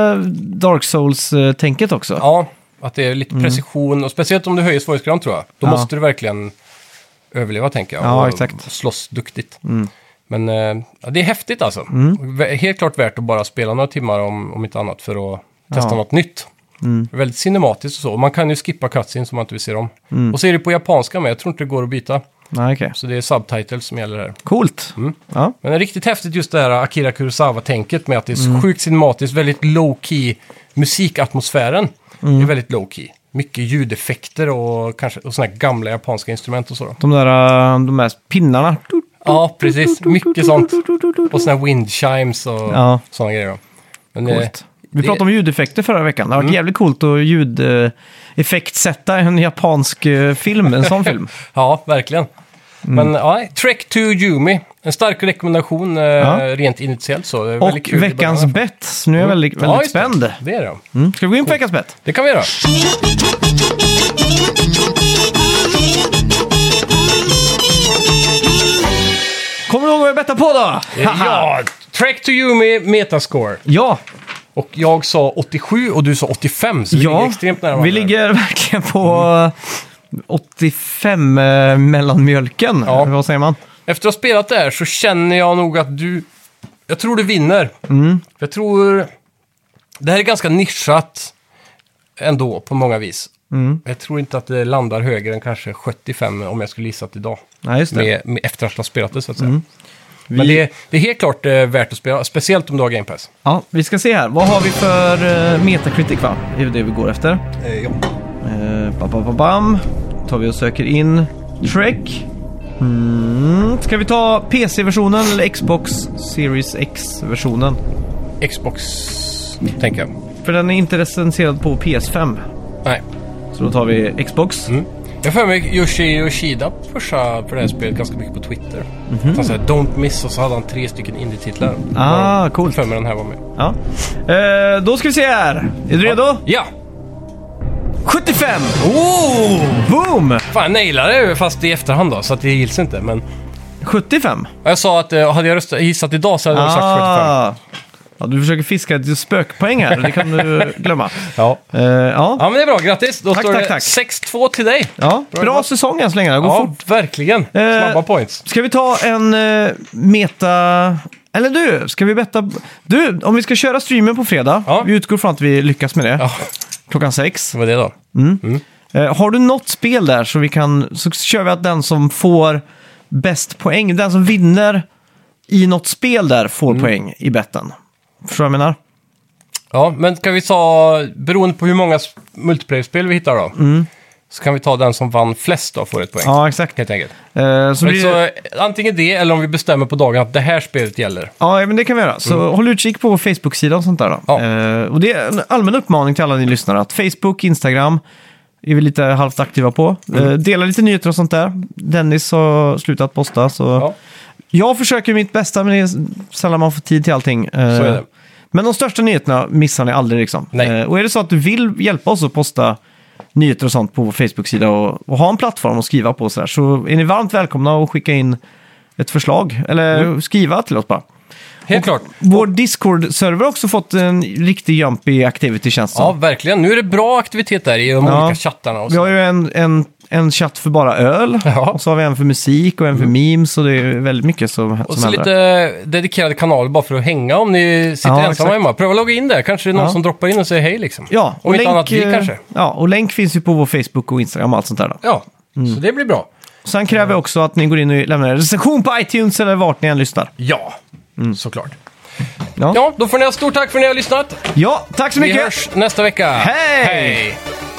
[SPEAKER 1] Dark Souls-tänket också?
[SPEAKER 2] Ja, att det är lite mm. precision och speciellt om du höjer svårighetsgraden tror jag. Då ja. måste du verkligen överleva tänker jag.
[SPEAKER 1] Ja,
[SPEAKER 2] och
[SPEAKER 1] exakt.
[SPEAKER 2] Slåss duktigt. Mm. Men ja, det är häftigt alltså. Mm. Helt klart värt att bara spela några timmar om, om inte annat för att testa ja. något nytt. Mm. Väldigt cinematiskt och så. Man kan ju skippa cutscenes som man inte vill se dem. Mm. Och så är det på japanska med. Jag tror inte det går att byta.
[SPEAKER 1] Nej, okay.
[SPEAKER 2] Så det är subtitles som gäller här.
[SPEAKER 1] Coolt. Mm. Ja.
[SPEAKER 2] Men det är riktigt häftigt just det här Akira Kurosawa-tänket med att det är mm. sjukt cinematiskt. Väldigt low-key. Musikatmosfären mm. är väldigt low-key. Mycket ljudeffekter och kanske och såna här gamla japanska instrument och så. Då.
[SPEAKER 1] De där de där pinnarna.
[SPEAKER 2] Ja, precis. Mycket sånt. Och såna här wind chimes och ja. såna grejer. Men,
[SPEAKER 1] eh, Vi pratade det... om ljudeffekter förra veckan. Det var mm. jävligt coolt att ljudeffektsätta en japansk film, en sån film.
[SPEAKER 2] Ja, verkligen. Mm. Men ja, Trek to Yumi. En stark rekommendation ja. rent initiellt. Så. Det är
[SPEAKER 1] och kul veckans bett. Så nu är jag väldigt, väldigt ja, spänd.
[SPEAKER 2] Det. det är det.
[SPEAKER 1] Mm. Ska vi gå in på veckans bett?
[SPEAKER 2] Det kan vi göra.
[SPEAKER 1] Kommer du ihåg vad jag bettade på då?
[SPEAKER 2] Ja, Trek to Yumi Metascore.
[SPEAKER 1] Ja.
[SPEAKER 2] Och jag sa åttiosju och du sa åttiofem. Så vi ja, ligger extremt nära.
[SPEAKER 1] Vi ligger verkligen på mm. åttiofem eh, mellanmjölken. Ja. Vad säger man?
[SPEAKER 2] Efter att ha spelat det här så känner jag nog att du... Jag tror du vinner. Mm. Jag tror... Det här är ganska nischat ändå på många vis. Mm. Jag tror inte att det landar högre än kanske sjuttiofem om jag skulle gissat idag.
[SPEAKER 1] Nej, just det.
[SPEAKER 2] Med, med efter att ha spelat det så att säga. Mm. Vi... Men det, det är helt klart eh, värt att spela, speciellt om du har Game Pass.
[SPEAKER 1] Ja, vi ska se här. Vad har vi för eh, Metacritic va? Det är det vi går efter.
[SPEAKER 2] Eh, ja.
[SPEAKER 1] Eh, bam, bam, bam. Tar vi och söker in Trek. Mm. Ska vi ta P C-versionen eller Xbox Series X-versionen?
[SPEAKER 2] Xbox, tänker jag.
[SPEAKER 1] För den är inte recenserad på P S fem.
[SPEAKER 2] Nej.
[SPEAKER 1] Så då tar vi Xbox. Mm.
[SPEAKER 2] Jag får mig Yoshi Yoshida pusha för det här spelet ganska mycket på Twitter. Mm-hmm. Han sa Don't Miss och så hade han tre stycken indie-titlar.
[SPEAKER 1] Ah, coolt.
[SPEAKER 2] För mig den här var med.
[SPEAKER 1] Ja. Eh, då ska vi se här. Är du redo?
[SPEAKER 2] Ja.
[SPEAKER 1] sjuttiofem!
[SPEAKER 2] Oh!
[SPEAKER 1] Boom!
[SPEAKER 2] Fan, jag nailade det fast i efterhand då, så att det gills inte, men...
[SPEAKER 1] sjuttiofem?
[SPEAKER 2] Jag sa att hade jag röstat, gissat idag så hade jag ah. sagt sjuttiofem.
[SPEAKER 1] Ja, du försöker fiska ett spökpoäng här, och det kan du glömma.
[SPEAKER 2] Ja.
[SPEAKER 1] Uh, ja.
[SPEAKER 2] ja, men det är bra. Grattis. Då
[SPEAKER 1] Tack,
[SPEAKER 2] står
[SPEAKER 1] tack,
[SPEAKER 2] det
[SPEAKER 1] tack.
[SPEAKER 2] sex två till dig.
[SPEAKER 1] Ja, bra, bra säsong än så länge. Det går
[SPEAKER 2] Ja,
[SPEAKER 1] fort.
[SPEAKER 2] verkligen. Snabba
[SPEAKER 1] Eh,
[SPEAKER 2] points.
[SPEAKER 1] Ska vi ta en uh, meta... Eller du, ska vi betta... Du, om vi ska köra streamen på fredag,
[SPEAKER 2] Ja.
[SPEAKER 1] vi utgår från att vi lyckas med det,
[SPEAKER 2] Ja,
[SPEAKER 1] klockan sex.
[SPEAKER 2] vad är det då?
[SPEAKER 1] Eh, har du något spel där så vi kan... Så kör vi att den som får bäst poäng, den som vinner i något spel där får poäng i betten. Förstår du vad jag menar?
[SPEAKER 2] Ja, men kan vi ta, beroende på hur många s- multiplayer-spel vi hittar då, så kan vi ta den som vann flest då, får ett poäng.
[SPEAKER 1] Ja, exakt.
[SPEAKER 2] Helt enkelt.
[SPEAKER 1] Eh, så
[SPEAKER 2] Men
[SPEAKER 1] blir...
[SPEAKER 2] så, antingen det, eller om vi bestämmer på dagen att det här spelet gäller.
[SPEAKER 1] Ja, men det kan vi göra. Så håll utkik på vår Facebook-sida och sånt där då.
[SPEAKER 2] Ja.
[SPEAKER 1] Eh, och det är en allmän uppmaning till alla ni lyssnare att Facebook, Instagram är vi lite halvt aktiva på. Eh, dela lite nyheter och sånt där. Dennis har slutat posta, så
[SPEAKER 2] Ja,
[SPEAKER 1] jag försöker mitt bästa, men det är sällan man får tid till allting. Eh,
[SPEAKER 2] så är det.
[SPEAKER 1] Men de största nyheterna missar ni aldrig liksom.
[SPEAKER 2] Nej.
[SPEAKER 1] Eh, och är det så att du vill hjälpa oss att posta nyheter och sånt på vår Facebook-sida och, och ha en plattform att skriva på så, där, så är ni varmt välkomna att skicka in ett förslag. Eller skriva till oss bara.
[SPEAKER 2] helt klart.
[SPEAKER 1] Vår Discord-server har också fått en riktig jump i activity, känns det
[SPEAKER 2] Ja,
[SPEAKER 1] som.
[SPEAKER 2] verkligen. Nu är det bra aktivitet där i de
[SPEAKER 1] Ja.
[SPEAKER 2] olika chattarna. Och
[SPEAKER 1] Vi
[SPEAKER 2] så.
[SPEAKER 1] har ju en, en, en chatt för bara öl,
[SPEAKER 2] Ja.
[SPEAKER 1] och så har vi en för musik och en för memes, och det är väldigt mycket som,
[SPEAKER 2] Och
[SPEAKER 1] som
[SPEAKER 2] så
[SPEAKER 1] händer.
[SPEAKER 2] lite dedikerade kanaler bara för att hänga om ni sitter
[SPEAKER 1] Ja,
[SPEAKER 2] ensamma
[SPEAKER 1] exakt.
[SPEAKER 2] hemma. Pröva att logga in där. Kanske det är någon
[SPEAKER 1] Ja.
[SPEAKER 2] som droppar in och säger hej liksom.
[SPEAKER 1] Ja,
[SPEAKER 2] Om inte annat vi
[SPEAKER 1] eh,
[SPEAKER 2] kanske.
[SPEAKER 1] Ja, och länk finns ju på vår Facebook och Instagram och allt sånt där då.
[SPEAKER 2] Ja, så det blir bra.
[SPEAKER 1] Sen kräver vi också att ni går in och lämnar en recension på iTunes eller vart ni än lyssnar.
[SPEAKER 2] Ja, såklart.
[SPEAKER 1] Ja, ja.
[SPEAKER 2] Ja, då får ni ha stort tack för att ni har lyssnat.
[SPEAKER 1] tack så
[SPEAKER 2] Vi
[SPEAKER 1] mycket!
[SPEAKER 2] hörs nästa vecka.
[SPEAKER 1] Hej!
[SPEAKER 2] Hej!